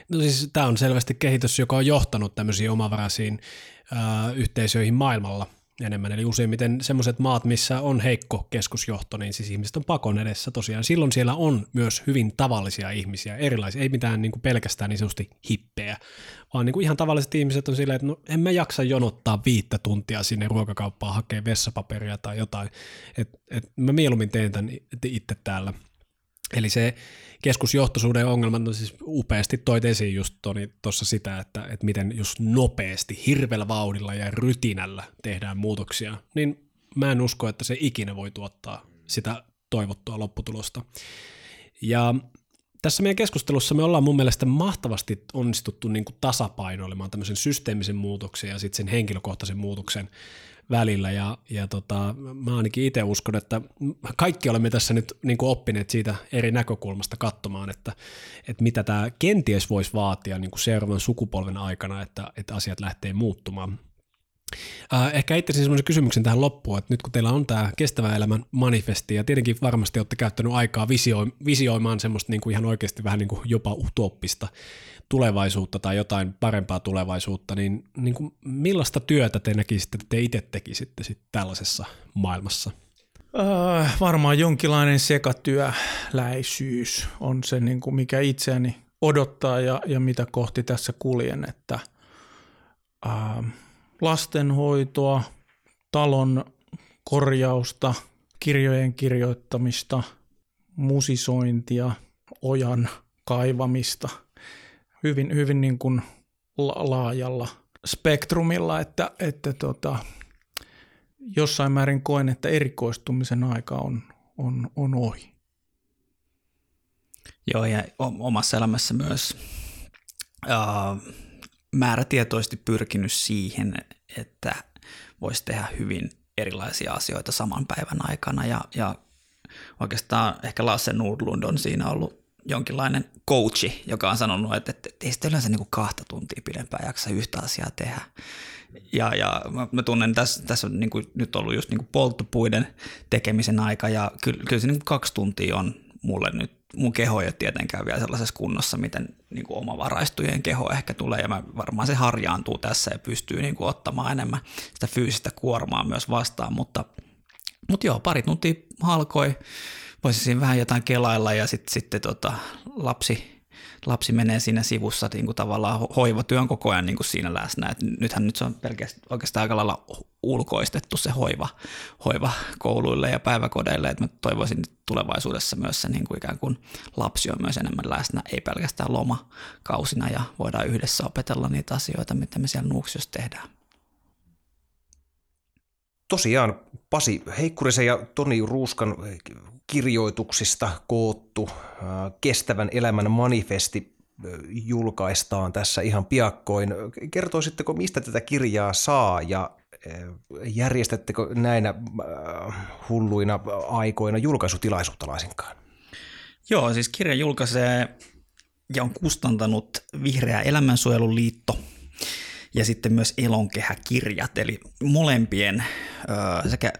No siis tämä on selvästi kehitys, joka on johtanut tämmöisiin omavaraisiin yhteisöihin maailmalla enemmän. Eli useimmiten semmoiset maat, missä on heikko keskusjohto, niin siis ihmiset on pakon edessä tosiaan. Silloin siellä on myös hyvin tavallisia ihmisiä, erilaisia, ei mitään niin kuin pelkästään niin sanotusti hippejä, vaan niin kuin ihan tavalliset ihmiset on silleen, että no en mä jaksa jonottaa 5 tuntia sinne ruokakauppaan hakea vessapaperia tai jotain, että mä mieluummin teen tämän itse täällä. Eli se keskusjohtoisuuden ongelma, no siis upeasti toit esiin just tuossa sitä, että miten just nopeasti, hirveällä vauhdilla ja rytinällä tehdään muutoksia, niin mä en usko, että se ikinä voi tuottaa sitä toivottua lopputulosta. Ja tässä meidän keskustelussa me ollaan mun mielestä mahtavasti onnistuttu niin kuin tasapainoilemaan tämmöisen systeemisen muutoksen ja sitten sen henkilökohtaisen muutoksen välillä, ja mä ainakin itse uskon, että kaikki olemme tässä nyt niin kuin oppineet siitä eri näkökulmasta katsomaan, että mitä tämä kenties voisi vaatia niin kuin seuraavan sukupolven aikana, että asiat lähtee muuttumaan. Ehkä itse semmoisen kysymyksen tähän loppuun, että nyt kun teillä on tämä kestävän elämän manifesti, ja tietenkin varmasti olette käyttänyt aikaa visioimaan semmoista niin kuin ihan oikeasti vähän niin kuin jopa utooppista tulevaisuutta tai jotain parempaa tulevaisuutta, niin kuin millaista työtä te näkisitte, että te itse tekisitte sitten tällaisessa maailmassa? Varmaan jonkinlainen sekatyöläisyys on se, niin kuin mikä itseäni odottaa ja mitä kohti tässä kuljen, että lastenhoitoa, talon korjausta, kirjojen kirjoittamista, musisointia, ojan kaivamista, hyvin niin kuin laajalla spektrumilla, että jossain määrin koen, että erikoistumisen aika on ohi. Joo, ja omassa elämässä myös määrätietoisesti pyrkinyt siihen, että voisi tehdä hyvin erilaisia asioita saman päivän aikana, ja oikeastaan ehkä Lasse Nordlund on siinä ollut jonkinlainen coachi, joka on sanonut, että ei sitä yleensä niin kuin 2 tuntia pidempään jaksa yhtä asiaa tehdä. Ja mä tunnen, tässä on niin kuin nyt ollut just niin kuin polttopuiden tekemisen aika, ja kyllä se niin kuin 2 tuntia on mulle nyt, mun keho ei ole tietenkään vielä sellaisessa kunnossa, miten niin kuin omavaraistujen keho ehkä tulee, ja varmaan se harjaantuu tässä ja pystyy niin kuin ottamaan enemmän sitä fyysistä kuormaa myös vastaan, mutta joo, 2 tuntia halkoi, voisi siinä vähän jotain kelailla, ja sitten lapsi menee siinä sivussa niin kuin tavallaan hoivatyön koko ajan niin kuin siinä läsnä. Et nythän se on oikeastaan aika lailla ulkoistettu se hoiva kouluille ja päiväkodeille, että mä toivoisin tulevaisuudessa myös se niin kuin ikään kuin lapsi on myös enemmän läsnä, ei pelkästään lomakausina, ja voidaan yhdessä opetella niitä asioita, mitä me siellä Nuuksiossa tehdään. Tosiaan Pasi Heikkurisen ja Toni Ruuskan kirjoituksista koottu kestävän elämän manifesti julkaistaan tässä ihan piakkoin. Kertoisitteko, mistä tätä kirjaa saa, ja järjestättekö näinä hulluina aikoina julkaisutilaisuutta laisinkaan? Joo, siis kirja julkaisee ja on kustantanut Vihreä elämänsuojeluliitto ja sitten myös Elonkehä-kirjat, eli molempien sekä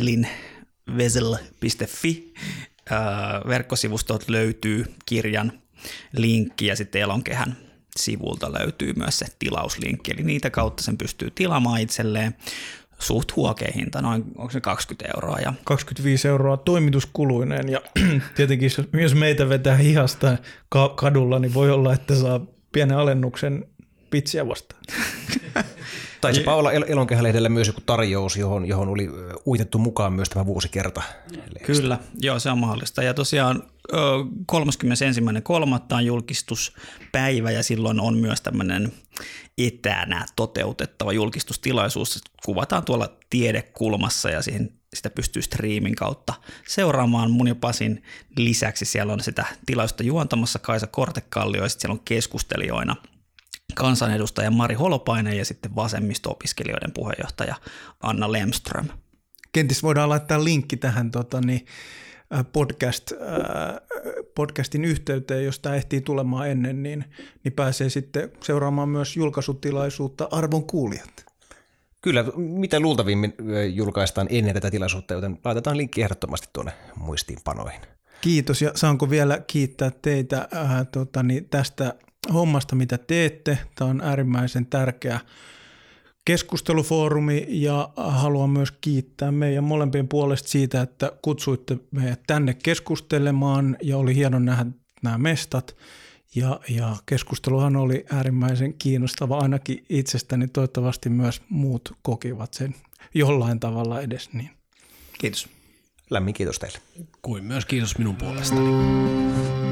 vesel.fi verkkosivustolta löytyy kirjan linkki, ja sitten Elonkehän sivulta löytyy myös se tilauslinkki, eli niitä kautta sen pystyy tilaamaan itselleen suht huokea hinta, noin onko se 20 euroa. Ja 25 euroa toimituskuluineen, ja tietenkin jos meitä vetää hihasta kadulla, niin voi olla, että saa pienen alennuksen pitsiä vastaan. Taisipa olla Elonkehälehdellä myös joku tarjous, johon oli uitettu mukaan myös tämä vuosikerta. Kyllä, joo, se on mahdollista. Ja tosiaan 31.3. on julkistuspäivä, ja silloin on myös tämmöinen etänä toteutettava julkistustilaisuus. Kuvataan tuolla tiedekulmassa, ja sitä pystyy striimin kautta seuraamaan. Mun ja Pasin lisäksi siellä on sitä tilausta juontamassa Kaisa Kortekallio, ja sitten siellä on keskustelijoina kansanedustaja Mari Holopainen ja sitten vasemmisto-opiskelijoiden puheenjohtaja Anna Lemström. Kenties voidaan laittaa linkki tähän podcastin yhteyteen, jos tämä ehtii tulemaan ennen, niin pääsee sitten seuraamaan myös julkaisutilaisuutta arvon kuulijat. Kyllä, mitä luultavimmin julkaistaan ennen tätä tilaisuutta, joten laitetaan linkki ehdottomasti tuonne muistiinpanoihin. Kiitos, ja saanko vielä kiittää teitä tästä hommasta, mitä teette. Tämä on äärimmäisen tärkeä keskustelufoorumi ja haluan myös kiittää meidän molempien puolesta siitä, että kutsuitte meidät tänne keskustelemaan ja oli hieno nähdä nämä mestat. Ja keskusteluhan oli äärimmäisen kiinnostava ainakin itsestäni, toivottavasti myös muut kokivat sen jollain tavalla edes niin. Kiitos. Lämmin kiitos teille. Kuin myös kiitos minun puolestani.